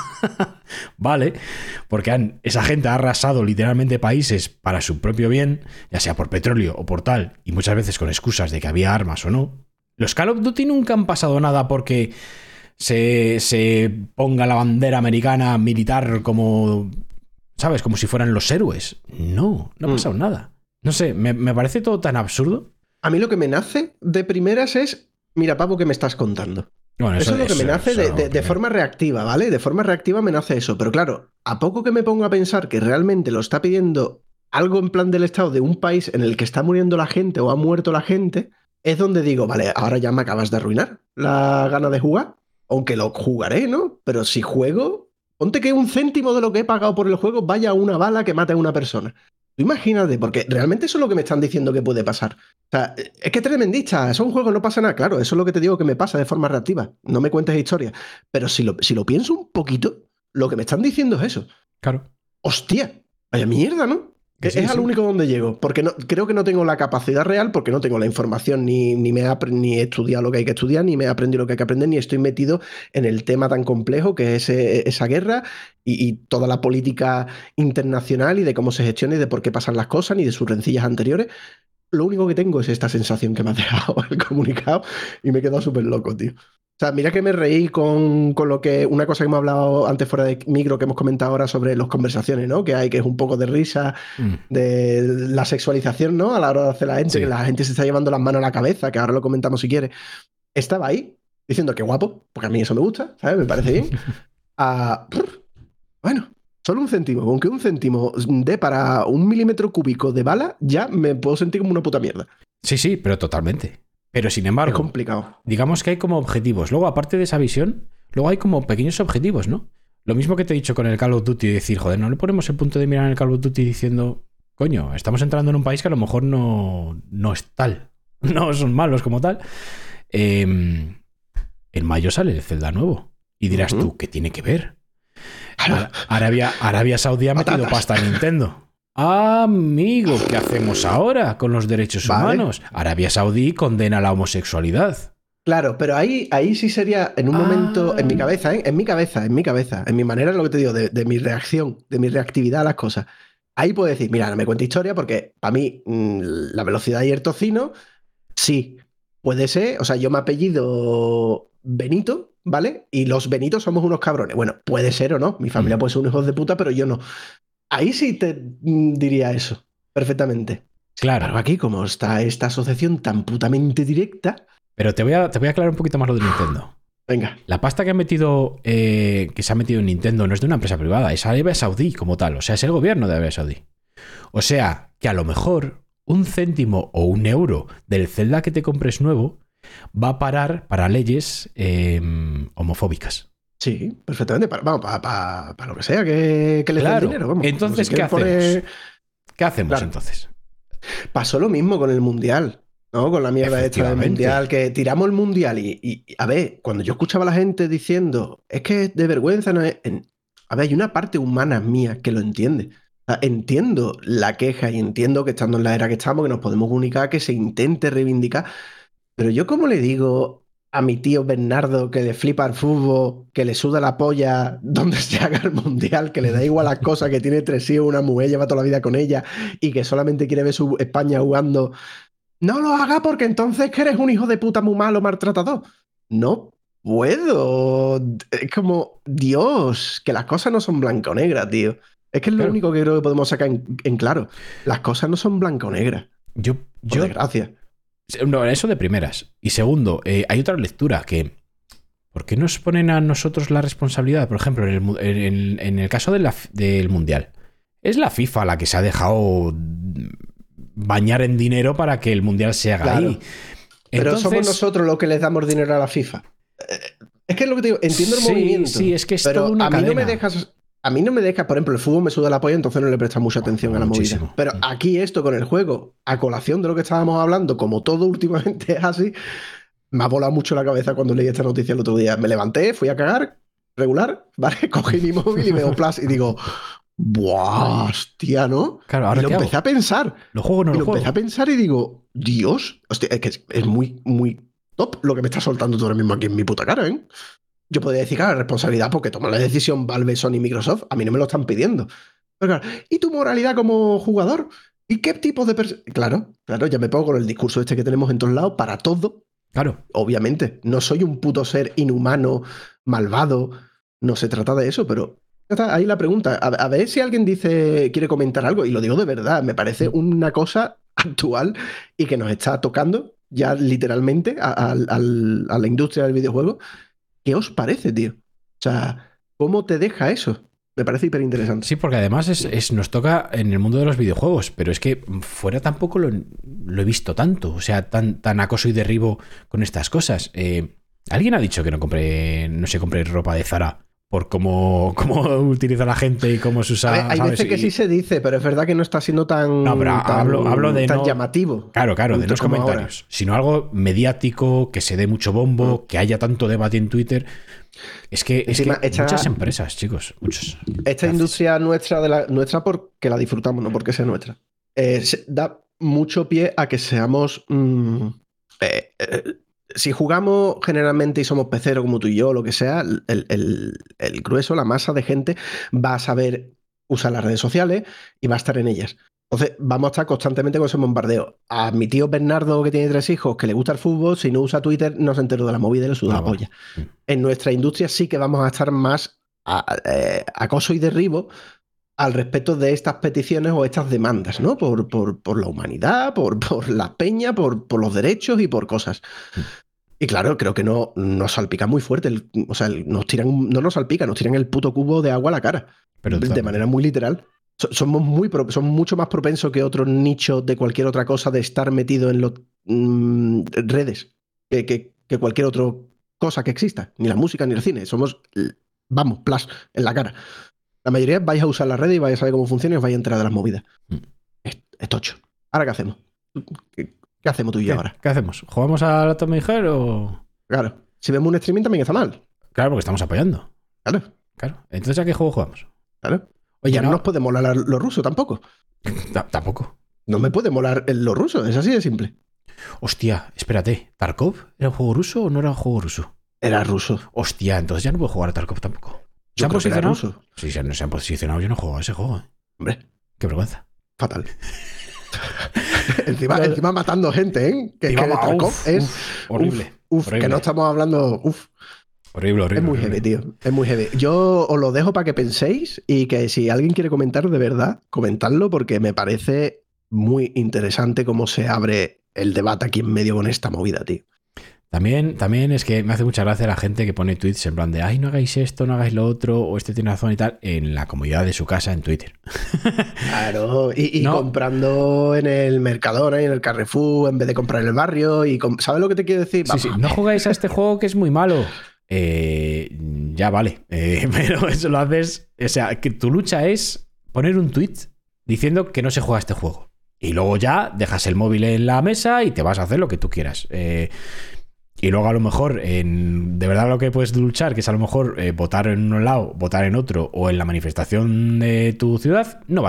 ¿vale? Porque han, esa gente ha arrasado literalmente países para su propio bien, ya sea por petróleo o por tal, y muchas veces con excusas de que había armas o no. Los Call of Duty nunca han pasado nada porque se, se ponga la bandera americana militar como, ¿sabes? Como si fueran los héroes. No, no ha pasado mm. nada. No sé, me, me parece todo tan absurdo. A mí lo que me nace de primeras es, mira, pavo, ¿qué me estás contando? Bueno, eso, eso es lo que eso, me nace de, de, de forma reactiva, ¿vale? De forma reactiva me nace eso. Pero claro, a poco que me pongo a pensar que realmente lo está pidiendo algo en plan del Estado de un país en el que está muriendo la gente o ha muerto la gente, es donde digo, vale, ahora ya me acabas de arruinar la gana de jugar. Aunque lo jugaré, ¿no? Pero si juego, ponte que un céntimo de lo que he pagado por el juego vaya a una bala que mate a una persona. Imagínate, porque realmente eso es lo que me están diciendo que puede pasar. O sea, es que es tremendista, eso es un juego, no pasa nada, claro, eso es lo que te digo que me pasa de forma reactiva, no me cuentes historias. Pero si lo, si lo pienso un poquito, lo que me están diciendo es eso. Claro. Hostia, vaya mierda, ¿no? Que sí, es sí. al único donde llego, porque no, creo que no tengo la capacidad real, porque no tengo la información, ni, ni, me he, ni he estudiado lo que hay que estudiar, ni me he aprendido lo que hay que aprender, ni estoy metido en el tema tan complejo que es eh, esa guerra y, y toda la política internacional y de cómo se gestiona y de por qué pasan las cosas, ni de sus rencillas anteriores. Lo único que tengo es esta sensación que me ha dejado el comunicado y me he quedado súper loco, tío. O sea, mira que me reí con, con lo que... Una cosa que hemos hablado antes fuera de micro, que hemos comentado ahora sobre las conversaciones, ¿no? Que hay, que es un poco de risa, mm. de la sexualización, ¿no? A la hora de hacer la gente, sí. que la gente se está llevando las manos a la cabeza, que ahora lo comentamos si quieres. Estaba ahí, diciendo que guapo, porque a mí eso me gusta, ¿sabes? Me parece bien. ah, bueno, solo un céntimo. Con que un céntimo dé para un milímetro cúbico de bala, ya me puedo sentir como una puta mierda. Sí, sí, pero totalmente. Pero sin embargo, es complicado. Digamos que hay como objetivos. Luego, aparte de esa visión, luego hay como pequeños objetivos, ¿no? Lo mismo que te he dicho con el Call of Duty, decir, joder, no le ponemos el punto de mirar en el Call of Duty diciendo, coño, estamos entrando en un país que a lo mejor no, no es tal, no son malos como tal. Eh, en mayo sale el Zelda nuevo. Y dirás uh-huh. tú, ¿qué tiene que ver? Arabia, Arabia Saudí ha metido Patatas. pasta a Nintendo. Amigo, ¿qué hacemos ahora con los derechos vale. humanos? Arabia Saudí condena la homosexualidad. Claro, pero ahí, ahí sí sería en un ah. momento, en mi cabeza, ¿eh? en mi cabeza, en mi cabeza, en mi manera, lo que te digo, de, de mi reacción, de mi reactividad a las cosas. Ahí puedo decir, mira, no me cuente historia porque para mí mmm, la velocidad y el tocino, sí, puede ser, o sea, yo me apellido Benito, ¿vale? Y los Benitos somos unos cabrones. Bueno, puede ser o no, mi familia mm. puede ser unos hijos de puta, pero yo no. Ahí sí te diría eso, perfectamente. Claro. Pero aquí, como está esta asociación tan putamente directa... Pero te voy a, te voy a aclarar un poquito más lo de Nintendo. Venga. La pasta que ha metido, eh, que se ha metido en Nintendo no es de una empresa privada, es Arabia Saudí como tal. O sea, es el gobierno de Arabia Saudí. O sea, que a lo mejor un céntimo o un euro del Zelda que te compres nuevo va a parar para leyes eh, homofóbicas. Sí, perfectamente. Para, vamos, para, para, para lo que sea que, que le claro. den dinero. Vamos, entonces, si ¿qué hacemos? Poner... ¿Qué hacemos claro. entonces? Pasó lo mismo con el Mundial, ¿no? Con la mierda esta del Mundial, que tiramos el Mundial y, y, a ver, cuando yo escuchaba a la gente diciendo, es que de vergüenza no es... En... A ver, hay una parte humana mía que lo entiende. O sea, entiendo la queja y entiendo que estando en la era que estamos, que nos podemos comunicar, que se intente reivindicar. Pero yo, como le digo a mi tío Bernardo que le flipa el fútbol, que le suda la polla donde se haga el mundial, que le da igual las cosas, que tiene tres hijos, una mujer, lleva toda la vida con ella y que solamente quiere ver su España jugando. No lo haga porque entonces que eres un hijo de puta muy malo, maltratador. No puedo. Es como, Dios, que las cosas no son blanco o negras, tío. Es que es lo claro. único que creo que podemos sacar en, en claro. Las cosas no son blanco o negras. Yo, yo, por desgracia. No, eso de primeras. Y segundo, eh, hay otra lectura que... ¿Por qué nos ponen a nosotros la responsabilidad? Por ejemplo, en el, en, en el caso de la, del Mundial. Es la FIFA la que se ha dejado bañar en dinero para que el Mundial se haga claro. ahí. Pero Entonces, somos nosotros los que les damos dinero a la FIFA. Es que es lo que te digo, entiendo el sí, movimiento. Sí, es que es pero toda una a mí cadena. no me dejas... A mí no me deja, por ejemplo, el fútbol me suda la polla, entonces no le presta mucha atención oh, a la muchísimo. movida. Pero aquí esto con el juego, a colación de lo que estábamos hablando, como todo últimamente es así, me ha volado mucho la cabeza cuando leí esta noticia el otro día. Me levanté, fui a cagar, regular, ¿vale? Cogí mi móvil y veo Plus y digo, ¡buah, hostia, ¿no? Claro, ahora y lo ¿qué empecé hago? a pensar. Lo juego o no y lo, lo juego. empecé a pensar y digo, Dios, hostia, es que es, es muy, muy top lo que me está soltando tú ahora mismo aquí en mi puta cara, ¿eh? Yo podría decir, claro, responsabilidad porque toman la decisión Valve, Sony y Microsoft. A mí no me lo están pidiendo. Pero claro, ¿y tu moralidad como jugador? ¿Y qué tipo de personas? Claro, claro, ya me pongo con el discurso este que tenemos en todos lados para todo. Claro. Obviamente, no soy un puto ser inhumano, malvado. No se trata de eso, pero está ahí la pregunta. A, a ver si alguien dice, quiere comentar algo. Y lo digo de verdad, me parece una cosa actual y que nos está tocando ya literalmente a, a, a, a la industria del videojuego. ¿Qué os parece, tío? O sea, ¿cómo te deja eso? Me parece hiper interesante. Sí, porque además es, es, nos toca en el mundo de los videojuegos, pero es que fuera tampoco lo, lo he visto tanto. O sea, tan, tan acoso y derribo con estas cosas. Eh, ¿Alguien ha dicho que no compre, no se compre ropa de Zara por cómo, cómo utiliza la gente y cómo se usa? A ver, hay ¿sabes? veces que y... sí se dice, pero es verdad que no está siendo tan, no, pero tan, hablo, hablo de tan no... llamativo. Claro, claro, de los comentarios. Ahora. Sino algo mediático, que se dé mucho bombo, mm. que haya tanto debate en Twitter. Es que, es que esta, muchas empresas, chicos, muchos. Esta Gracias. industria nuestra, de la, nuestra porque la disfrutamos, no porque sea nuestra. Eh, se da mucho pie a que seamos... Mmm, eh, eh, si jugamos generalmente y somos peceros como tú y yo, lo que sea, el, el, el grueso, la masa de gente va a saber usar las redes sociales y va a estar en ellas. Entonces vamos a estar constantemente con ese bombardeo. A mi tío Bernardo, que tiene tres hijos, que le gusta el fútbol, si no usa Twitter no se enteró de la movida y le suda ah, la polla. Bueno. En nuestra industria sí que vamos a estar más a, a, a acoso y derribo al respecto de estas peticiones o estas demandas, ¿no? Por, por, por la humanidad, por, por la peña, por, por los derechos y por cosas. Y claro, creo que no nos salpica muy fuerte. El, o sea, nos tiran, no nos salpica, nos tiran el puto cubo de agua a la cara. Pero de también. manera muy literal. So, somos, muy pro, somos mucho más propensos que otros nichos de cualquier otra cosa de estar metido en las mmm, redes que, que, que cualquier otra cosa que exista. Ni la música ni el cine. Somos, vamos, plas, en la cara. La mayoría vais a usar las redes y vais a saber cómo funciona y os vais a enterar de las movidas. Mm. Es, es tocho. ¿Ahora qué hacemos? ¿Qué, qué hacemos tú y yo ahora? ¿Qué hacemos? ¿Jugamos a la Tommy Hero o...? Claro. Si vemos un streaming también está mal. Claro, porque estamos apoyando. Claro. Claro. Entonces, ¿a qué juego jugamos? Claro. Oye, ya no, no nos puede molar lo ruso tampoco. No, tampoco. No me puede molar lo ruso, es así de simple. Hostia, espérate. ¿Tarkov era un juego ruso o no era un juego ruso? Era ruso. Hostia, entonces ya no puedo jugar a Tarkov tampoco. ¿Se han posicionado? Ruso. Sí, se, no se han posicionado. Yo no juego a ese juego. ¿eh? Hombre. Qué vergüenza. Fatal. encima, Pero, encima matando gente, ¿eh? Que, que Tarkov uf, es... Uf, horrible. Uf, uf horrible. Que no estamos hablando... Uf. Horrible, horrible. Es muy horrible. heavy, tío. Es muy heavy. Yo os lo dejo para que penséis y que si alguien quiere comentar de verdad, comentadlo porque me parece muy interesante cómo se abre el debate aquí en medio con esta movida, tío. También, también es que me hace mucha gracia la gente que pone tweets en plan de ay, no hagáis esto, no hagáis lo otro, o este tiene razón y tal, en la comodidad de su casa en Twitter. Claro, y, y no. comprando en el Mercadona y en el Carrefour en vez de comprar en el barrio. Y ¿sabes lo que te quiero decir? Sí, sí. No jugáis a este juego que es muy malo. Eh, ya vale, eh, pero eso lo haces. O sea, que tu lucha es poner un tweet diciendo que no se juega este juego. Y luego ya dejas el móvil en la mesa y te vas a hacer lo que tú quieras. Eh, y luego a lo mejor, en, de verdad lo que puedes luchar, que es a lo mejor eh, votar en un lado, votar en otro, o en la manifestación de tu ciudad, no vas.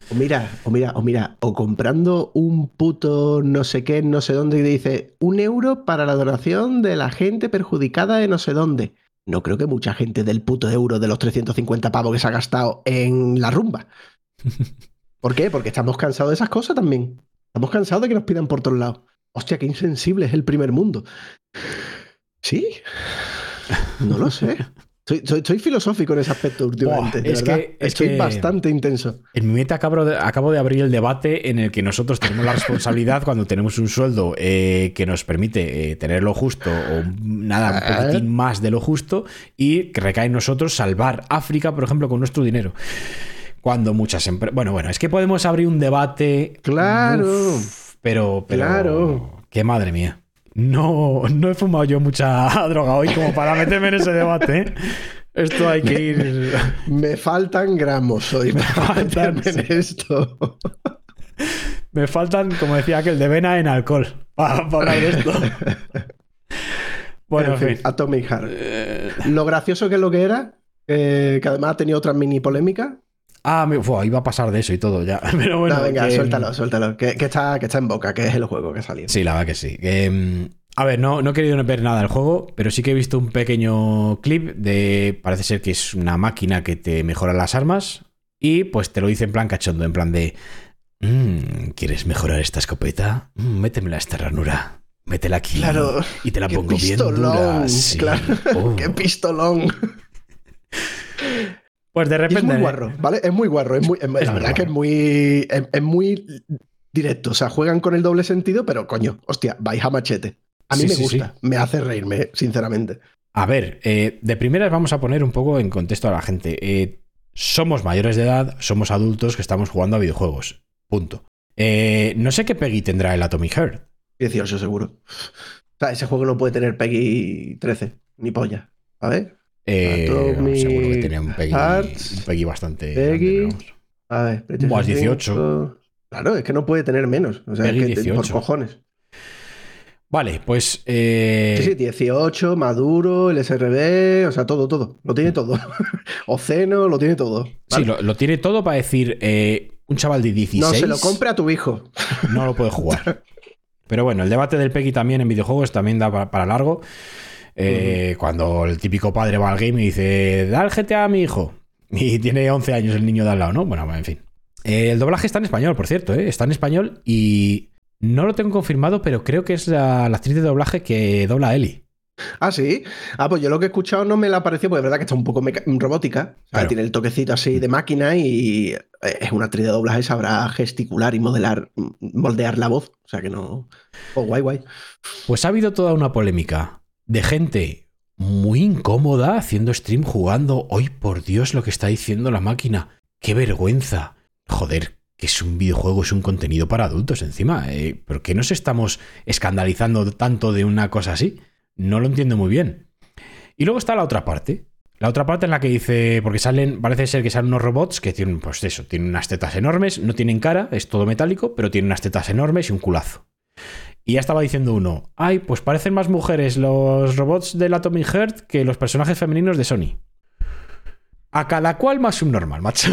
O mira, o mira, o mira, o comprando un puto no sé qué, no sé dónde, y dice un euro para la donación de la gente perjudicada de no sé dónde. No creo que mucha gente del puto euro de los trescientos cincuenta pavos que se ha gastado en la rumba. ¿Por qué? Porque estamos cansados de esas cosas también. Estamos cansados de que nos pidan por todos lados. Hostia, qué insensible es el primer mundo. ¿Sí? No lo sé. Soy, soy, soy filosófico en ese aspecto últimamente. Buah, es verdad. Que, es Estoy que bastante intenso. En mi mente acabo de, acabo de abrir el debate en el que nosotros tenemos la responsabilidad cuando tenemos un sueldo eh, que nos permite eh, tener lo justo o nada, un poquitín más de lo justo y que recae en nosotros salvar África, por ejemplo, con nuestro dinero. Cuando muchas empresas... Bueno, bueno, es que podemos abrir un debate... Claro. Uf, pero, pero... Claro. ¡Qué madre mía! No, no he fumado yo mucha droga hoy como para meterme en ese debate, ¿eh? Esto hay que ir... Me faltan gramos hoy. Me faltan en esto. Me faltan, como decía aquel, de vena en alcohol para, para hablar de esto. Bueno, en fin, fin. Atomic Heart. Eh... Lo gracioso que es lo que era, eh, que además ha tenido otra mini polémica. Ah, me, uf, iba a pasar de eso y todo ya. Pero bueno, no, venga, que, suéltalo, suéltalo. Que, que, está, que está en boca, que es el juego que ha salido. Sí, la verdad que sí. Que, a ver, no, no he querido ver nada del juego, pero sí que he visto un pequeño clip de... Parece ser que es una máquina que te mejora las armas y pues te lo dice en plan cachondo, en plan de... Mmm, ¿quieres mejorar esta escopeta? Mm, métemela a esta ranura. Métela aquí claro, y te la pongo pistolón, bien dura. Sí. Claro, oh. ¡Qué pistolón! Pues de repente... Y es muy guarro, ¿vale? Es muy guarro. Es muy, es, es la verdad guarro. que es muy, es, es muy directo. O sea, juegan con el doble sentido, pero coño, hostia, vais a machete. A mí sí, me sí, gusta, sí. me hace reírme, sinceramente. A ver, eh, de primeras vamos a poner un poco en contexto a la gente. Eh, somos mayores de edad, somos adultos que estamos jugando a videojuegos. Punto. Eh, no sé qué Peggy tendrá el Atomic Heart. dieciocho seguro. O sea, ese juego no puede tener Peggy trece, ni polla. A ver... Eh, no, seguro que tiene un Peggy, un Peggy bastante Peggy, grande, a ver, Buah, dieciocho. Claro, es que no puede tener menos. O sea, Peggy es que dieciocho. Por cojones. Vale, pues... Eh... Sí, sí, dieciocho, Maduro, el S R B, o sea, todo, todo. Lo tiene todo. Oceno, lo tiene todo. ¿vale? Sí, lo, lo tiene todo para decir, eh, un chaval de dieciséis... No, se lo compre a tu hijo. No lo puede jugar. Pero bueno, el debate del Peggy también en videojuegos también da para, para largo. Eh, uh-huh. Cuando el típico padre va al game y dice, da el G T A a mi hijo. Y tiene once años el niño de al lado, ¿no? Bueno, en fin. Eh, el doblaje está en español, por cierto, ¿eh? Está en español y no lo tengo confirmado, pero creo que es la, la actriz de doblaje que dobla a Ellie. Ah, sí. Ah, pues yo lo que he escuchado no me la pareció, porque es verdad que está un poco meca- robótica. O sea, claro. Tiene el toquecito así de máquina y es una actriz de doblaje, sabrá gesticular y modelar, moldear la voz. O sea que no... Oh, guay, guay. Pues ha habido toda una polémica de gente muy incómoda haciendo stream jugando. ¡Ay, por Dios, lo que está diciendo la máquina! ¡Qué vergüenza! Joder, que es un videojuego, es un contenido para adultos encima. ¿Eh? ¿Por qué nos estamos escandalizando tanto de una cosa así? No lo entiendo muy bien. Y luego está la otra parte. La otra parte en la que dice... Porque salen... Parece ser que salen unos robots que tienen, pues eso, tienen unas tetas enormes, no tienen cara, es todo metálico, pero tienen unas tetas enormes y un culazo. Y ya estaba diciendo uno, ay, pues parecen más mujeres los robots del Atomic Heart que los personajes femeninos de Sony. A cada cual más subnormal, macho.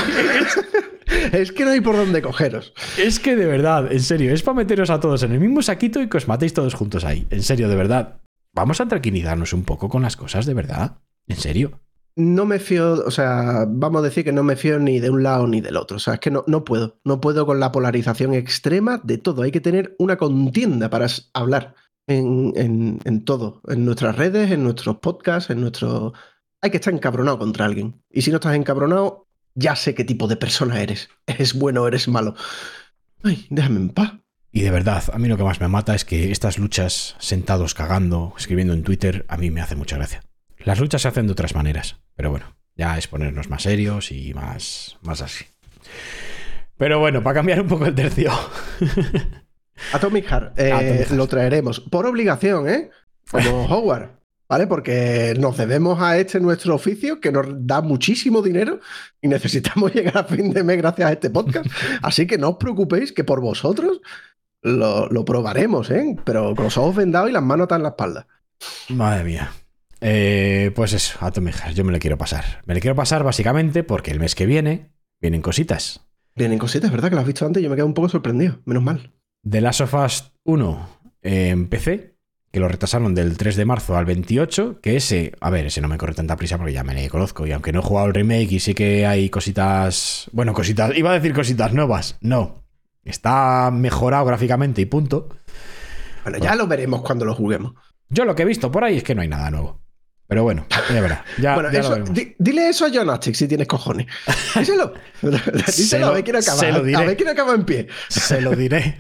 Es que no hay por dónde cogeros. Es que de verdad, en serio, es para meteros a todos en el mismo saquito y que os matéis todos juntos ahí. En serio, de verdad. Vamos a tranquilizarnos un poco con las cosas, de verdad. En serio. No me fío, o sea, vamos a decir que no me fío ni de un lado ni del otro. O sea, es que no, no puedo. No puedo con la polarización extrema de todo. Hay que tener una contienda para hablar en, en, en todo. En nuestras redes, en nuestros podcasts, en nuestro... Hay que estar encabronado contra alguien. Y si no estás encabronado, ya sé qué tipo de persona eres. ¿Eres bueno o eres malo? Ay, déjame en paz. Y de verdad, a mí lo que más me mata es que estas luchas, sentados cagando, escribiendo en Twitter, a mí me hace mucha gracia. Las luchas se hacen de otras maneras, pero bueno, ya es ponernos más serios y más, más así. Pero bueno, para cambiar un poco el tercio. Atomic Heart, eh, Atomic Heart. Lo traeremos por obligación, ¿eh? Como Howard, ¿vale? Porque nos debemos a este nuestro oficio que nos da muchísimo dinero y necesitamos llegar a fin de mes gracias a este podcast. Así que no os preocupéis que por vosotros lo, lo probaremos, ¿eh? Pero con los ojos vendados y las manos atadas en la espalda. Madre mía. Eh, pues eso, Atomic Heart, yo me lo quiero pasar. Me lo quiero pasar básicamente porque el mes que viene vienen cositas. Vienen cositas, ¿verdad? Que lo has visto antes y yo me quedo un poco sorprendido. Menos mal. The Last of Us uno eh, en P C, que lo retrasaron del tres de marzo al veintiocho, que ese, a ver, ese no me corre tanta prisa porque ya me le conozco y aunque no he jugado el remake y sí que hay cositas, bueno, cositas, iba a decir cositas nuevas, no, está mejorado gráficamente y punto. Bueno, ya lo veremos cuando lo juguemos. Yo lo que he visto por ahí es que no hay nada nuevo. Pero bueno, ya verá. Ya, bueno, ya eso, lo veremos. Di, dile eso a Jonastic si tienes cojones. Díselo. Díselo lo, a ver quién acaba. Se lo diré. A ver quién acaba en pie. Se lo diré.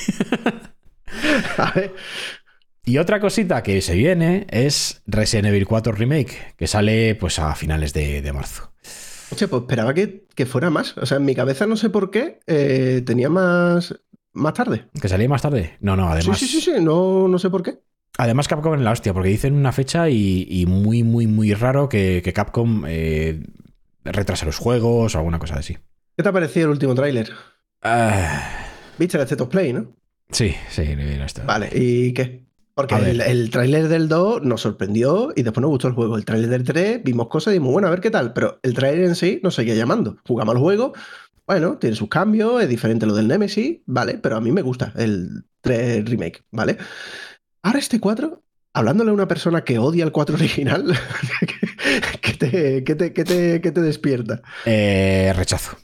A ver. Y otra cosita que se viene es Resident Evil cuatro Remake, que sale pues a finales de, de marzo. Oye, pues esperaba que, que fuera más. O sea, en mi cabeza no sé por qué eh, tenía más, más tarde. ¿Que salía más tarde? No, no, además... Sí, sí, sí, sí. No, no sé por qué. Además Capcom en la hostia, porque dicen una fecha y, y muy, muy, muy raro que, que Capcom eh, retrase los juegos o alguna cosa así. ¿Qué te ha parecido el último tráiler? Uh... ¿Viste el State of Play, no? Sí, sí, esto. Vale, ¿y qué? Porque el, el tráiler del dos nos sorprendió y después nos gustó el juego. El tráiler del tres vimos cosas y dijimos, bueno, a ver qué tal. Pero el tráiler en sí nos seguía llamando. Jugamos el juego, bueno, tiene sus cambios, es diferente a lo del Nemesis, vale, pero a mí me gusta el tres Remake, ¿vale? Ahora este cuatro, hablándole a una persona que odia el cuatro original, ¿qué te, qué te, qué te, qué te despierta? Eh, rechazo.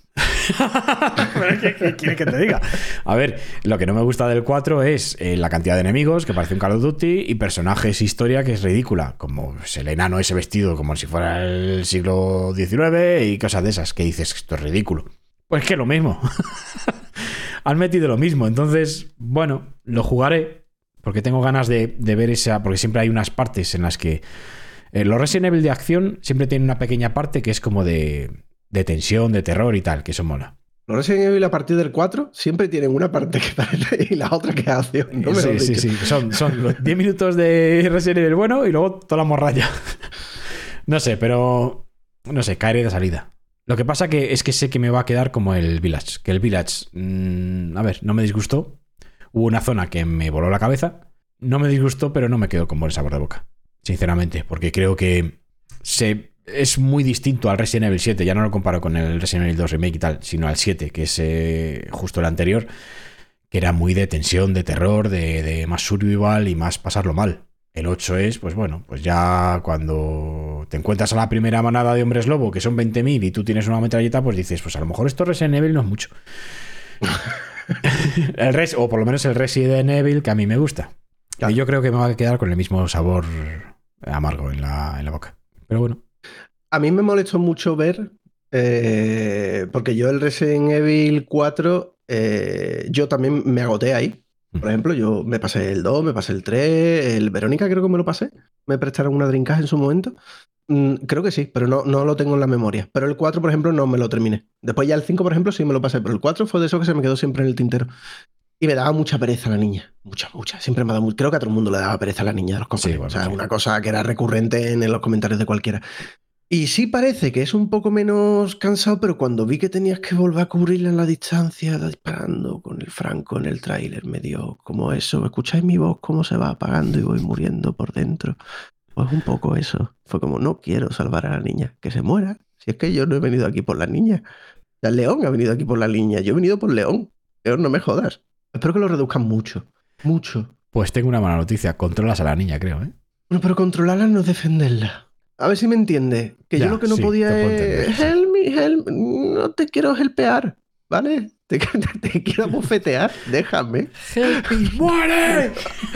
¿Qué, qué quieres que te diga? A ver, lo que no me gusta del cuatro es eh, la cantidad de enemigos, que parece un Call of Duty, y personajes, historia que es ridícula, como pues, el enano ese vestido como si fuera el siglo diecinueve y cosas de esas, que dices, esto es ridículo. Pues que lo mismo. Han metido lo mismo, entonces, bueno, lo jugaré, porque tengo ganas de, de ver esa, porque siempre hay unas partes en las que eh, los Resident Evil de acción siempre tienen una pequeña parte que es como de... de tensión, de terror y tal, que eso mola. Los Resident Evil a partir del cuatro siempre tienen una parte que parece y la otra que hace. No me sí, sí, sí. Son, son los diez minutos de Resident Evil bueno y luego toda la morralla. No sé, pero... No sé, caeré de salida. Lo que pasa que es que sé que me va a quedar como el Village. Que el Village... Mmm, a ver, no me disgustó. Hubo una zona que me voló la cabeza. No me disgustó, pero no me quedó con buen sabor de boca. Sinceramente, porque creo que se... es muy distinto al Resident Evil siete. Ya no lo comparo con el Resident Evil dos Remake y tal, sino al siete, que es eh, justo el anterior, que era muy de tensión, de terror, de, de más survival y más pasarlo mal. El ocho es, pues bueno, pues ya cuando te encuentras a la primera manada de hombres lobo, que son veinte mil y tú tienes una metralleta, pues dices, pues a lo mejor esto Resident Evil no es mucho. el res, o por lo menos el Resident Evil que a mí me gusta. Claro. Y yo creo que me va a quedar con el mismo sabor amargo en la, en la boca. Pero bueno. A mí me molestó mucho ver, eh, porque yo el Resident Evil cuatro, eh, yo también me agoté ahí. Por ejemplo, yo me pasé el dos, me pasé el tres, el Verónica creo que me lo pasé. Me prestaron una Dreamcast en su momento. Mm, creo que sí, pero no, no lo tengo en la memoria. Pero el cuatro, por ejemplo, no me lo terminé. Después ya el cinco, por ejemplo, sí me lo pasé, pero el cuatro fue de esos que se me quedó siempre en el tintero. Y me daba mucha pereza a la niña. Mucha, mucha. Siempre me ha dado muy... Creo que a todo el mundo le daba pereza a la niña de los compañeros. Sí, bueno, o sea, sí. Una cosa que era recurrente en los comentarios de cualquiera. Y sí parece que es un poco menos cansado, pero cuando vi que tenías que volver a cubrirla en la distancia disparando con el franco en el tráiler, me dio como eso. ¿Escucháis mi voz cómo se va apagando y voy muriendo por dentro? Pues un poco eso. Fue como, no quiero salvar a la niña. Que se muera. Si es que yo no he venido aquí por la niña. Ya León ha venido aquí por la niña. Yo he venido por León. León, no me jodas. Espero que lo reduzcan mucho. Mucho. Pues tengo una mala noticia. Controlas a la niña, creo, ¿eh? Bueno, pero controlarla no es defenderla. A ver si me entiende. Que ya, yo lo que no sí, podía es... Help me, help me. No te quiero helpear, ¿vale? Te, te, te quiero bofetear. Déjame. Help me. ¡Muere!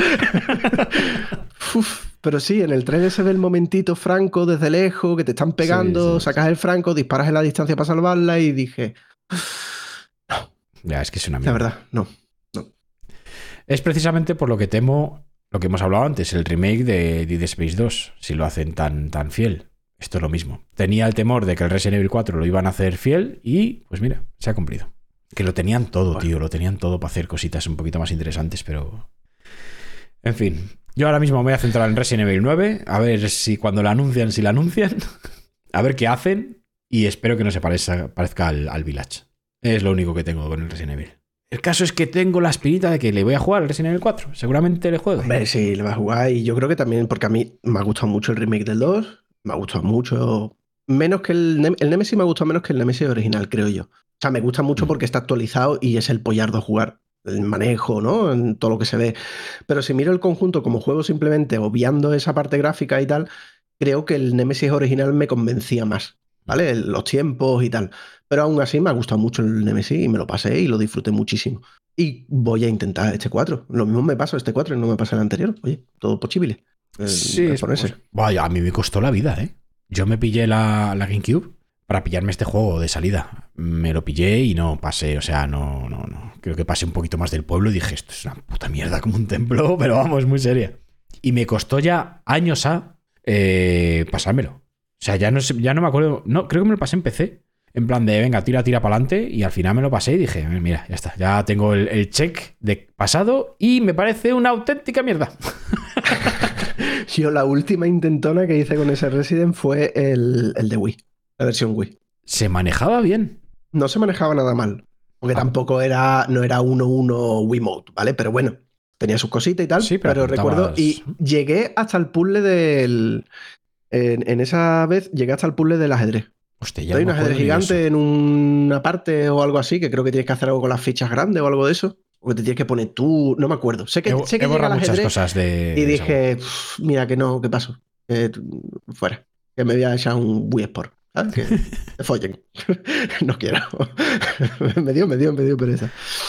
Uf, pero sí, en el trailer se ve el momentito franco desde lejos, que te están pegando, sí, sí, sacas sí. el franco, disparas en la distancia para salvarla y dije... No. Ya, es que es una mierda. La verdad, no. no. Es precisamente por lo que temo... Lo que hemos hablado antes, el remake de Dead Space dos, si lo hacen tan, tan fiel. Esto es lo mismo. Tenía el temor de que el Resident Evil cuatro lo iban a hacer fiel y, pues mira, se ha cumplido. Que lo tenían todo, tío, lo tenían todo para hacer cositas un poquito más interesantes, pero... En fin, yo ahora mismo me voy a centrar en Resident Evil nueve, a ver si cuando la anuncian, si la anuncian, a ver qué hacen y espero que no se parezca, parezca al, al Village. Es lo único que tengo con el Resident Evil. El caso es que tengo la espinita de que le voy a jugar al Resident Evil cuatro. Seguramente le juego. Hombre, sí, le vas a jugar. Y yo creo que también, porque a mí me ha gustado mucho el remake del dos. Me ha gustado mucho. Menos que el... El Nemesis me ha gustado menos que el Nemesis original, creo yo. sea, me gusta mucho porque está actualizado y es el pollardo a jugar. El manejo, ¿no? En todo lo que se ve. Pero si miro el conjunto como juego simplemente, obviando esa parte gráfica y tal, creo que el Nemesis original me convencía más, ¿vale? Los tiempos y tal. Pero aún así me ha gustado mucho el Nemesis y me lo pasé y lo disfruté muchísimo. Y voy a intentar este cuatro. Lo mismo me pasó este cuatro y no me pasó el anterior. Oye, todo posible. Eh, sí, es, pues, vaya, a mí me costó la vida, ¿eh? Yo me pillé la, la GameCube para pillarme este juego de salida. Me lo pillé y no pasé, o sea, no, no, no. Creo que pasé un poquito más del pueblo y dije, esto es una puta mierda como un templo, pero vamos, muy seria. Y me costó ya años a eh, pasármelo. O sea, ya no, sé, ya no me acuerdo. No, creo que me lo pasé en P C. En plan de, venga, tira, tira para adelante. Y al final me lo pasé y dije, mira, ya está. Ya tengo el, el check de pasado y me parece una auténtica mierda. Yo la última intentona que hice con ese Resident fue el, el de Wii. La versión Wii. Se manejaba bien. No se manejaba nada mal. Porque ah. tampoco era, no era uno uno Wiimote, ¿vale? Pero bueno, tenía sus cositas y tal. Sí, pero, pero recuerdo. Y llegué hasta el puzzle del. En, en esa vez llegué hasta el puzzle del ajedrez. Hostia, ya Hay un ajedrez gigante en una parte o algo así, que creo que tienes que hacer algo con las fichas grandes o algo de eso. O que te tienes que poner tú. No me acuerdo. Sé que, he, sé que he llega borrado al muchas cosas de. Y dije, mira, que no, ¿qué pasó? Eh, fuera. Que me voy a echar un Wii Sport. ¿Sabes? Que te follen. No quiero. me dio, me dio, me dio pereza.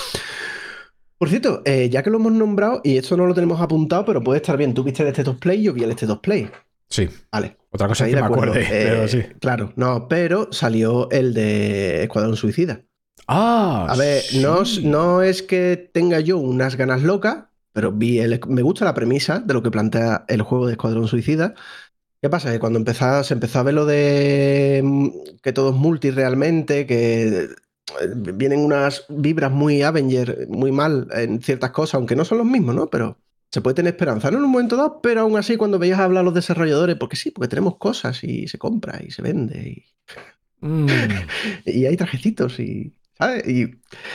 Por cierto, eh, ya que lo hemos nombrado, y esto no lo tenemos apuntado, pero puede estar bien. Tú viste el State of Play y yo vi el State of Play. Sí. Vale. Otra cosa es que me acuerde, eh, pero sí. Claro, no, pero salió el de Escuadrón Suicida. Ah, A ver, sí. no, no es que tenga yo unas ganas locas, pero vi el, me gusta la premisa de lo que plantea el juego de Escuadrón Suicida. ¿Qué pasa? Que cuando empezó, se empezó a ver lo de que todo es multi realmente, que vienen unas vibras muy Avenger, muy mal en ciertas cosas, aunque no son los mismos, ¿no? Pero se puede tener esperanza, ¿no? En un momento dado, pero aún así cuando veías hablar a los desarrolladores, porque sí, porque tenemos cosas y se compra y se vende y, mm. y hay trajecitos y, ¿sabes? Y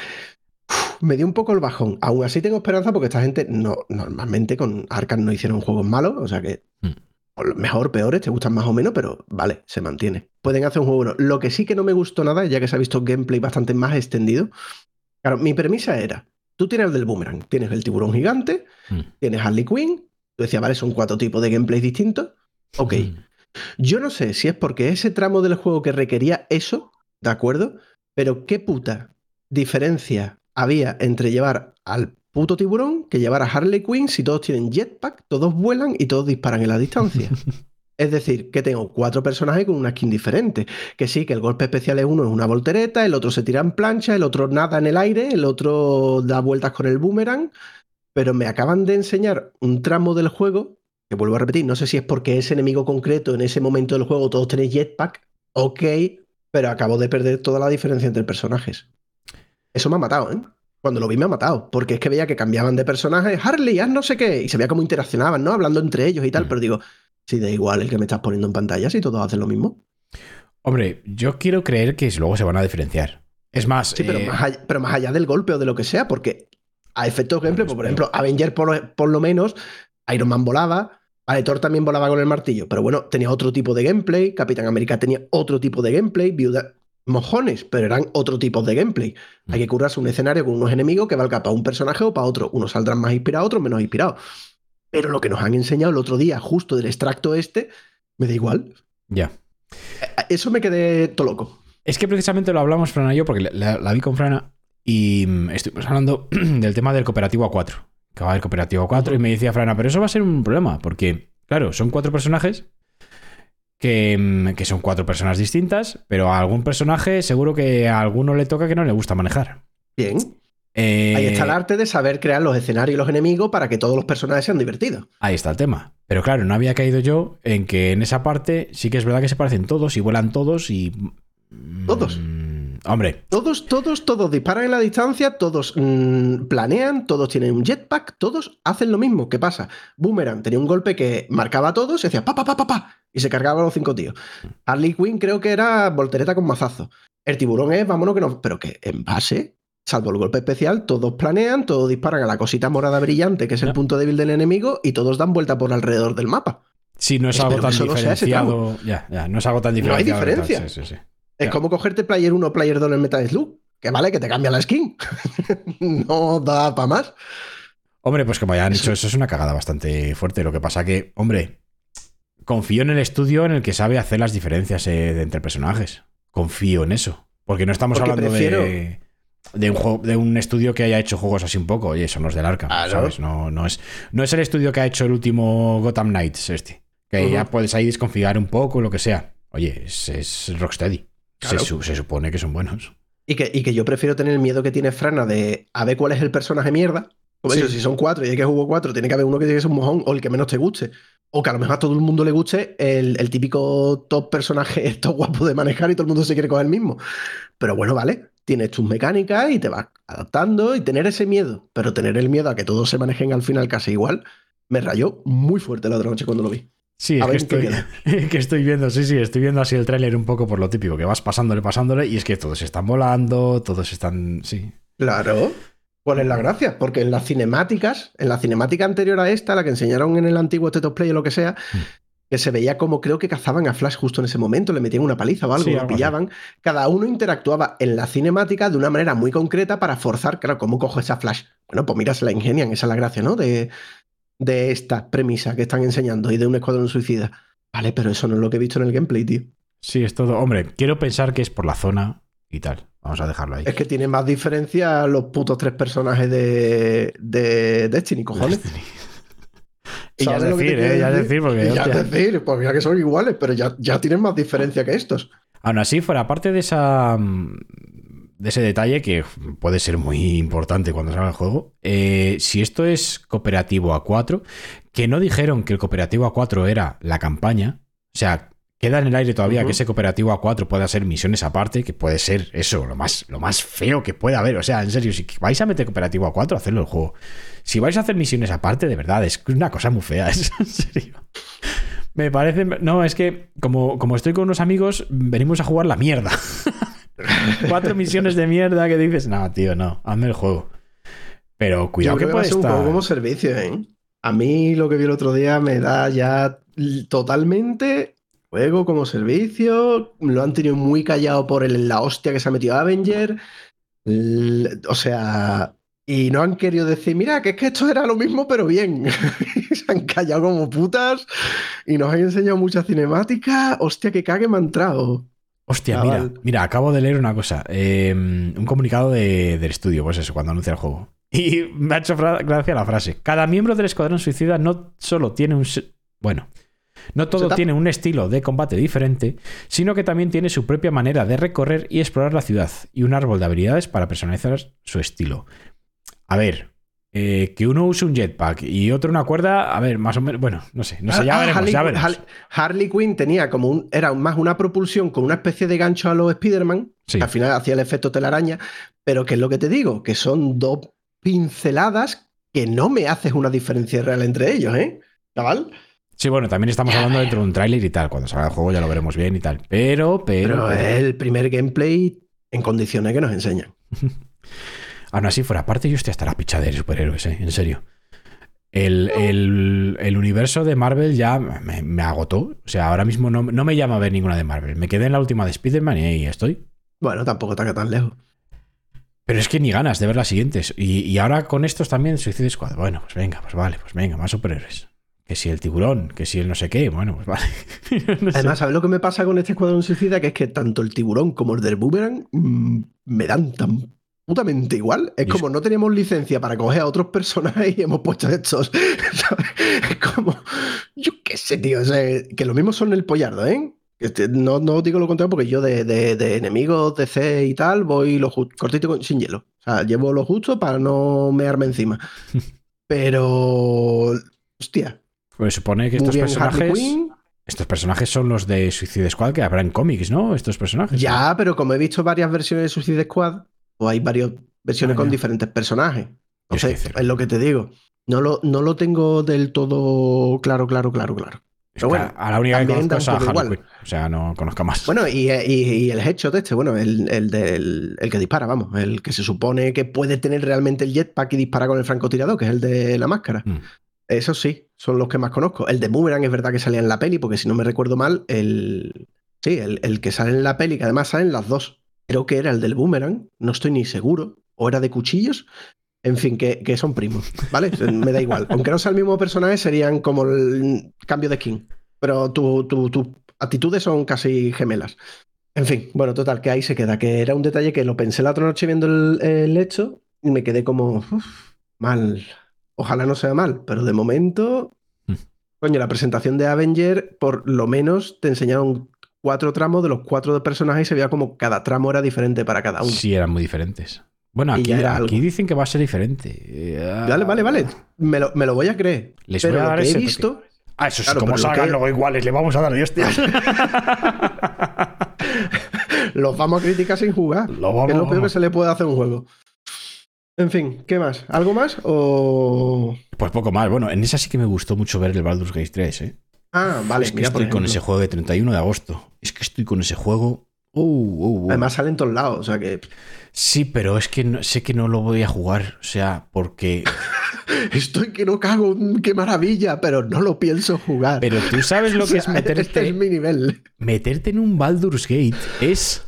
uf, me dio un poco el bajón. Aún así tengo esperanza porque esta gente no, normalmente con Arkham no hicieron juegos malos, o sea que mm. mejor, peores, te gustan más o menos, pero vale, se mantiene. Pueden hacer un juego bueno. Lo que sí que no me gustó nada, ya que se ha visto gameplay bastante más extendido, claro, mi premisa era, tú tienes el del boomerang, tienes el tiburón gigante, mm. tienes Harley Quinn, tú decías, vale, son cuatro tipos de gameplays distintos, ok. Mm. Yo no sé si es porque ese tramo del juego que requería eso, ¿de acuerdo? Pero qué puta diferencia había entre llevar al puto tiburón que llevar a Harley Quinn si todos tienen jetpack, todos vuelan y todos disparan en la distancia. Es decir, que tengo cuatro personajes con una skin diferente. Que sí, que el golpe especial es uno es una voltereta, el otro se tira en plancha, el otro nada en el aire, el otro da vueltas con el boomerang. Pero me acaban de enseñar un tramo del juego, que vuelvo a repetir, no sé si es porque ese enemigo concreto en ese momento del juego todos tenéis jetpack, ok, pero acabo de perder toda la diferencia entre personajes. Eso me ha matado, ¿eh? Cuando lo vi me ha matado, porque es que veía que cambiaban de personajes, Harley, haz no sé qué, y se veía cómo interaccionaban, ¿no? Hablando entre ellos y tal, mm. pero digo, sí, da igual el que me estás poniendo en pantalla si todos hacen lo mismo. Hombre, yo quiero creer que luego se van a diferenciar. Es más... Sí, eh... pero, más allá, pero más allá del golpe o de lo que sea, porque a efectos de gameplay, pues, por ejemplo, Avenger por lo, por lo menos, Iron Man volaba, vale, Thor también volaba con el martillo, pero bueno, tenía otro tipo de gameplay, Capitán América tenía otro tipo de gameplay, Viuda... mojones, pero eran otro tipo de gameplay. Mm. Hay que curarse un escenario con unos enemigos que valga para un personaje o para otro. Unos saldrán más inspirados, otros menos inspirados. Pero lo que nos han enseñado el otro día, justo del extracto este, me da igual. Ya. Eso me quedé todo loco. Es que precisamente lo hablamos, Frana y yo, porque la, la vi con Frana y estuvimos hablando del tema del cooperativo a cuatro. Que va a haber cooperativo a cuatro uh-huh. y me decía Frana, pero eso va a ser un problema, porque, claro, son cuatro personajes que, que son cuatro personas distintas, pero a algún personaje seguro que a alguno le toca que no le gusta manejar. Bien. Eh, Ahí está el arte de saber crear los escenarios y los enemigos para que todos los personajes sean divertidos. Ahí está el tema. Pero claro, no había caído yo en que en esa parte sí que es verdad que se parecen todos y vuelan todos y... Todos. Mmm, hombre. Todos, todos, todos disparan en la distancia, todos mmm, planean, todos tienen un jetpack, todos hacen lo mismo. ¿Qué pasa? Boomerang tenía un golpe que marcaba a todos y decía pa, pa, pa, pa, pa, y se cargaba a los cinco tíos. Harley Quinn creo que era voltereta con mazazo. El tiburón es, vámonos que no... Pero que en base... Salvo el golpe especial, todos planean, todos disparan a la cosita morada brillante, que es el no. punto débil del enemigo, y todos dan vuelta por alrededor del mapa. Sí, no es Espero algo tan diferenciado. No ya, ya, no es algo tan diferenciado. No hay diferencia. Tal, sí, sí, sí. Es ya. como cogerte Player uno o Player dos en Metal Slug. que vale, que te cambia la skin. No da para más. Hombre, pues como ya han dicho, eso es una cagada bastante fuerte. Lo que pasa que, hombre, confío en el estudio en el que sabe hacer las diferencias eh, de entre personajes. Confío en eso. Porque no estamos Porque hablando prefiero... de, de, un juego, de un estudio que haya hecho juegos así un poco. Oye, son los del Arkham, ah, ¿sabes? No, no, es, no es el estudio que ha hecho el último Gotham Knights este. Que uh-huh. ya puedes ahí desconfiar un poco, lo que sea. Oye, es, es Rocksteady. Claro. Se, se supone que son buenos. Y que, y que yo prefiero tener el miedo que tiene Frana de a ver cuál es el personaje mierda. Como sí. Eso, si son cuatro y hay que jugar cuatro, tiene que haber uno que llegue a ser un mojón o el que menos te guste. O que a lo mejor a todo el mundo le guste el, el típico top personaje, top guapo de manejar y todo el mundo se quiere coger el mismo. Pero bueno, vale, tienes tus mecánicas y te vas adaptando y tener ese miedo. Pero tener el miedo a que todos se manejen al final casi igual, me rayó muy fuerte la otra noche cuando lo vi. Sí, es que estoy, que estoy viendo, sí, sí, estoy viendo así el tráiler un poco por lo típico, que vas pasándole, pasándole y es que todos están volando, todos están... sí. Claro. ¿Cuál es la gracia? Porque en las cinemáticas, en la cinemática anterior a esta, la que enseñaron en el antiguo State of Play o lo que sea, mm. que se veía como creo que cazaban a Flash justo en ese momento, le metían una paliza o algo, sí, lo algo pillaban. Así. Cada uno interactuaba en la cinemática de una manera muy concreta para forzar, claro, ¿cómo cojo esa Flash? Bueno, pues mira, se la ingenian, esa es la gracia, ¿no? De, de esta premisa que están enseñando y de un escuadrón suicida. Vale, pero eso no es lo que he visto en el gameplay, tío. Sí, es todo. Hombre, quiero pensar que es por la zona y tal. Vamos a dejarlo ahí. Es que tiene más diferencia los putos tres personajes de, de Destiny, cojones. Destiny. Y ya es decir, ¿eh? Ya es decir, porque... ya es decir, pues mira que son iguales, pero ya, ya tienen más diferencia que estos. Aún así, fuera parte de esa... de ese detalle que puede ser muy importante cuando salga el juego, eh, si esto es cooperativo a cuatro, que no dijeron que el cooperativo a cuatro era la campaña, o sea... Queda en el aire todavía uh-huh. que ese cooperativo a cuatro pueda ser misiones aparte, que puede ser eso, lo más, lo más feo que pueda haber. O sea, en serio, si vais a meter cooperativo a cuatro, hacedlo el juego. Si vais a hacer misiones aparte, de verdad, es una cosa muy fea, eso, en serio. Me parece... No, es que como, como estoy con unos amigos, venimos a jugar la mierda. Cuatro misiones de mierda que dices, no, tío, no, hazme el juego. Pero cuidado que, que puede estar... un poco como servicio, ¿eh? A mí lo que vi el otro día me da ya totalmente... Juego como servicio, lo han tenido muy callado por el, la hostia que se ha metido Avenger. El, o sea, y no han querido decir, mira, que es que esto era lo mismo, pero bien. Se han callado como putas y nos han enseñado mucha cinemática. Hostia, que cague me ha entrado. Hostia, mira, mira, acabo de leer una cosa. Eh, un comunicado de, del estudio, pues eso, cuando anuncia el juego. Y me ha hecho gracia la frase. Cada miembro del Escuadrón Suicida no solo tiene un... Bueno... No todo tiene un estilo de combate diferente, sino que también tiene su propia manera de recorrer y explorar la ciudad y un árbol de habilidades para personalizar su estilo. A ver, eh, que uno use un jetpack y otro una cuerda, a ver, más o menos, bueno, no sé, no sé, ya, ah, veremos, Harley, ya veremos. Harley, Harley Quinn tenía como un, era más una propulsión con una especie de gancho a los Spider-Man, sí. Que al final hacía el efecto telaraña, pero que es lo que te digo, que son dos pinceladas que no me haces una diferencia real entre ellos, ¿eh? ¿Chaval? Sí, bueno, también estamos hablando dentro de un tráiler y tal. Cuando salga el juego ya lo veremos bien y tal. Pero, pero... Pero es el primer gameplay en condiciones que nos enseñan. Aún así, fuera parte, yo estoy hasta la picha de superhéroes, ¿eh? En serio. El, el, el universo de Marvel ya me, me agotó. O sea, ahora mismo no, no me llama a ver ninguna de Marvel. Me quedé en la última de Spider-Man y ahí estoy. Bueno, tampoco está tan lejos. Pero es que ni ganas de ver las siguientes. Y, y ahora con estos también, Suicide Squad. Bueno, pues venga, pues vale, pues venga, más superhéroes. Que si el tiburón, que si el no sé qué, bueno, pues vale. No sé. Además, ¿sabes lo que me pasa con este Escuadrón Suicida? Que es que tanto el tiburón como el del Boomerang mmm, me dan tan putamente igual. Es y como es... no teníamos licencia para coger a otros personajes y hemos puesto estos. ¿Sabes? Es como, yo qué sé, tío. O sea, que lo mismo son el pollardo, ¿eh? Este, no, no digo lo contrario porque yo de, de, de enemigos, D C y tal, voy lo justo, cortito con, sin hielo. O sea, llevo lo justo para no mearme encima. Pero, hostia. Pues supone que estos personajes... Estos personajes son los de Suicide Squad que habrá en cómics, ¿no? Estos personajes. Ya, ¿no? Pero como he visto varias versiones de Suicide Squad, pues hay varias versiones ah, con ya. diferentes personajes. Entonces, es, es lo que te digo. No lo, no lo tengo del todo claro, claro, claro, claro. Pero bueno, a la única que conozco es a Harley Quinn. O sea, no conozco más. Bueno, y, y, y el headshot este, bueno, el, el, del, el que dispara, vamos. El que se supone que puede tener realmente el jetpack y dispara con el francotirador, que es el de la máscara. Mm. Eso sí, son los que más conozco. El de Boomerang es verdad que salía en la peli, porque si no me recuerdo mal, el sí, el, el que sale en la peli, que además salen las dos. creo que era el del Boomerang, no estoy ni seguro, o era de cuchillos. En fin, que, que son primos, ¿vale? Me da igual. Aunque no sea el mismo personaje, serían como el cambio de skin. Pero tus tu, tu actitudes son casi gemelas. En fin, bueno, total, que ahí se queda. Que era un detalle que lo pensé la otra noche viendo el, el hecho y me quedé como, uf, mal. Ojalá no sea mal, pero de momento... Mm. Coño, la presentación de Avenger, por lo menos te enseñaron cuatro tramos de los cuatro personajes y se veía como cada tramo era diferente para cada uno. Sí, eran muy diferentes. Bueno, aquí, aquí dicen que va a ser diferente. Vale, vale, vale. Me lo, me lo voy a creer. Les pero voy a dar lo que ese he visto... Toque. Ah, eso sí, claro, como salgan que... luego iguales, le vamos a dar de hostias. Los vamos a criticar sin jugar. Lo vamos, que es lo peor vamos. que se le puede hacer a un juego. En fin, ¿qué más? ¿Algo más? O... Pues poco más. Bueno, en esa sí que me gustó mucho ver el Baldur's Gate tres, ¿eh? Ah, vale. Es que mira, estoy con ese juego de treinta y uno de agosto. Es que estoy con ese juego... Uh, uh, uh. Además sale en todos lados, o sea que... Sí, pero es que no, sé que no lo voy a jugar, o sea, porque... Estoy que no cago, qué maravilla, pero no lo pienso jugar. Pero tú sabes lo que o sea, es meterte... Este es mi nivel. Meterte en un Baldur's Gate es...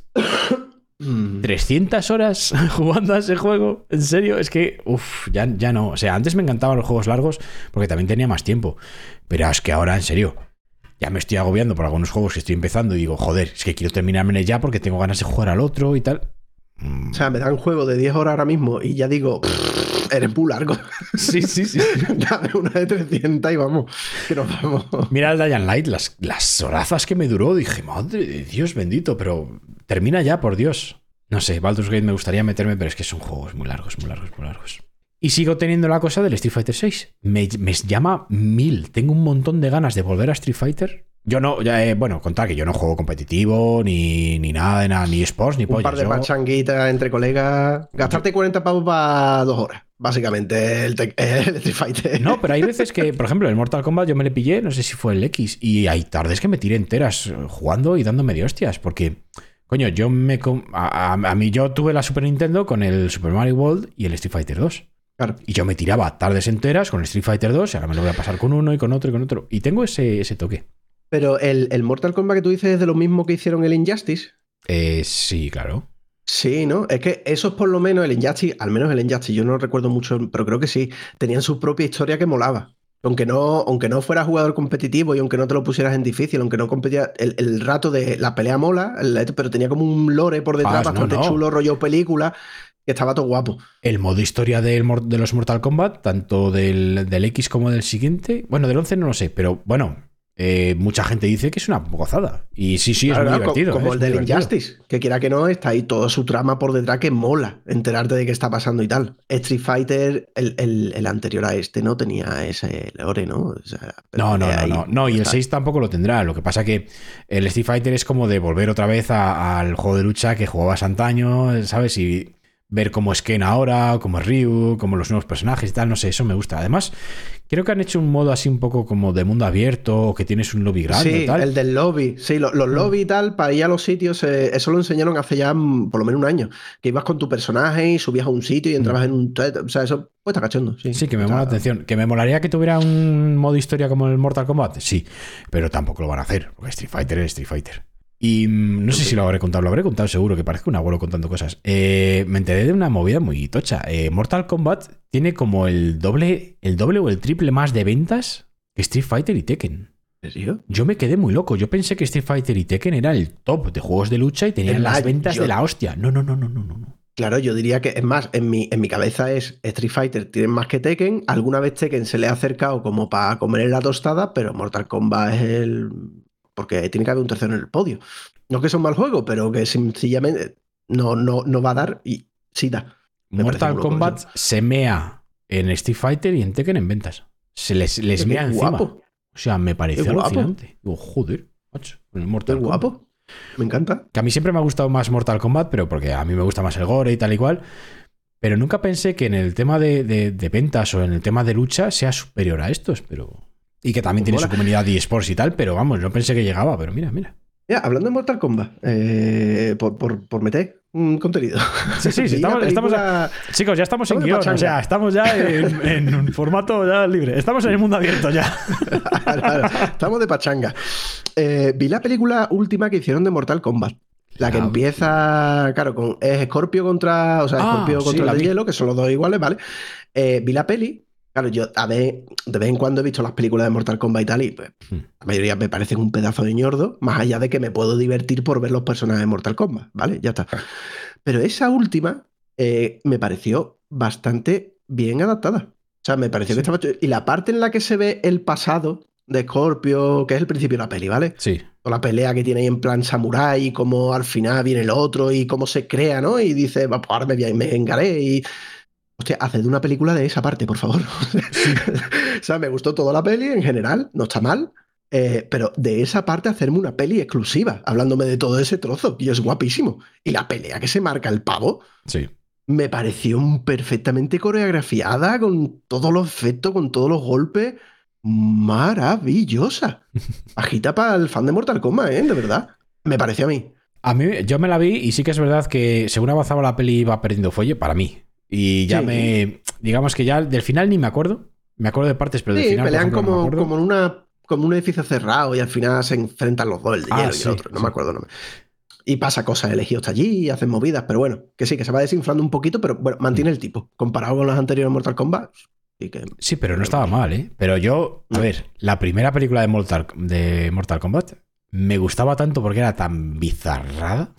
trescientas horas jugando a ese juego. En serio, es que... Uf, ya, ya no. O sea, antes me encantaban los juegos largos porque también tenía más tiempo. Pero es que ahora, en serio... Ya me estoy agobiando por algunos juegos que estoy empezando y digo, joder, es que quiero terminármelo ya porque tengo ganas de jugar al otro y tal. O sea, me dan un juego de diez horas ahora mismo y ya digo, eres muy largo. Sí, sí, sí. Dame una de trescientas y vamos, que nos vamos. Mira el Dying Light, las, las horazas que me duró, dije, madre de Dios bendito, pero termina ya, por Dios. No sé, Baldur's Gate me gustaría meterme, pero es que son juegos muy largos, muy largos, muy largos. Y sigo teniendo la cosa del Street Fighter seis. Me, me llama mil. Tengo un montón de ganas de volver a Street Fighter. Yo no, ya, eh, bueno, contar que yo no juego competitivo, ni, ni nada de nada, ni sports, ni pollas. Un par de yo... pachanguitas entre colegas. Gastarte cuarenta pavos para dos horas, básicamente, el, te- el Street Fighter. No, pero hay veces que, por ejemplo, el Mortal Kombat yo me le pillé, no sé si fue el X, y hay tardes que me tiré enteras jugando y dándome de hostias, porque... Coño, yo me... A, a, a mí yo tuve la Super Nintendo con el Super Mario World y el Street Fighter dos. Claro. Y yo me tiraba tardes enteras con el Street Fighter dos y ahora me lo voy a pasar con uno y con otro y con otro. Y tengo ese, ese toque. Pero el, el Mortal Kombat que tú dices es de lo mismo que hicieron el Injustice. Eh, sí, claro. Sí, ¿no? Es que esos por lo menos, el Injustice, al menos el Injustice, yo no recuerdo mucho, pero creo que sí, tenían su propia historia que molaba. Aunque no, aunque no fueras jugador competitivo y aunque no te lo pusieras en difícil, aunque no competías, el, el rato de la pelea mola, el, pero tenía como un lore por detrás ah, bastante no, no. chulo, rollo película, que estaba todo guapo. El modo historia del, de los Mortal Kombat, tanto del, del X como del siguiente, bueno, del once no lo sé, pero bueno, eh, mucha gente dice que es una gozada. Y sí, sí, es claro, muy claro, divertido. Como ¿eh? el del Injustice, que quiera que no, está ahí toda su trama por detrás que mola enterarte de qué está pasando y tal. Street Fighter, el, el, el anterior a este, no tenía ese lore, ¿no? O sea, no, no, no, no, no. Y el seis tampoco lo tendrá. Lo que pasa que el Street Fighter es como de volver otra vez a, al juego de lucha que jugabas antaño, ¿sabes? Y ver cómo es Ken ahora, cómo es Ryu, cómo los nuevos personajes y tal, no sé, eso me gusta. Además, creo que han hecho un modo así un poco como de mundo abierto, que tienes un lobby grande sí, y tal. El del lobby. Sí, los, los lobby y tal, para ir a los sitios, eh, eso lo enseñaron hace ya por lo menos un año. Que ibas con tu personaje y subías a un sitio y entrabas mm. en un... O sea, eso pues está cachondo. Sí, sí que me está... mola la atención. ¿Que me molaría que tuviera un modo historia como el Mortal Kombat? Sí, pero tampoco lo van a hacer, porque Street Fighter es Street Fighter. Y no sé si lo habré contado, lo habré contado seguro, que parezco un abuelo contando cosas. Eh, me enteré de una movida muy tocha. Eh, Mortal Kombat tiene como el doble, el doble o el triple más de ventas que Street Fighter y Tekken. ¿En serio? Yo me quedé muy loco. Yo pensé que Street Fighter y Tekken era el top de juegos de lucha y tenían las ventas yo... de la hostia. No, no, no, no, no, no. Claro, yo diría que, es más, en mi, en mi cabeza es Street Fighter tienen más que Tekken. Alguna vez Tekken se le ha acercado como para comer en la tostada, pero Mortal Kombat es el... Porque tiene que haber un tercero en el podio. No es que sea un mal juego, pero que sencillamente no, no, no va a dar y sí da. Me Mortal Kombat loco, se mea en Street Fighter y en Tekken en ventas. Se les, les mea encima. Guapo. O sea, me pareció alucinante. Digo, joder, macho. El Mortal Kombat. Guapo. Me encanta. Que a mí siempre me ha gustado más Mortal Kombat, pero porque a mí me gusta más el gore y tal y cual. Pero nunca pensé que en el tema de, de, de ventas o en el tema de lucha sea superior a estos, pero... Y que también pues tiene mola. Su comunidad de eSports y tal, pero vamos, no pensé que llegaba, pero mira, mira. Ya, hablando de Mortal Kombat, eh, por, por, por meter un contenido. Sí, sí, sí estamos, estamos a, chicos, ya estamos, estamos en guión, o sea, estamos ya en, en un formato ya libre. Estamos en el mundo abierto ya. Claro, estamos de pachanga. Eh, vi la película última que hicieron de Mortal Kombat. La, la que empieza, claro, con es Scorpio contra, o sea, ah, Scorpio contra sí, el de hielo, que son los dos iguales, ¿vale? Eh, vi la peli. Claro, yo a ver, de vez en cuando he visto las películas de Mortal Kombat y tal, y pues, hmm. la mayoría me parecen un pedazo de ñordo, más allá de que me puedo divertir por ver los personajes de Mortal Kombat, ¿vale? Ya está. Pero esa última eh, me pareció bastante bien adaptada. O sea, me pareció sí. que estaba... Y la parte en la que se ve el pasado de Scorpio, que es el principio de la peli, ¿vale? Sí. O la pelea que tiene ahí en plan samurái, y cómo al final viene el otro, y cómo se crea, ¿no? Y dice, pues ahora me, me vengaré, y... Hostia, haced una película de esa parte, por favor. Sí. O sea, me gustó toda la peli en general, no está mal, eh, pero de esa parte hacerme una peli exclusiva, hablándome de todo ese trozo, y es guapísimo. Y la pelea que se marca el pavo, sí. me pareció perfectamente coreografiada, con todos los efectos, con todos los golpes, maravillosa. Agita para el fan de Mortal Kombat, ¿eh? De verdad. Me pareció a mí. A mí, yo me la vi y sí que es verdad que según avanzaba la peli iba perdiendo fuelle para mí. Y ya sí. me... Digamos que ya del final ni me acuerdo. Me acuerdo de partes, pero sí, del final... pelean ejemplo, como, no como, en una, como un edificio cerrado y al final se enfrentan los dos, el de ah, hielo sí, y el otro. No sí. me acuerdo. No me... Y pasa cosas, el elegido está allí y hacen movidas, pero bueno, que sí, que se va desinflando un poquito, pero bueno, mantiene el tipo. Comparado con los anteriores Mortal Kombat... Sí, que... sí, pero no estaba mal, ¿eh? Pero yo... A ver, la primera película de Mortal, de Mortal Kombat me gustaba tanto porque era tan bizarrada...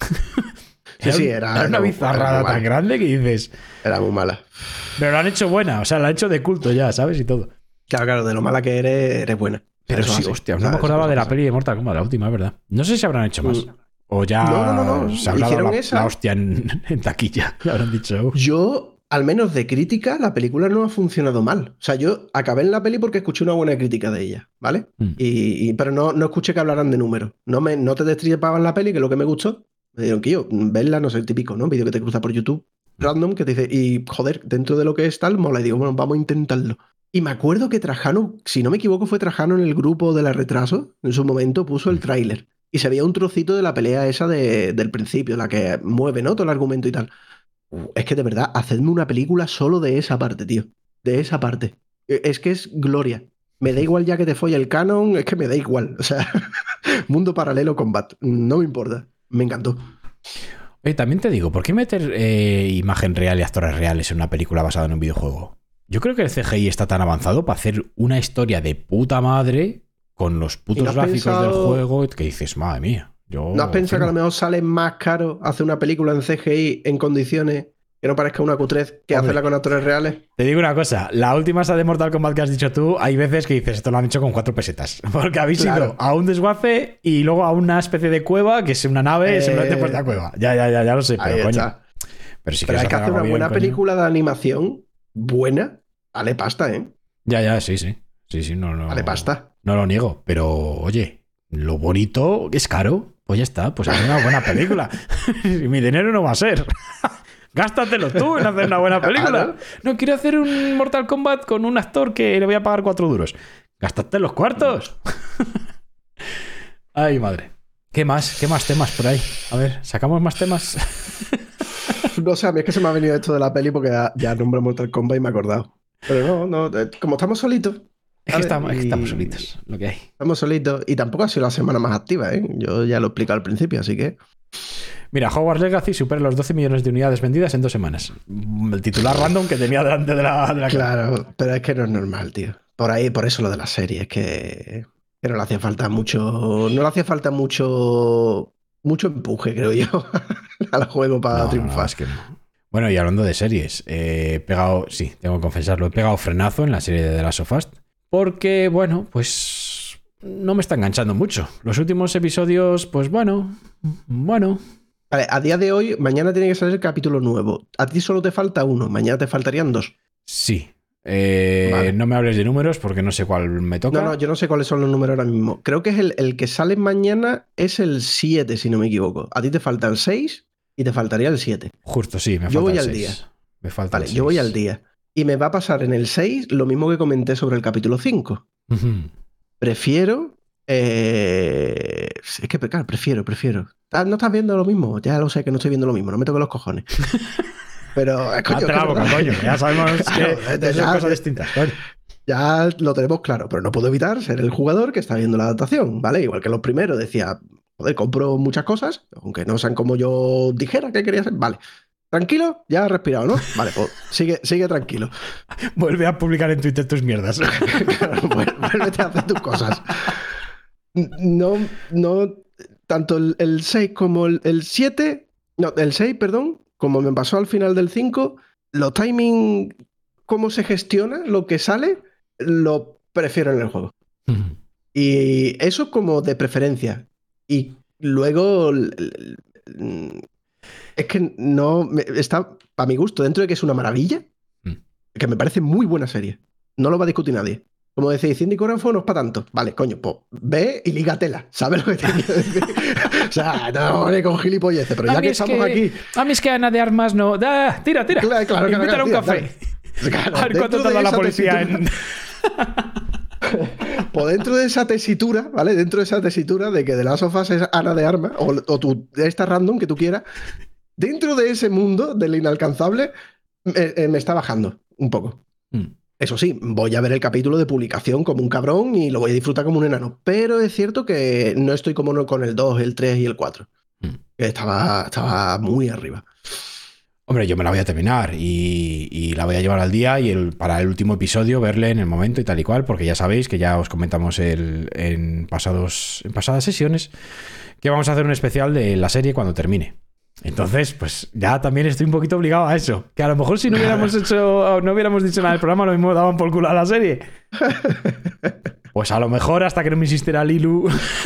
Sí, era, sí, era, era una era bizarrada tan grande que dices... Era muy mala. Pero la han hecho buena, o sea, la han hecho de culto ya, ¿sabes? Y todo. Claro, claro, de lo mala que eres, eres buena. Pero sí, hostia, no me acordaba de la peli de Mortal Kombat, la última, es verdad. No sé si habrán hecho más. Mm. O ya no, no, no, no. se habrá dado la, esa. la hostia en, en taquilla. Ya habrán dicho. Yo, al menos de crítica, la película no ha funcionado mal. O sea, yo acabé en la peli porque escuché una buena crítica de ella, ¿vale? Mm. Y, y, pero no, no escuché que hablaran de números. No, me, no te destripaban la peli, que es lo que me gustó. Me dijeron que yo, verla, no sé, típico, ¿no? Un vídeo que te cruza por YouTube, random, que te dice, y joder, dentro de lo que es tal, mola. Y digo, bueno, vamos a intentarlo. Y me acuerdo que Trajano, si no me equivoco, fue Trajano en el grupo de la retraso, en su momento puso el tráiler. Y se veía un trocito de la pelea esa de, del principio, la que mueve, ¿no? Todo el argumento y tal. Es que de verdad, hacedme una película solo de esa parte, tío. De esa parte. Es que es gloria. Me da igual ya que te folle el canon, es que me da igual. O sea, mundo paralelo combat. No me importa. Me encantó. Oye, también te digo, ¿por qué meter eh, imagen real y actores reales en una película basada en un videojuego? Yo creo que el C G I está tan avanzado para hacer una historia de puta madre con los putos no gráficos pensado... del juego que dices, madre mía. Yo ¿No has pensado que a lo mejor sale más caro hacer una película en C G I en condiciones que no parezca una Q tres que Hombre, hacerla con actores reales? Te digo una cosa, la última esa de Mortal Kombat que has dicho tú, hay veces que dices, esto lo han hecho con cuatro pesetas. Porque habéis claro. ido a un desguace y luego a una especie de cueva, que es una nave, eh... simplemente pues la cueva. Ya, ya, ya, ya lo sé, pero Ahí coño. Está. Pero, si pero hay que hacer una buena bien, película coño. de animación buena. Vale pasta, ¿eh? Ya, ya, sí, sí. Sí, sí, no, no. Vale pasta. No lo niego, pero oye, lo bonito es caro. Pues ya está, pues haz una buena película. Mi dinero no va a ser. Gástatelo tú en hacer una buena película. No, quiero hacer un Mortal Kombat con un actor que le voy a pagar cuatro duros. Gástate los cuartos. Ay, madre. ¿Qué más? ¿Qué más temas por ahí? A ver, ¿sacamos más temas? No sé, a mí es que se me ha venido esto de la peli porque ya, ya nombré Mortal Kombat y me he acordado. Pero no, no, como estamos solitos. Es que, estamos, es que estamos solitos, lo que hay. Estamos solitos. Y tampoco ha sido la semana más activa, ¿eh? Yo ya lo he explicado al principio, así que... Mira, Hogwarts Legacy supera los doce millones de unidades vendidas en dos semanas. El titular random que tenía delante de la... De la claro, cara. Pero es que no es normal, tío. Por ahí, por eso lo de la serie, es que... que no le hacía falta mucho... No le hacía falta mucho... Mucho empuje, creo yo, al juego para no, triunfar. No, es que no. Bueno, y hablando de series, he pegado... Sí, tengo que confesarlo. He pegado frenazo en la serie de The Last of Us. Porque, bueno, pues no me está enganchando mucho. Los últimos episodios, pues bueno, bueno. Vale, a día de hoy, mañana tiene que salir el capítulo nuevo. A ti solo te falta uno, mañana te faltarían dos. Sí. Eh, vale. No me hables de números porque no sé cuál me toca. No, no, yo no sé cuáles son los números ahora mismo. Creo que es el, el que sale mañana es el siete, si no me equivoco. A ti te falta el seis y te faltaría el siete. Justo, sí, me falta yo voy el al seis. Día. Me falta vale, el seis. Yo voy al día. Y me va a pasar en el seis lo mismo que comenté sobre el capítulo cinco. Uh-huh. Prefiero... Eh... Es que, claro, prefiero, prefiero. No estás viendo lo mismo. Ya lo sé que no estoy viendo lo mismo. No me toques los cojones. Pero... Es, coño, la boca, coño. Ya sabemos claro, que son cosas ya, distintas. Coño. Ya lo tenemos claro. Pero no puedo evitar ser el jugador que está viendo la adaptación, ¿vale? Igual que los primeros decía... joder, compro muchas cosas, aunque no sean como yo dijera que quería ser. Vale. ¿Tranquilo? Ya has respirado, ¿no? Vale, pues sigue, sigue tranquilo. Vuelve a publicar en Twitter tus mierdas. Claro, vuélvete a hacer tus cosas. No, no, tanto el, el seis como el, el siete, no, el seis, perdón, como me pasó al final del cinco, los timing, cómo se gestiona lo que sale, lo prefiero en el juego. Uh-huh. Y eso como de preferencia. Y luego... Es que no... Está, para mi gusto, dentro de que es una maravilla, mm. que me parece muy buena serie. No lo va a discutir nadie. Como decís, Cindy Coranfo no es para tanto. Vale, coño, pues ve y lígatela. ¿Sabes lo que te quiero decir? O sea, no vale con gilipolleces, pero ya que estamos que, aquí... A mí es que Ana de Armas no... Da, tira, tira. Claro, claro. Invítale claro, a un tira, café. Claro, a ver cuánto tarda la policía en... Pues dentro de esa tesitura, ¿vale? Dentro de esa tesitura de que The Last of Us es Ana de Armas, o, o tu, esta random que tú quieras, dentro de ese mundo del inalcanzable, eh, eh, me está bajando un poco. Mm. Eso sí, voy a ver el capítulo de publicación como un cabrón y lo voy a disfrutar como un enano. Pero es cierto que no estoy como no con el dos, el tres y el cuatro. Mm. Que estaba, estaba muy arriba. Hombre, yo me la voy a terminar y, y la voy a llevar al día y el, para el último episodio verle en el momento y tal y cual, porque ya sabéis que ya os comentamos el, en, pasados, en pasadas sesiones que vamos a hacer un especial de la serie cuando termine. Entonces, pues ya también estoy un poquito obligado a eso. Que a lo mejor si no hubiéramos hecho, no hubiéramos dicho nada del programa, lo mismo daban por culo a la serie. Pues a lo mejor hasta que no me insistiera Lilu.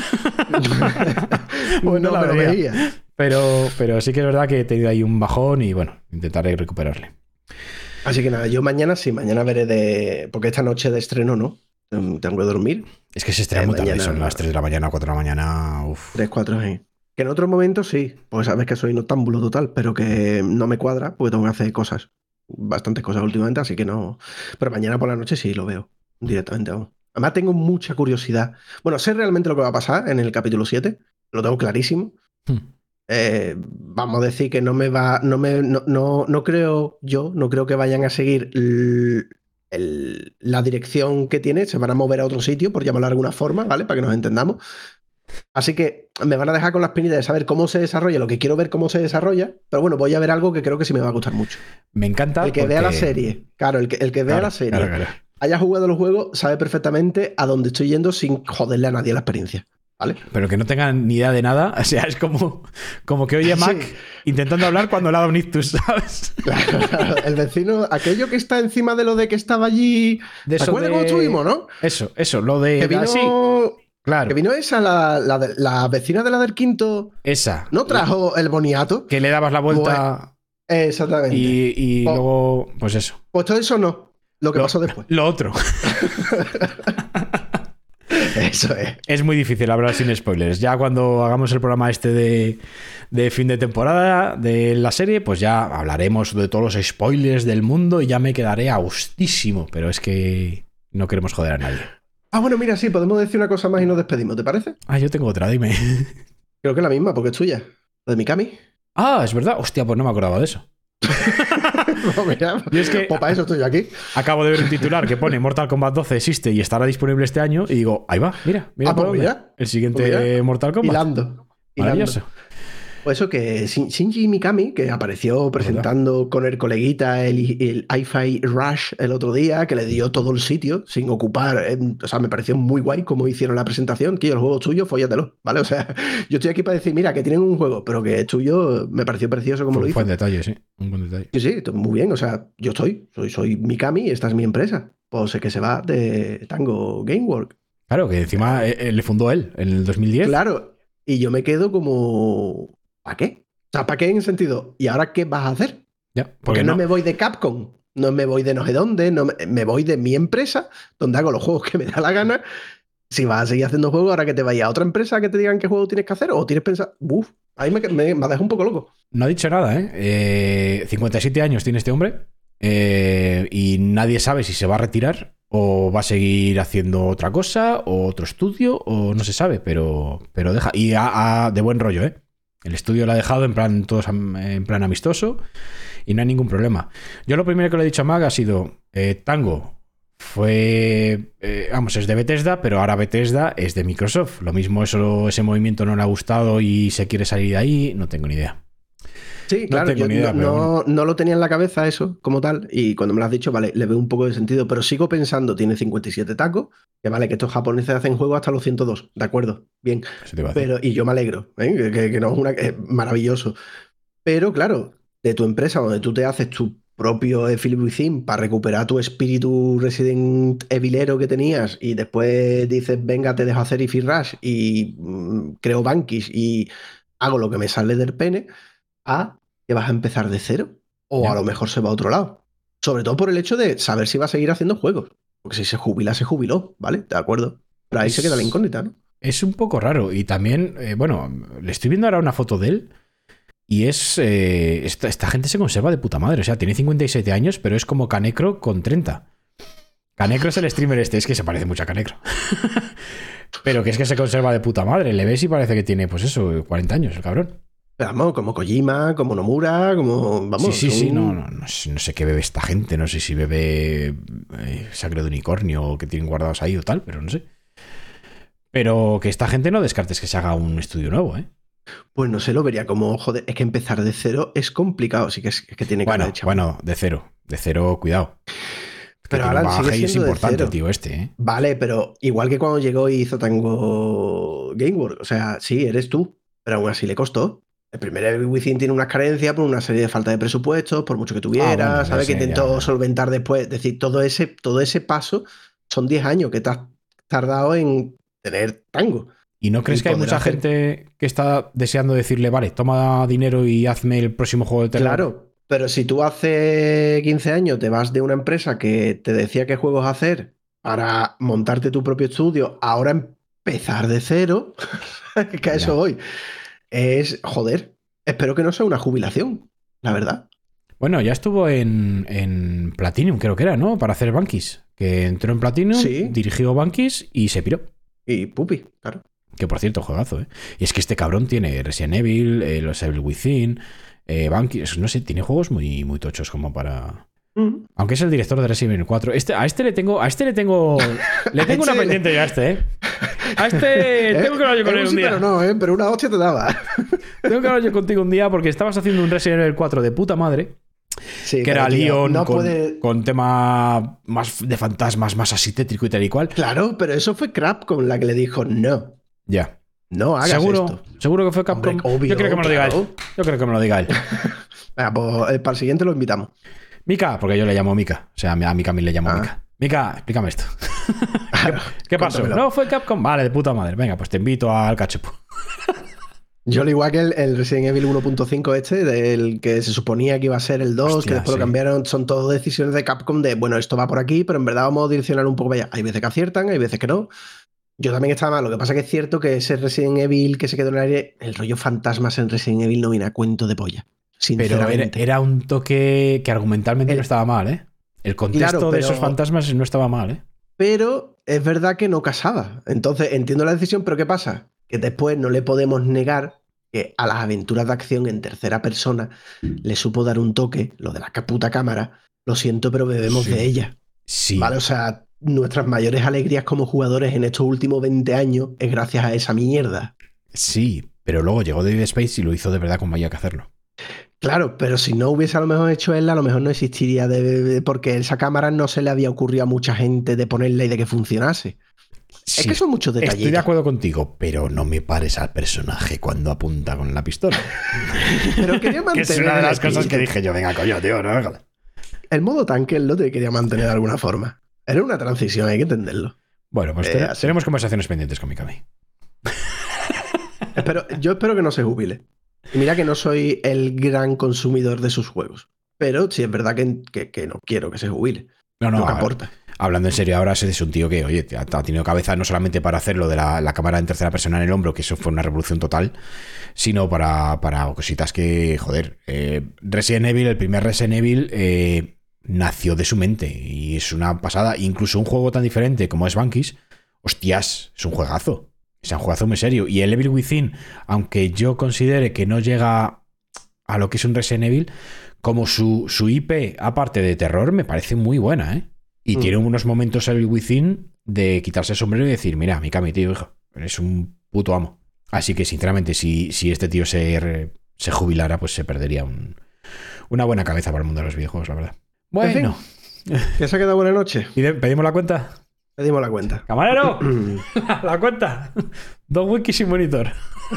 Bueno, no la veía. veía. Pero, pero sí que es verdad que he tenido ahí un bajón y bueno, intentaré recuperarle. Así que nada, yo mañana sí, mañana veré de... Porque esta noche de estreno no, tengo que dormir. Es que se estrena eh, muy tarde, son las tres de la mañana, cuatro de la mañana, uf. tres, cuatro, sí. Que en otros momentos sí, pues sabes que soy noctámbulo total, pero que no me cuadra porque tengo que hacer cosas, bastantes cosas últimamente, así que no... Pero mañana por la noche sí lo veo, directamente, vamos. Además tengo mucha curiosidad. Bueno, sé realmente lo que va a pasar en el capítulo siete, lo tengo clarísimo. Hmm. Eh, vamos a decir que no me va, no me, no, no, no creo yo, no creo que vayan a seguir el, el, la dirección que tiene, se van a mover a otro sitio, por llamarlo de alguna forma, ¿vale? Para que nos entendamos. Así que me van a dejar con la espinita de saber cómo se desarrolla, lo que quiero ver cómo se desarrolla, pero bueno, voy a ver algo que creo que sí me va a gustar mucho. Me encanta. El que porque... vea la serie, claro, el que, el que vea claro, la serie, claro, claro. haya jugado los juegos, sabe perfectamente a dónde estoy yendo sin joderle a nadie la experiencia. ¿Vale? Pero que no tengan ni idea de nada, o sea, es como, como que oye a Mac sí. intentando hablar cuando le ha dado un ictus, ¿sabes? Claro, claro, el vecino, aquello que está encima de lo de que estaba allí. De eso ¿Recuerdas de... cómo estuvimos, no? Eso, eso, lo de. Que vino, así. Claro. Que vino esa, la, la, la vecina de la del quinto. Esa. ¿No trajo la... el boniato? Que le dabas la vuelta. Bueno, exactamente. Y, y pues, luego, pues eso. Pues todo eso no. Lo que lo, pasó después. Lo otro. Eso es. Es muy difícil hablar sin spoilers. Ya cuando hagamos el programa este de, de fin de temporada de la serie, pues ya hablaremos de todos los spoilers del mundo y ya me quedaré a gustísimo. Pero es que no queremos joder a nadie. Ah, bueno, mira, sí, podemos decir una cosa más y nos despedimos, ¿te parece? Ah, yo tengo otra, dime. Creo que la misma, porque es tuya. La de Mikami. Ah, es verdad. Hostia, pues no me acordaba de eso. No, mira, y es que pues para eso estoy yo aquí. Acabo de ver un titular que pone Mortal Kombat doce existe y estará disponible este año y digo, ahí va, mira, mira, ah, pues mira el siguiente pues mira. Mortal Kombat. Hilando. Maravilloso. Hilando. Pues eso que Shinji Mikami, que apareció presentando ¿verdad? Con el coleguita el, el Hi-Fi Rush el otro día, que le dio todo el sitio sin ocupar, eh, o sea, me pareció muy guay como hicieron la presentación, que el juego es tuyo, fóllatelo, ¿vale? O sea, yo estoy aquí para decir, mira, que tienen un juego, pero que es tuyo, me pareció precioso como Fue lo hizo. Un buen detalle, sí, un buen detalle. Sí, sí, muy bien, o sea, yo estoy, soy, soy Mikami, esta es mi empresa, pues sé que se va de Tango Gameworks. Claro, que encima eh, le fundó él en el dos mil diez. Claro, y yo me quedo como... ¿Para qué? O sea, ¿para qué en el sentido? ¿Y ahora qué vas a hacer? Ya, porque porque no. no me voy de Capcom, no me voy de no sé dónde, no me, me voy de mi empresa, donde hago los juegos que me da la gana. Si vas a seguir haciendo juegos, ahora que te vayas a otra empresa que te digan qué juego tienes que hacer, o tienes pensado... Uf, ahí me, me, me ha dejado un poco loco. No ha dicho nada, ¿eh? eh cincuenta y siete años tiene este hombre eh, y nadie sabe si se va a retirar o va a seguir haciendo otra cosa o otro estudio o no se sabe, pero, pero deja. Y a, a, de buen rollo, ¿eh? El estudio lo ha dejado en plan, todos en plan amistoso y no hay ningún problema. Yo lo primero que le he dicho a Mag ha sido, eh, Tango, fue, eh, vamos, es de Bethesda, pero ahora Bethesda es de Microsoft. Lo mismo eso, ese movimiento no le ha gustado y se quiere salir de ahí, no tengo ni idea. Sí, no claro, yo idea, no, no, bueno. no lo tenía en la cabeza eso como tal, y cuando me lo has dicho, vale, le veo un poco de sentido, pero sigo pensando, tiene cincuenta y siete tacos, que vale, que estos japoneses hacen juegos hasta los ciento dos, de acuerdo, bien, pero, y yo me alegro, ¿eh? que, que no es una, es maravilloso, pero claro, de tu empresa donde tú te haces tu propio Evil Within para recuperar tu espíritu Resident Evilero que tenías y después dices, venga, te dejo hacer Ify Rush y mmm, creo Bankis y hago lo que me sale del pene, a que vas a empezar de cero o yeah. a lo mejor se va a otro lado. Sobre todo por el hecho de saber si va a seguir haciendo juegos. Porque si se jubila, se jubiló, ¿vale? De acuerdo. Pero ahí es, se queda la incógnita, ¿no? Es un poco raro. Y también, eh, bueno, le estoy viendo ahora una foto de él y es... Eh, esta, esta gente se conserva de puta madre. O sea, tiene cincuenta y siete años, pero es como Kanekro con treinta. Kanekro es el streamer este. Es que se parece mucho a Kanekro. Pero que es que se conserva de puta madre. Le ves y parece que tiene, pues eso, cuarenta años el cabrón. Vamos, como Kojima, como Nomura, como... Vamos, sí, sí, son... sí, no, no, no, sé, no sé qué bebe esta gente, no sé si bebe eh, sangre de unicornio o que tienen guardados ahí o tal, pero no sé. Pero que esta gente no descartes que se haga un estudio nuevo, ¿eh? Pues no sé, lo vería como, joder, es que empezar de cero es complicado, sí que es, es que tiene que bueno, haber bueno, de cero, de cero, cuidado. Pero ahora sigue siendo es importante, de tío, este, ¿eh? Vale, pero igual que cuando llegó y hizo Tango Gameworks, o sea, sí, eres tú, pero aún así le costó. El primer Evil Within tiene unas carencias por una serie de falta de presupuestos, por mucho que tuviera, ah, bueno, ¿sabes? Que intentó ya... solventar después. Es decir, todo ese, todo ese paso son diez años que te has tardado en tener Tango. ¿Y no crees y que hay mucha hacer... gente que está deseando decirle, vale, toma dinero y hazme el próximo juego de terror? Claro, pero si tú hace quince años te vas de una empresa que te decía qué juegos hacer para montarte tu propio estudio, ahora empezar de cero, que a eso voy. Es, joder, espero que no sea una jubilación, la verdad. Bueno, ya estuvo en, en Platinum, creo que era, ¿no? Para hacer Bankis. Que entró en Platinum, sí. Dirigió Bankis y se piró. Y Pupi, claro. Que por cierto, juegazo, ¿eh? Y es que este cabrón tiene Resident Evil, eh, los Evil Within, eh, Bankis, no sé, tiene juegos muy, muy tochos como para... Mm. Aunque es el director de Resident Evil cuatro. Este, a este le tengo, a este le tengo, le tengo una pendiente ya a este, ¿eh? A este tengo que hablar yo con él un día. Pero no, ¿eh? Pero una hostia te daba. Tengo que hablar yo contigo un día porque estabas haciendo un Resident Evil cuatro de puta madre. Sí, que era Leon no con, puede... con tema más de fantasmas, más así tétrico y tal y cual. Claro, pero eso fue Capcom la que le dijo no. Ya. No hagas ¿Seguro? esto. ¿Seguro que fue Capcom? Hombre, obvio, yo creo que me lo diga claro. él. Yo creo que me lo diga él. Venga, pues para el siguiente lo invitamos. Mika, porque yo le llamo Mika. O sea, a Mika también le llamo ah. Mika. Mika, explícame esto. Claro, ¿Qué pasó? Cuéntamelo. No, fue Capcom. Vale, de puta madre. Venga, pues te invito al cachopo. Yo, al igual que el, el Resident Evil uno punto cinco este, del que se suponía que iba a ser el dos, hostia, que después sí. lo cambiaron, son todo decisiones de Capcom de, bueno, esto va por aquí, pero en verdad vamos a direccionar un poco para allá. Hay veces que aciertan, hay veces que no. Yo también estaba mal. Lo que pasa es que es cierto que ese Resident Evil que se quedó en el aire, el rollo fantasmas en Resident Evil no viene a cuento de polla. Pero era, era un toque que argumentalmente el, no estaba mal, ¿eh? El contexto claro, pero, de esos fantasmas no estaba mal, ¿eh? Pero es verdad que no casaba. Entonces entiendo la decisión, pero ¿qué pasa? Que después no le podemos negar que a las aventuras de acción en tercera persona le supo dar un toque, lo de la puta cámara. Lo siento, pero bebemos sí. de ella. Sí. ¿Vale? O sea, nuestras mayores alegrías como jugadores en estos últimos veinte años es gracias a esa mierda. Sí, pero luego llegó Dead Space y lo hizo de verdad como había que hacerlo. Claro, pero si no hubiese a lo mejor hecho él, a lo mejor no existiría, de, de, porque esa cámara no se le había ocurrido a mucha gente de ponerla y de que funcionase. Sí, es que son muchos detalles. Estoy de acuerdo contigo, pero no me pares al personaje cuando apunta con la pistola. Pero quería mantener. Que es una de las cosas que dije yo, venga, coño, tío, no hágale. El modo tanque él lo te quería mantener de alguna forma. Era una transición, hay que entenderlo. Bueno, pues eh, tenemos conversaciones pendientes con Mikami. Espero, yo espero que no se jubile. Y mira que no soy el gran consumidor de sus juegos. Pero sí es verdad que, que, que no quiero que se jubile. No, no, no aporta. Hablando en serio, ahora es un tío que, oye, ha, ha tenido cabeza no solamente para hacer lo de la, la cámara en tercera persona en el hombro, que eso fue una revolución total, sino para, para cositas que, joder, eh, Resident Evil, el primer Resident Evil, eh, nació de su mente y es una pasada. Incluso un juego tan diferente como es Bankis, hostias, es un juegazo. Es un juegazo muy serio. Y el Evil Within, aunque yo considere que no llega a lo que es un Resident Evil, como su, su I P, aparte de terror, me parece muy buena, ¿eh? Y mm. tiene unos momentos el Within de quitarse el sombrero y decir, mira, Mikami, tío, hijo, eres un puto amo. Así que, sinceramente, si, si este tío se, se jubilara, pues se perdería un, una buena cabeza para el mundo de los videojuegos, la verdad. Bueno. ¿Ya se ha quedado buena noche? ¿Pedimos la cuenta? Pedimos la cuenta. ¡Camarero! ¡La cuenta! Dos wikis y monitor.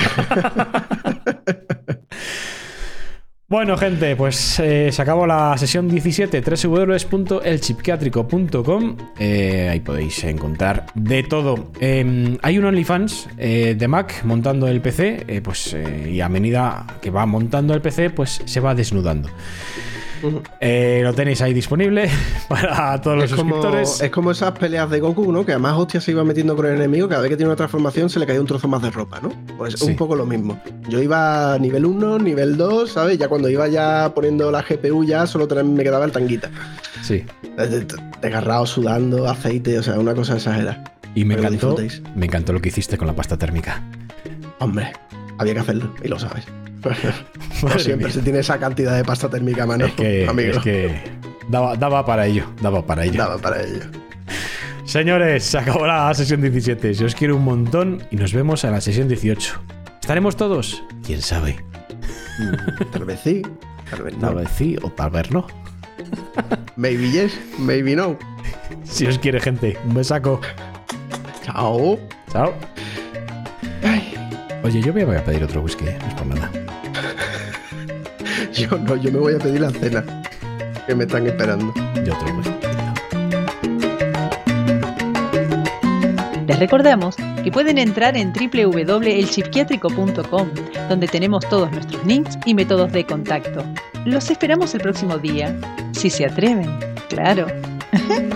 Bueno, gente, pues eh, se acabó la sesión diecisiete, doble u doble u doble u punto el chipquiátrico punto com. Eh, ahí podéis encontrar de todo. Eh, hay un OnlyFans eh, de Mac montando el P C, eh, pues, eh, y a medida que va montando el P C, pues se va desnudando. Eh, lo tenéis ahí disponible para todos los es como, suscriptores. Es como esas peleas de Goku, ¿no? Que además hostia se iba metiendo con el enemigo. Cada vez que tiene una transformación se le caía un trozo más de ropa, ¿no? Pues sí. Un poco lo mismo. Yo iba a nivel uno, nivel dos, ¿sabes? Ya cuando iba ya poniendo la G P U ya solo me quedaba el tanguita. Sí. Desgarrado, sudando, aceite, o sea, una cosa exagerada. Y me encantó, me encantó lo que hiciste con la pasta térmica. Hombre, había que hacerlo y lo sabes. No siempre mía. Se tiene esa cantidad de pasta térmica a mano, es que, amigo. Es que daba, daba para ello, daba para ello. Daba para ello. Señores, se acabó la sesión diecisiete. Si os quiero un montón y nos vemos a la sesión dieciocho. ¿Estaremos todos? ¿Quién sabe? Tal vez sí, tal vez no. Tal vez sí o tal vez no. Maybe yes, maybe no. Si os quiere, gente, un besaco. Chao. Chao. Ay. Oye, yo me voy a pedir otro whisky, ¿eh? No es por nada. Yo no, yo me voy a pedir la cena. Que me están esperando. Yo otro whisky. Les recordamos que pueden entrar en doble u doble u doble u punto el chipquiátrico punto com, donde tenemos todos nuestros links y métodos de contacto. Los esperamos el próximo día, si se atreven, claro.